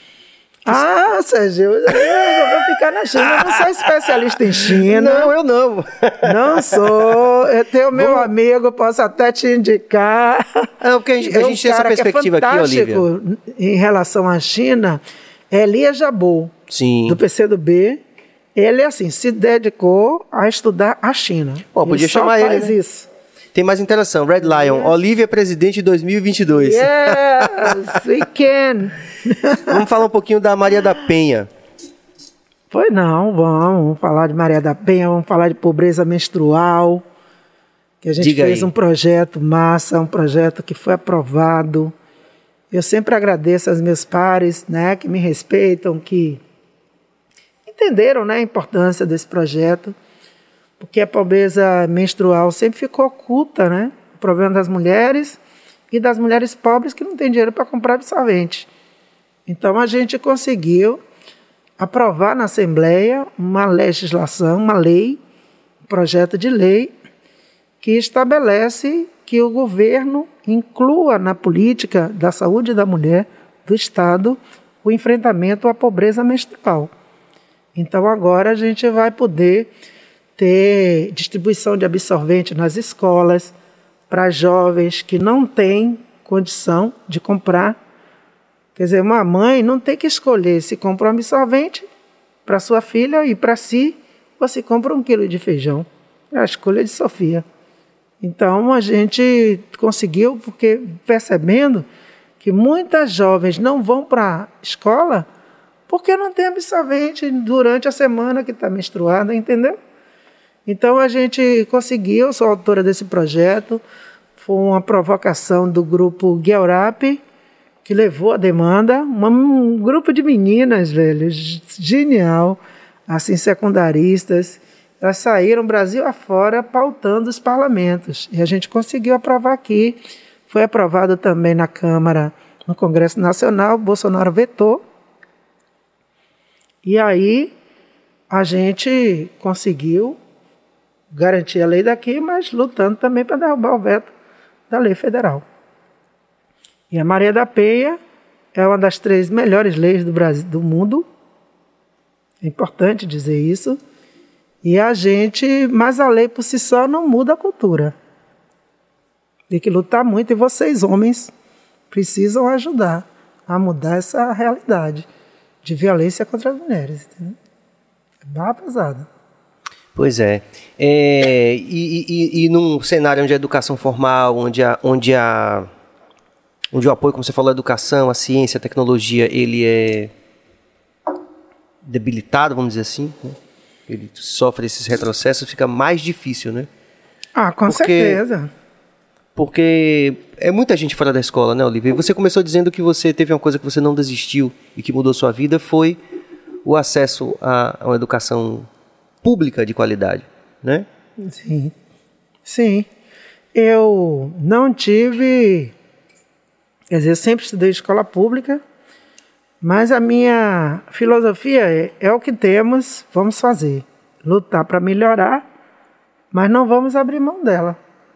Sérgio, eu vou ficar na China. Eu não sou especialista em China. Não, eu não. Não sou. Eu tenho meu amigo, posso até te indicar. Porque a gente tem essa perspectiva aqui, Olívia. Em relação à China, é Elia Jabbour, do PCdoB. Ele, assim, se dedicou a estudar a China. Pô, podia chamar ele, né? Isso. Tem mais interação. Red Lion, Olívia presidente 2022. Yes, we can. Vamos falar um pouquinho da Maria da Penha. Pois não, vamos falar de Maria da Penha, vamos falar de pobreza menstrual, que a gente fez um projeto massa, um projeto que foi aprovado. Eu sempre agradeço aos meus pares, né, que me respeitam, que entenderam, né, a importância desse projeto, porque a pobreza menstrual sempre ficou oculta, né, o problema das mulheres e das mulheres pobres que não têm dinheiro para comprar absorvente. Então a gente conseguiu aprovar na Assembleia uma legislação, uma lei, um projeto de lei que estabelece que o governo inclua na política da saúde da mulher do Estado o enfrentamento à pobreza menstrual. Então agora a gente vai poder ter distribuição de absorvente nas escolas para jovens que não têm condição de comprar. Quer dizer, uma mãe não tem que escolher se compra um absorvente para sua filha e para si, ou se compra 1 quilo de feijão. É a escolha de Sofia. Então a gente conseguiu, porque percebendo que muitas jovens não vão para a escola porque não tem absorvente durante a semana que está menstruada, entendeu? Então a gente conseguiu, sou autora desse projeto, foi uma provocação do grupo Guelrap, que levou a demanda, um grupo de meninas, velho, genial, assim, secundaristas, elas saíram Brasil afora pautando os parlamentos, e a gente conseguiu aprovar aqui, foi aprovado também na Câmara, no Congresso Nacional, Bolsonaro vetou, e aí a gente conseguiu garantir a lei daqui, mas lutando também para derrubar o veto da lei federal. E a Maria da Penha é uma das 3 melhores leis do Brasil, do mundo. É importante dizer isso. Mas a lei por si só não muda a cultura. Tem que lutar muito e vocês, homens, precisam ajudar a mudar essa realidade de violência contra as mulheres. Entendeu? É barra pesada. Pois é. E num cenário onde a educação formal, onde o apoio, como você falou, a educação, a ciência, a tecnologia, ele é debilitado, vamos dizer assim, né? Ele sofre esses retrocessos, fica mais difícil, né? Com certeza. Porque é muita gente fora da escola, né, Olívia? E você começou dizendo que você teve uma coisa que você não desistiu e que mudou sua vida, foi o acesso a uma educação pública de qualidade, né? Sim. Sim. Eu não tive... Quer dizer, eu sempre estudei escola pública, mas a minha filosofia é o que temos, vamos fazer. Lutar para melhorar, mas não vamos abrir mão dela.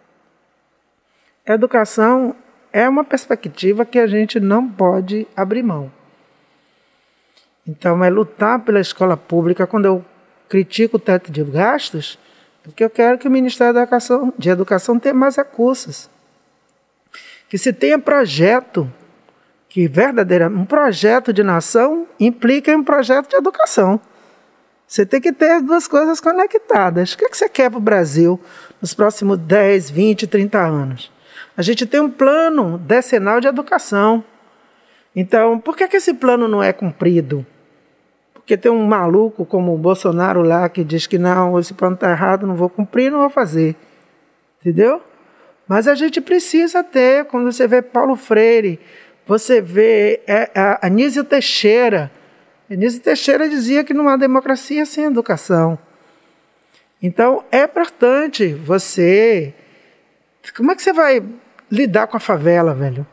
A educação é uma perspectiva que a gente não pode abrir mão. Então, é lutar pela escola pública. Quando eu critico o teto de gastos, porque eu quero que o Ministério de Educação tenha mais recursos. Que se tenha projeto, que verdadeiramente um projeto de nação implica em um projeto de educação. Você tem que ter as duas coisas conectadas. O que você quer para o Brasil nos próximos 10, 20, 30 anos? A gente tem um plano decenal de educação. Então, por que esse plano não é cumprido? Porque tem um maluco como o Bolsonaro lá que diz que não, esse plano está errado, não vou cumprir, não vou fazer. Entendeu? Mas a gente precisa ter, quando você vê Paulo Freire, você vê a Anísio Teixeira. Anísio Teixeira dizia que não há democracia sem educação. Então, é importante você... Como é que você vai lidar com a favela, velho?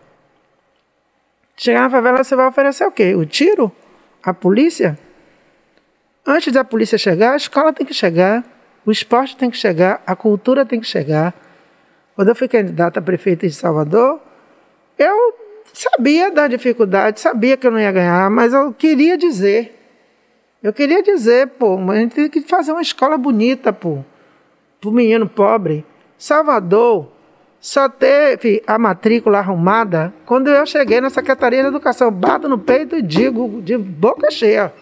Chegar na favela, você vai oferecer o quê? O tiro? A polícia? Antes da polícia chegar, a escola tem que chegar, o esporte tem que chegar, a cultura tem que chegar. Quando eu fui candidata a prefeita de Salvador, eu sabia da dificuldade, sabia que eu não ia ganhar, mas eu queria dizer. Pô, mas a gente tem que fazer uma escola bonita, pô, pro menino pobre. Salvador só teve a matrícula arrumada quando eu cheguei na Secretaria de Educação. Bato no peito e digo, de boca cheia.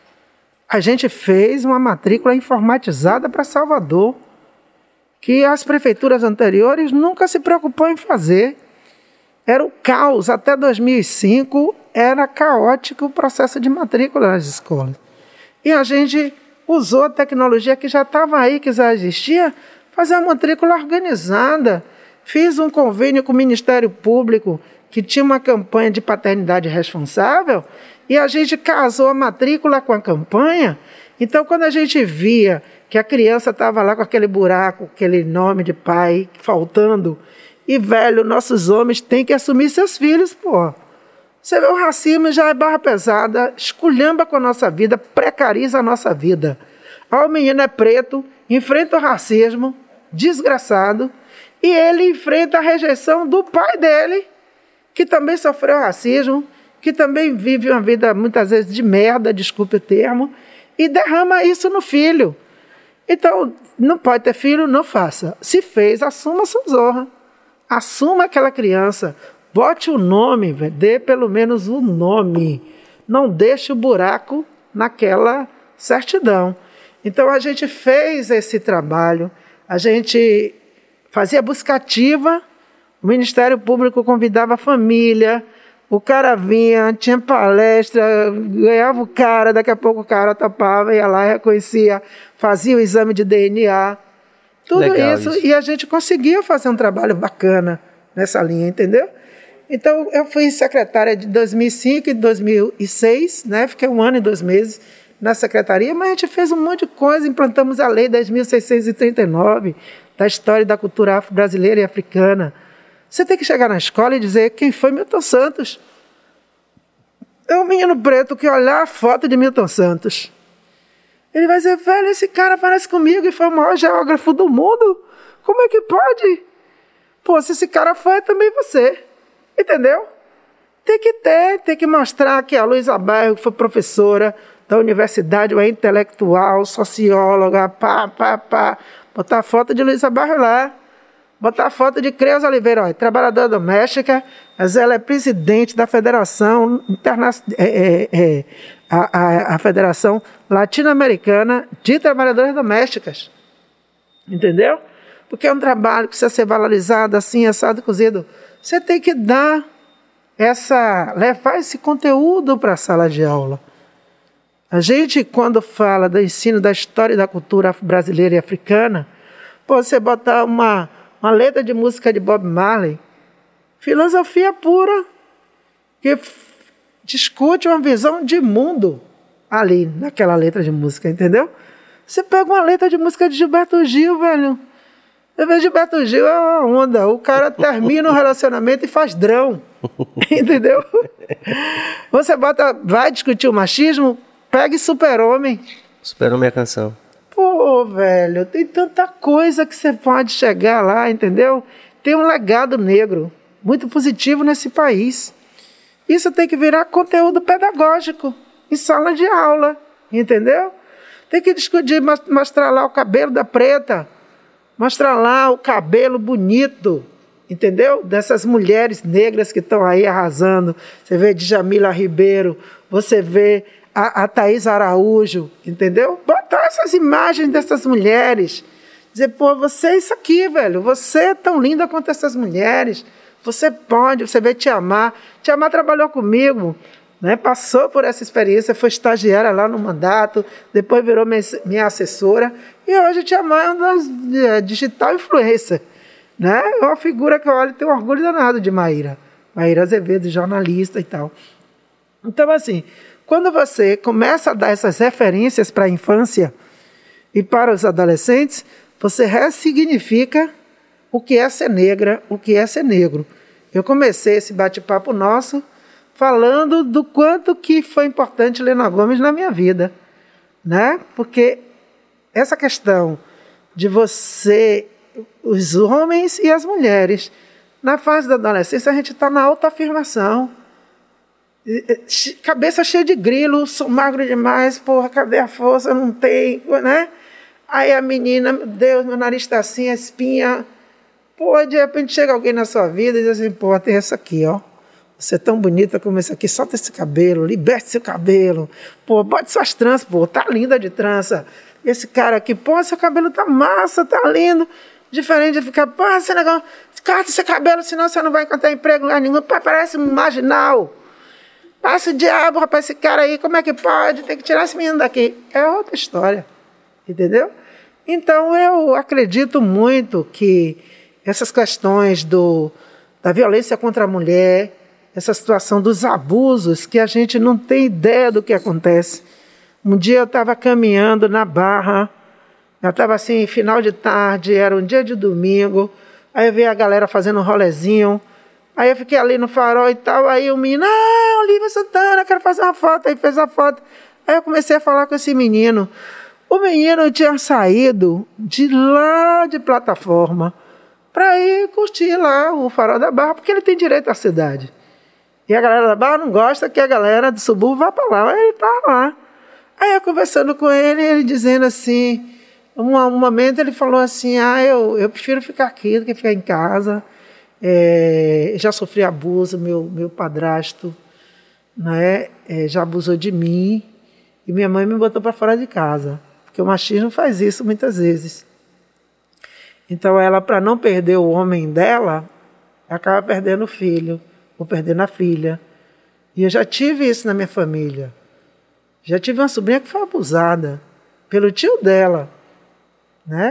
A gente fez uma matrícula informatizada para Salvador, que as prefeituras anteriores nunca se preocupou em fazer. Era o caos. Até 2005 era caótico o processo de matrícula nas escolas. E a gente usou a tecnologia que já estava aí, que já existia, fazer uma matrícula organizada. Fiz um convênio com o Ministério Público, que tinha uma campanha de paternidade responsável, e a gente casou a matrícula com a campanha. Então, quando a gente via que a criança estava lá com aquele buraco, aquele nome de pai faltando, e, velho, nossos homens têm que assumir seus filhos, pô. Você vê, o racismo já é barra pesada, esculhamba com a nossa vida, precariza a nossa vida. O menino é preto, enfrenta o racismo, desgraçado, e ele enfrenta a rejeição do pai dele, que também sofreu racismo, que também vive uma vida, muitas vezes, de merda, desculpe o termo, e derrama isso no filho. Então, não pode ter filho, não faça. Se fez, assuma a sua zorra. Assuma aquela criança. Bote o nome, dê pelo menos o nome. Não deixe o buraco naquela certidão. Então, a gente fez esse trabalho, a gente fazia busca ativa, o Ministério Público convidava a família, o cara vinha, tinha palestra, ganhava o cara, daqui a pouco o cara topava, ia lá, reconhecia, fazia o exame de DNA, tudo isso. E a gente conseguia fazer um trabalho bacana nessa linha, entendeu? Então, eu fui secretária de 2005 e 2006, né? Fiquei 1 ano e 2 meses na secretaria, mas a gente fez um monte de coisa, implantamos a Lei 10.639, da história da cultura afro-brasileira e africana. Você tem que chegar na escola e dizer quem foi Milton Santos. É um menino preto que olhar a foto de Milton Santos. Ele vai dizer, velho, esse cara parece comigo e foi o maior geógrafo do mundo. Como é que pode? Pô, se esse cara foi, é também você. Entendeu? Tem que mostrar que a Luísa Bairro, que foi professora da universidade, uma intelectual, socióloga, botar a foto de Luísa Bairro lá. Botar a foto de Creuza Oliveira, ó, trabalhadora doméstica, mas ela é presidente da Federação a Federação Latino-Americana de Trabalhadoras Domésticas. Entendeu? Porque é um trabalho que precisa ser valorizado, assim, assado e cozido. Você tem que levar esse conteúdo para a sala de aula. A gente, quando fala do ensino da história e da cultura brasileira e africana, pode você botar uma letra de música de Bob Marley, filosofia pura, que discute uma visão de mundo ali, naquela letra de música, entendeu? Você pega uma letra de música de Gilberto Gil, velho. Gilberto Gil é uma onda. O cara termina um relacionamento e faz drão. Entendeu? Você vai discutir o machismo, pegue Super-Homem. Super-Homem é a canção. Pô, velho, tem tanta coisa que você pode chegar lá, entendeu? Tem um legado negro muito positivo nesse país. Isso tem que virar conteúdo pedagógico em sala de aula, entendeu? Tem que discutir, mostrar lá o cabelo da preta, mostrar lá o cabelo bonito, entendeu? Dessas mulheres negras que estão aí arrasando. Você vê Djamila Ribeiro, você vê a Thaís Araújo, entendeu? Botar essas imagens dessas mulheres. Dizer, pô, você é isso aqui, velho. Você é tão linda quanto essas mulheres. Você pode, você vê Tia Má. Tia Má trabalhou comigo, né? Passou por essa experiência, foi estagiária lá no mandato, depois virou minha assessora. E hoje Tia Má é uma das digital influencer. Né? É uma figura que eu olho e tenho orgulho danado de Maíra. Maíra Azevedo, jornalista e tal. Então, assim, quando você começa a dar essas referências para a infância e para os adolescentes, você ressignifica o que é ser negra, o que é ser negro. Eu comecei esse bate-papo nosso falando do quanto que foi importante Helena Gomes na minha vida, né? Porque essa questão de você, os homens e as mulheres, na fase da adolescência a gente está na autoafirmação, cabeça cheia de grilo, sou magro demais, porra, cadê a força, não tem, né? Aí a menina, meu Deus, meu nariz está assim, a espinha. Pô, de repente chega alguém na sua vida e diz assim, pô, tem essa aqui, ó. Você é tão bonita como esse aqui, solta esse cabelo, liberte seu cabelo. Pô, bote suas tranças, pô, tá linda de trança. Esse cara aqui, pô, seu cabelo tá massa, tá lindo. Diferente de ficar, pô, esse negócio, corta esse cabelo, senão você não vai encontrar emprego em lugar nenhum. Pô, parece um marginal. Passa o diabo, rapaz, esse cara aí, como é que pode? Tem que tirar esse menino daqui. É outra história. Entendeu? Então, eu acredito muito que essas questões da violência contra a mulher, essa situação dos abusos, que a gente não tem ideia do que acontece. Um dia eu estava caminhando na Barra, eu estava assim, final de tarde, era um dia de domingo, aí eu vi a galera fazendo um rolezinho, aí eu fiquei ali no farol e tal, aí o menino, Olivia Santana, quero fazer uma foto, aí fez a foto. Aí eu comecei a falar com esse menino. O menino tinha saído de lá de Plataforma para ir curtir lá o farol da Barra, porque ele tem direito à cidade. E a galera da Barra não gosta que a galera do subúrbio vá para lá, mas ele está lá. Aí eu conversando com ele, ele dizendo assim, um momento ele falou assim, eu prefiro ficar aqui do que ficar em casa. Já sofri abuso, meu padrasto, né, já abusou de mim, e minha mãe me botou para fora de casa. Porque o machismo faz isso muitas vezes. Então ela, para não perder o homem dela, acaba perdendo o filho, ou perdendo a filha. E eu já tive isso na minha família. Já tive uma sobrinha que foi abusada pelo tio dela, né?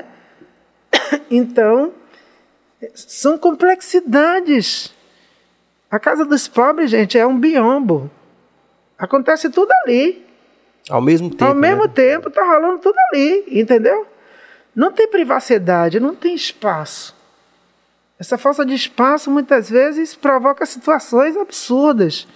Então, são complexidades. A casa dos pobres, gente, é um biombo. Acontece tudo ali. Ao mesmo tempo. Ao mesmo tempo, está rolando tudo ali, entendeu? Não tem privacidade, não tem espaço. Essa falta de espaço, muitas vezes, provoca situações absurdas.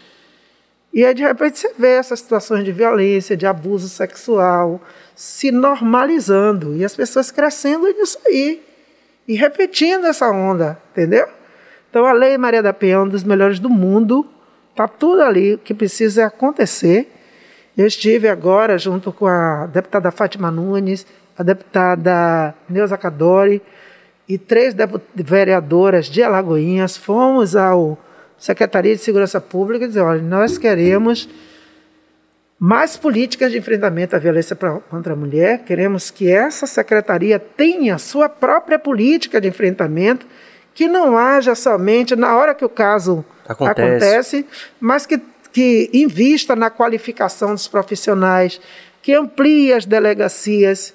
E aí, de repente, você vê essas situações de violência, de abuso sexual, se normalizando. E as pessoas crescendo nisso aí. E repetindo essa onda, entendeu? Então, a Lei Maria da Penha é um dos melhores do mundo. Está tudo ali, o que precisa acontecer. Eu estive agora junto com a deputada Fátima Nunes, a deputada Neuza Cadori e 3 vereadoras de Alagoinhas. Fomos ao Secretaria de Segurança Pública e dizer, olha, nós queremos mais políticas de enfrentamento à violência contra a mulher, queremos que essa secretaria tenha sua própria política de enfrentamento, que não haja somente na hora que o caso acontece, mas que invista na qualificação dos profissionais, que amplie as delegacias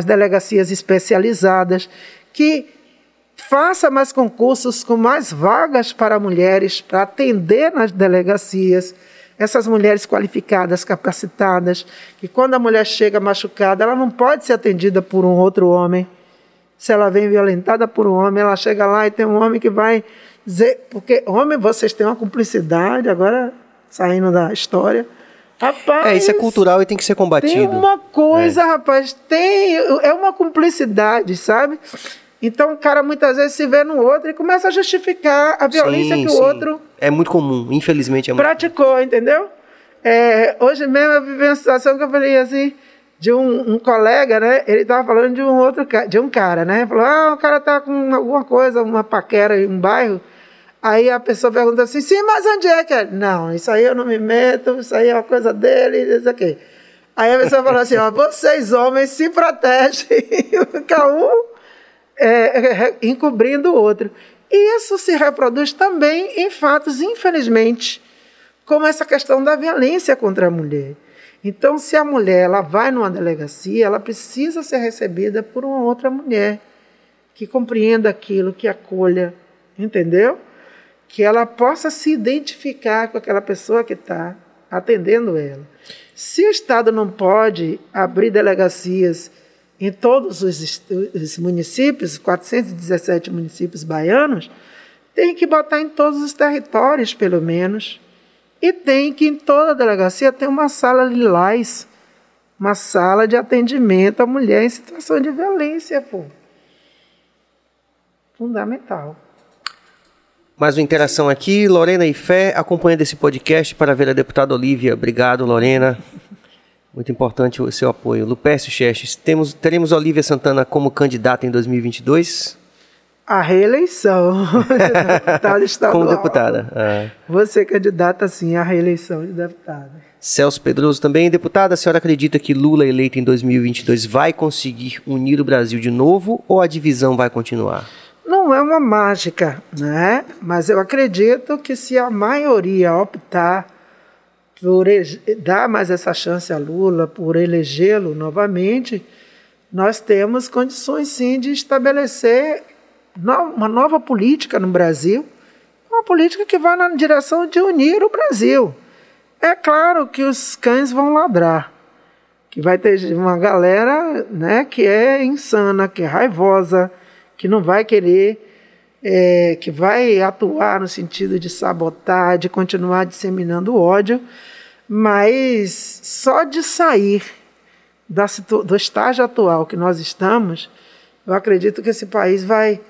especializadas, que faça mais concursos com mais vagas para mulheres, para atender nas delegacias, essas mulheres qualificadas, capacitadas, que quando a mulher chega machucada, ela não pode ser atendida por um outro homem. Se ela vem violentada por um homem, ela chega lá e tem um homem que vai dizer... Porque, homem, vocês têm uma cumplicidade, agora saindo da história. Rapaz, isso é cultural e tem que ser combatido. Tem uma coisa, rapaz, é uma cumplicidade, sabe? Então o cara muitas vezes se vê no outro e começa a justificar a violência que o outro... É muito comum, infelizmente é muito praticou, entendeu? Hoje mesmo eu vivi uma situação que eu falei assim, de um colega, né? Ele estava falando de um cara, né? Falou, o cara tá com alguma coisa, uma paquera em um bairro. Aí a pessoa pergunta assim, sim, mas onde é que é? Não, isso aí eu não me meto, isso aí é uma coisa dele, isso aqui. Aí a pessoa fala assim, ó, vocês homens se protegem, fica um encobrindo o outro. E isso se reproduz também em fatos, infelizmente, como essa questão da violência contra a mulher. Então, se a mulher ela vai numa delegacia, ela precisa ser recebida por uma outra mulher que compreenda aquilo, que acolha, entendeu? Que ela possa se identificar com aquela pessoa que está atendendo ela. Se o Estado não pode abrir delegacias em todos os municípios, 417 municípios baianos, tem que botar em todos os territórios, pelo menos. E tem que, em toda delegacia, ter uma sala lilás, uma sala de atendimento à mulher em situação de violência, pô. Fundamental. Mais uma interação aqui, Lorena e Fé, acompanhando esse podcast para ver a deputada Olívia. Obrigado, Lorena. Muito importante o seu apoio. Lupércio Chestes, teremos Olívia Santana como candidata em 2022? A reeleição de deputada estadual. Como deputada. Você candidata, sim, à reeleição de deputada. Celso Pedroso também. Deputada, a senhora acredita que Lula, eleito em 2022, vai conseguir unir o Brasil de novo ou a divisão vai continuar? Não é uma mágica, né? Mas eu acredito que se a maioria optar por dar mais essa chance a Lula, por elegê-lo novamente, nós temos condições, sim, de estabelecer uma nova política no Brasil, uma política que vai na direção de unir o Brasil. É claro que os cães vão ladrar, que vai ter uma galera, né, que é insana, que é raivosa, que não vai querer, que vai atuar no sentido de sabotar, de continuar disseminando ódio, mas só de sair do estágio atual que nós estamos, eu acredito que esse país vai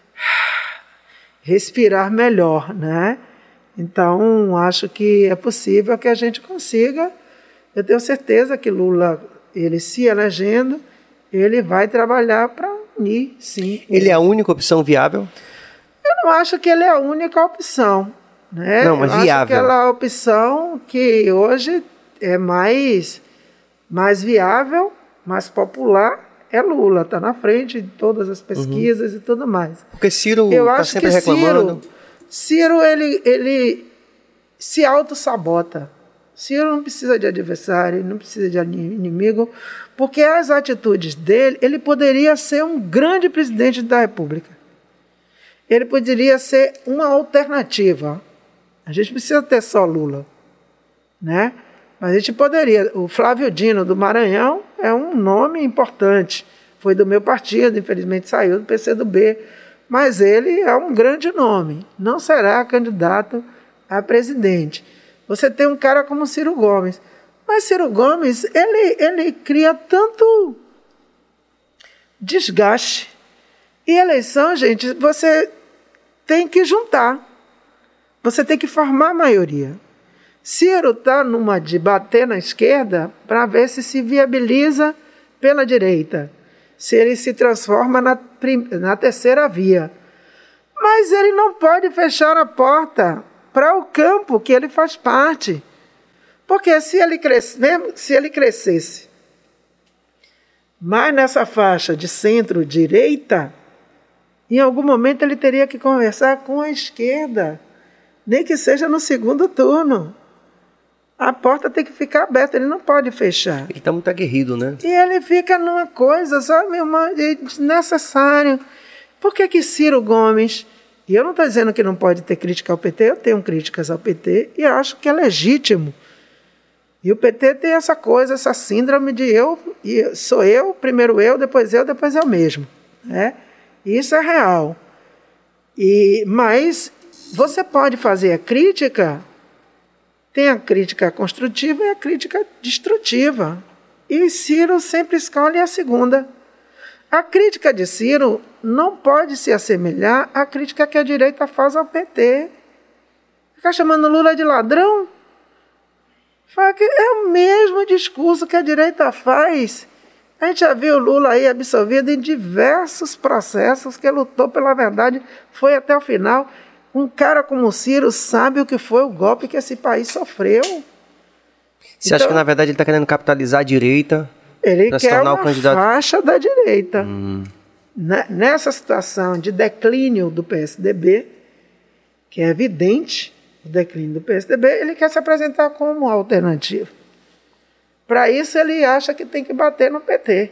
respirar melhor, né? Então, acho que é possível que a gente consiga. Eu tenho certeza que Lula, ele se elegendo, ele vai trabalhar para unir, sim. Ele é a única opção viável? Eu não acho que ele é a única opção, né? Não, mas eu viável. acho que aquela opção que hoje é mais viável, mais popular, é Lula, está na frente de todas as pesquisas e tudo mais. Porque Ciro está sempre reclamando. Ciro ele se auto-sabota. Ciro não precisa de adversário, não precisa de inimigo, porque as atitudes dele, ele poderia ser um grande presidente da República. Ele poderia ser uma alternativa. A gente precisa ter só Lula, né? Mas a gente poderia. O Flávio Dino, do Maranhão, é um nome importante. Foi do meu partido, infelizmente saiu do PCdoB. Mas ele é um grande nome. Não será candidato a presidente. Você tem um cara como Ciro Gomes. Mas Ciro Gomes, ele cria tanto desgaste. E eleição, gente, você tem que juntar. Você tem que formar a maioria. Ciro está numa de bater na esquerda para ver se viabiliza pela direita. Se ele se transforma na terceira via. Mas ele não pode fechar a porta para o campo que ele faz parte. Porque se ele crescesse mais nessa faixa de centro-direita, em algum momento ele teria que conversar com a esquerda, nem que seja no segundo turno. A porta tem que ficar aberta, ele não pode fechar. Ele está muito aguerrido, né? E ele fica numa coisa, sabe, meu irmão, desnecessário. Por que Ciro Gomes... E eu não estou dizendo que não pode ter crítica ao PT, eu tenho críticas ao PT e acho que é legítimo. E o PT tem essa coisa, essa síndrome de sou eu, primeiro eu, depois eu mesmo. Né? Isso é real. Mas você pode fazer a crítica, tem a crítica construtiva e a crítica destrutiva. E Ciro sempre escolhe a segunda. A crítica de Ciro não pode se assemelhar à crítica que a direita faz ao PT. Ficar chamando Lula de ladrão? É o mesmo discurso que a direita faz. A gente já viu o Lula aí absolvido em diversos processos, que lutou pela verdade, foi até o final. Um cara como o Ciro sabe o que foi o golpe que esse país sofreu. Você acha que, na verdade, ele está querendo capitalizar a direita? Ele quer uma candidato... faixa da direita. Nessa situação de declínio do PSDB, que é evidente o declínio do PSDB, ele quer se apresentar como alternativa. Para isso, ele acha que tem que bater no PT.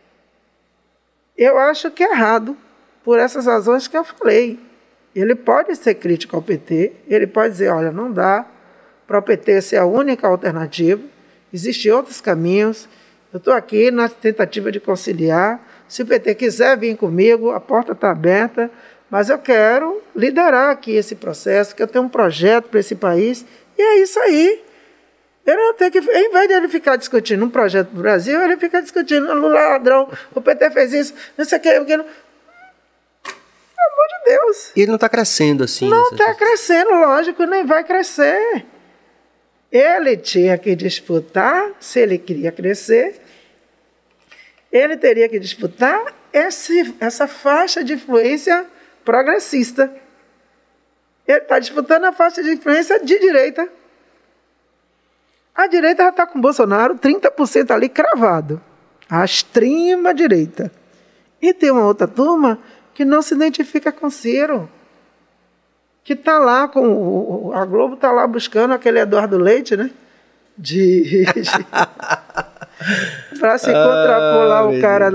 Eu acho que é errado, por essas razões que eu falei. Ele pode ser crítico ao PT, ele pode dizer, olha, não dá para o PT ser a única alternativa, existem outros caminhos, eu estou aqui na tentativa de conciliar, se o PT quiser vir comigo, a porta está aberta, mas eu quero liderar aqui esse processo, que eu tenho um projeto para esse país, e é isso aí. Ele não tem que, em vez de ele ficar discutindo um projeto do Brasil, ele fica discutindo, Lula ladrão, o PT fez isso, não sei o que, porque não... Pelo amor de Deus. E ele não está crescendo assim. Não está crescendo, lógico, nem vai crescer. Ele tinha que disputar, se ele queria crescer, ele teria que disputar essa faixa de influência progressista. Ele está disputando a faixa de influência de direita. A direita já está com o Bolsonaro 30% ali cravado. A extrema direita. E tem uma outra turma que não se identifica com Ciro. Que está lá com... A Globo está lá buscando aquele Eduardo Leite, né? Para se contrapor o cara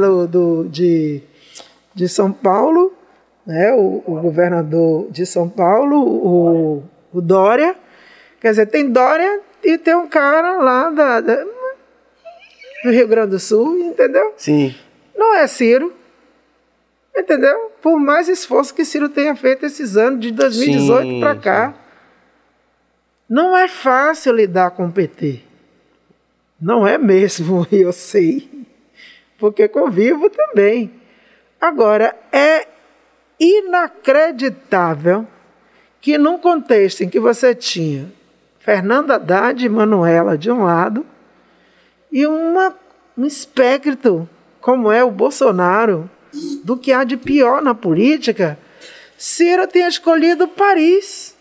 de São Paulo, né? O governador de São Paulo, o Dória. Quer dizer, tem Dória e tem um cara lá do Rio Grande do Sul, entendeu? Sim. Não é Ciro, entendeu? Por mais esforço que Ciro tenha feito esses anos, de 2018 para cá. Não é fácil lidar com o PT. Não é mesmo, eu sei. Porque convivo também. Agora, é inacreditável que num contexto em que você tinha Fernando Haddad e Manuela de um lado e um espectro como é o Bolsonaro, do que há de pior na política, Ciro tenha escolhido Paris.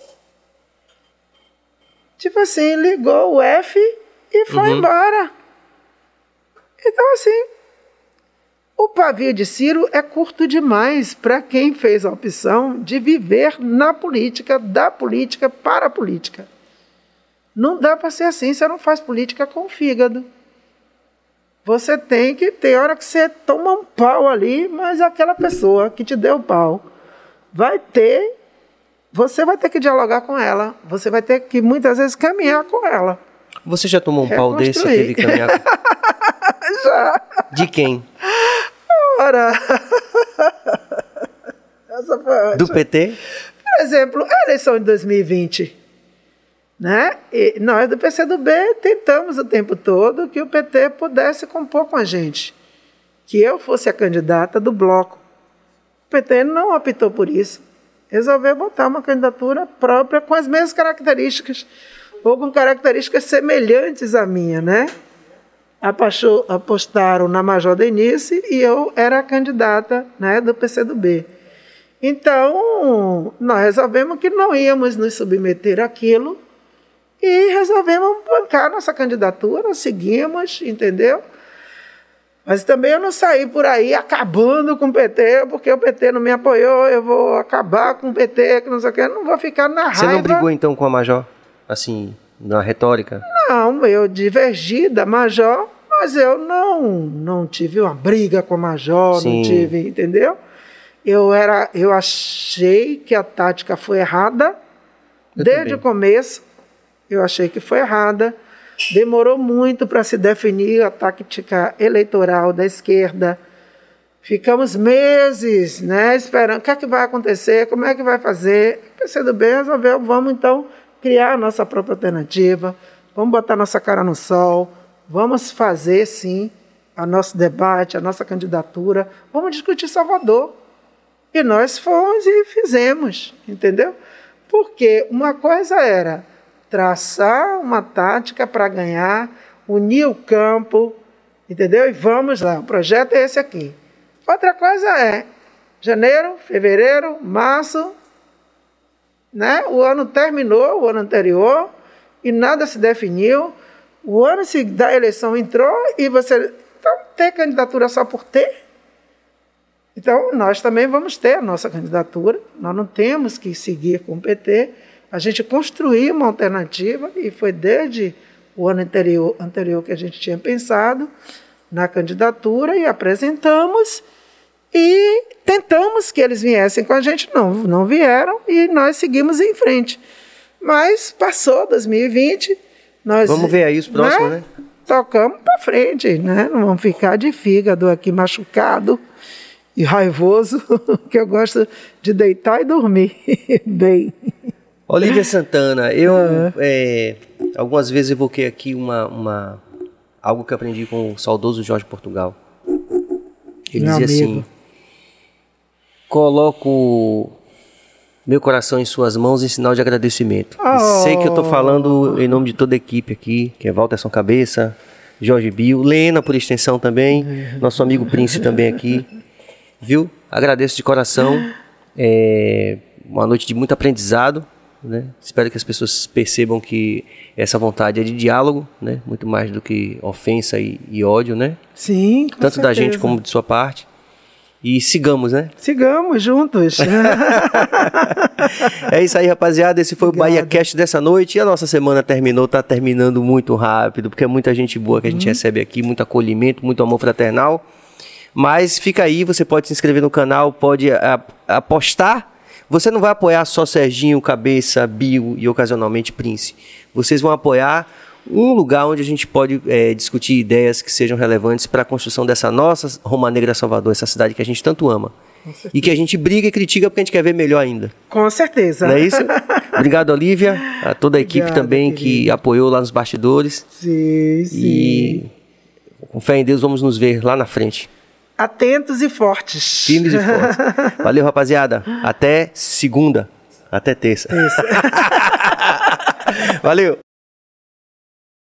Tipo assim, ligou o F e foi embora. Então, assim, o pavio de Ciro é curto demais para quem fez a opção de viver na política, da política para a política. Não dá para ser assim, você não faz política com o fígado. Você tem que ter hora que você toma um pau ali, mas aquela pessoa que te deu o pau você vai ter que dialogar com ela, você vai ter que muitas vezes caminhar com ela. Você já tomou um pau desse? Teve que caminhar? Já. De quem? Ora. Essa foi ótima. Do PT? Por exemplo, a eleição de 2020. Né? E nós do PCdoB tentamos o tempo todo que o PT pudesse compor com a gente, que eu fosse a candidata do bloco. O PT não optou por isso, resolveu botar uma candidatura própria com as mesmas características, ou com características semelhantes à minha, né? Apostaram na Major Denise e eu era a candidata, né, do PCdoB. Então, nós resolvemos que não íamos nos submeter àquilo, e resolvemos bancar nossa candidatura, seguimos, entendeu? Mas também eu não saí por aí acabando com o PT, porque o PT não me apoiou, eu vou acabar com o PT, que não sei o que, eu não vou ficar na raiva. Você não brigou então com a Major, assim, na retórica? Não, eu divergi da Major, mas eu não tive uma briga com a Major, Sim. Não tive, entendeu? Eu achei que a tática foi errada, desde o começo. Eu achei que foi errada. Demorou muito para se definir a tática eleitoral da esquerda. Ficamos meses, né, esperando o que é que vai acontecer, como é que vai fazer. O PCdoB resolveu, vamos então criar a nossa própria alternativa, vamos botar nossa cara no sol, vamos fazer sim o nosso debate, a nossa candidatura, vamos discutir Salvador. E nós fomos e fizemos, entendeu? Porque uma coisa era traçar uma tática para ganhar, unir o campo, entendeu? E vamos lá, o projeto é esse aqui. Outra coisa é janeiro, fevereiro, março, né? O ano terminou, o ano anterior, e nada se definiu. O ano da eleição entrou e você... Então, ter candidatura só por ter? Então, nós também vamos ter a nossa candidatura. Nós não temos que seguir com o PT. A gente construiu uma alternativa e foi desde o ano anterior que a gente tinha pensado na candidatura e apresentamos e tentamos que eles viessem com a gente. Não vieram e nós seguimos em frente. Mas passou 2020... Vamos ver aí os próximos, né? Tocamos para frente, né? Não vamos ficar de fígado aqui machucado e raivoso, que eu gosto de deitar e dormir bem. Olívia Santana, eu algumas vezes evoquei aqui algo que eu aprendi com o saudoso Jorge Portugal. Ele dizia assim: coloco meu coração em suas mãos em sinal de agradecimento. Sei que eu estou falando em nome de toda a equipe aqui, que é Walterson Cabeça, Jorge Bio, Lena por extensão também, nosso amigo Prince também aqui, viu? Agradeço de coração, uma noite de muito aprendizado, né? Espero que as pessoas percebam que essa vontade é de diálogo, né? Muito mais do que ofensa e ódio, né? Sim, com tanto certeza. Da gente como de sua parte. E sigamos, né? Sigamos juntos. É isso aí, rapaziada. Esse foi o BahiaCast dessa noite. E a nossa semana tá terminando muito rápido, porque é muita gente boa que a gente recebe aqui, muito acolhimento, muito amor fraternal. Mas fica aí, você pode se inscrever no canal, pode apostar. Você não vai apoiar só Serginho, Cabeça, Bio e ocasionalmente Prince. Vocês vão apoiar um lugar onde a gente pode discutir ideias que sejam relevantes para a construção dessa nossa Roma Negra Salvador, essa cidade que a gente tanto ama. E que a gente briga e critica porque a gente quer ver melhor ainda. Com certeza. Não é isso? Obrigado, Olívia, a toda a equipe também, querido, que apoiou lá nos bastidores. Sim. E com fé em Deus vamos nos ver lá na frente. Atentos e fortes. Firmes e fortes. Valeu, rapaziada. Até segunda. Até terça. Isso. Valeu.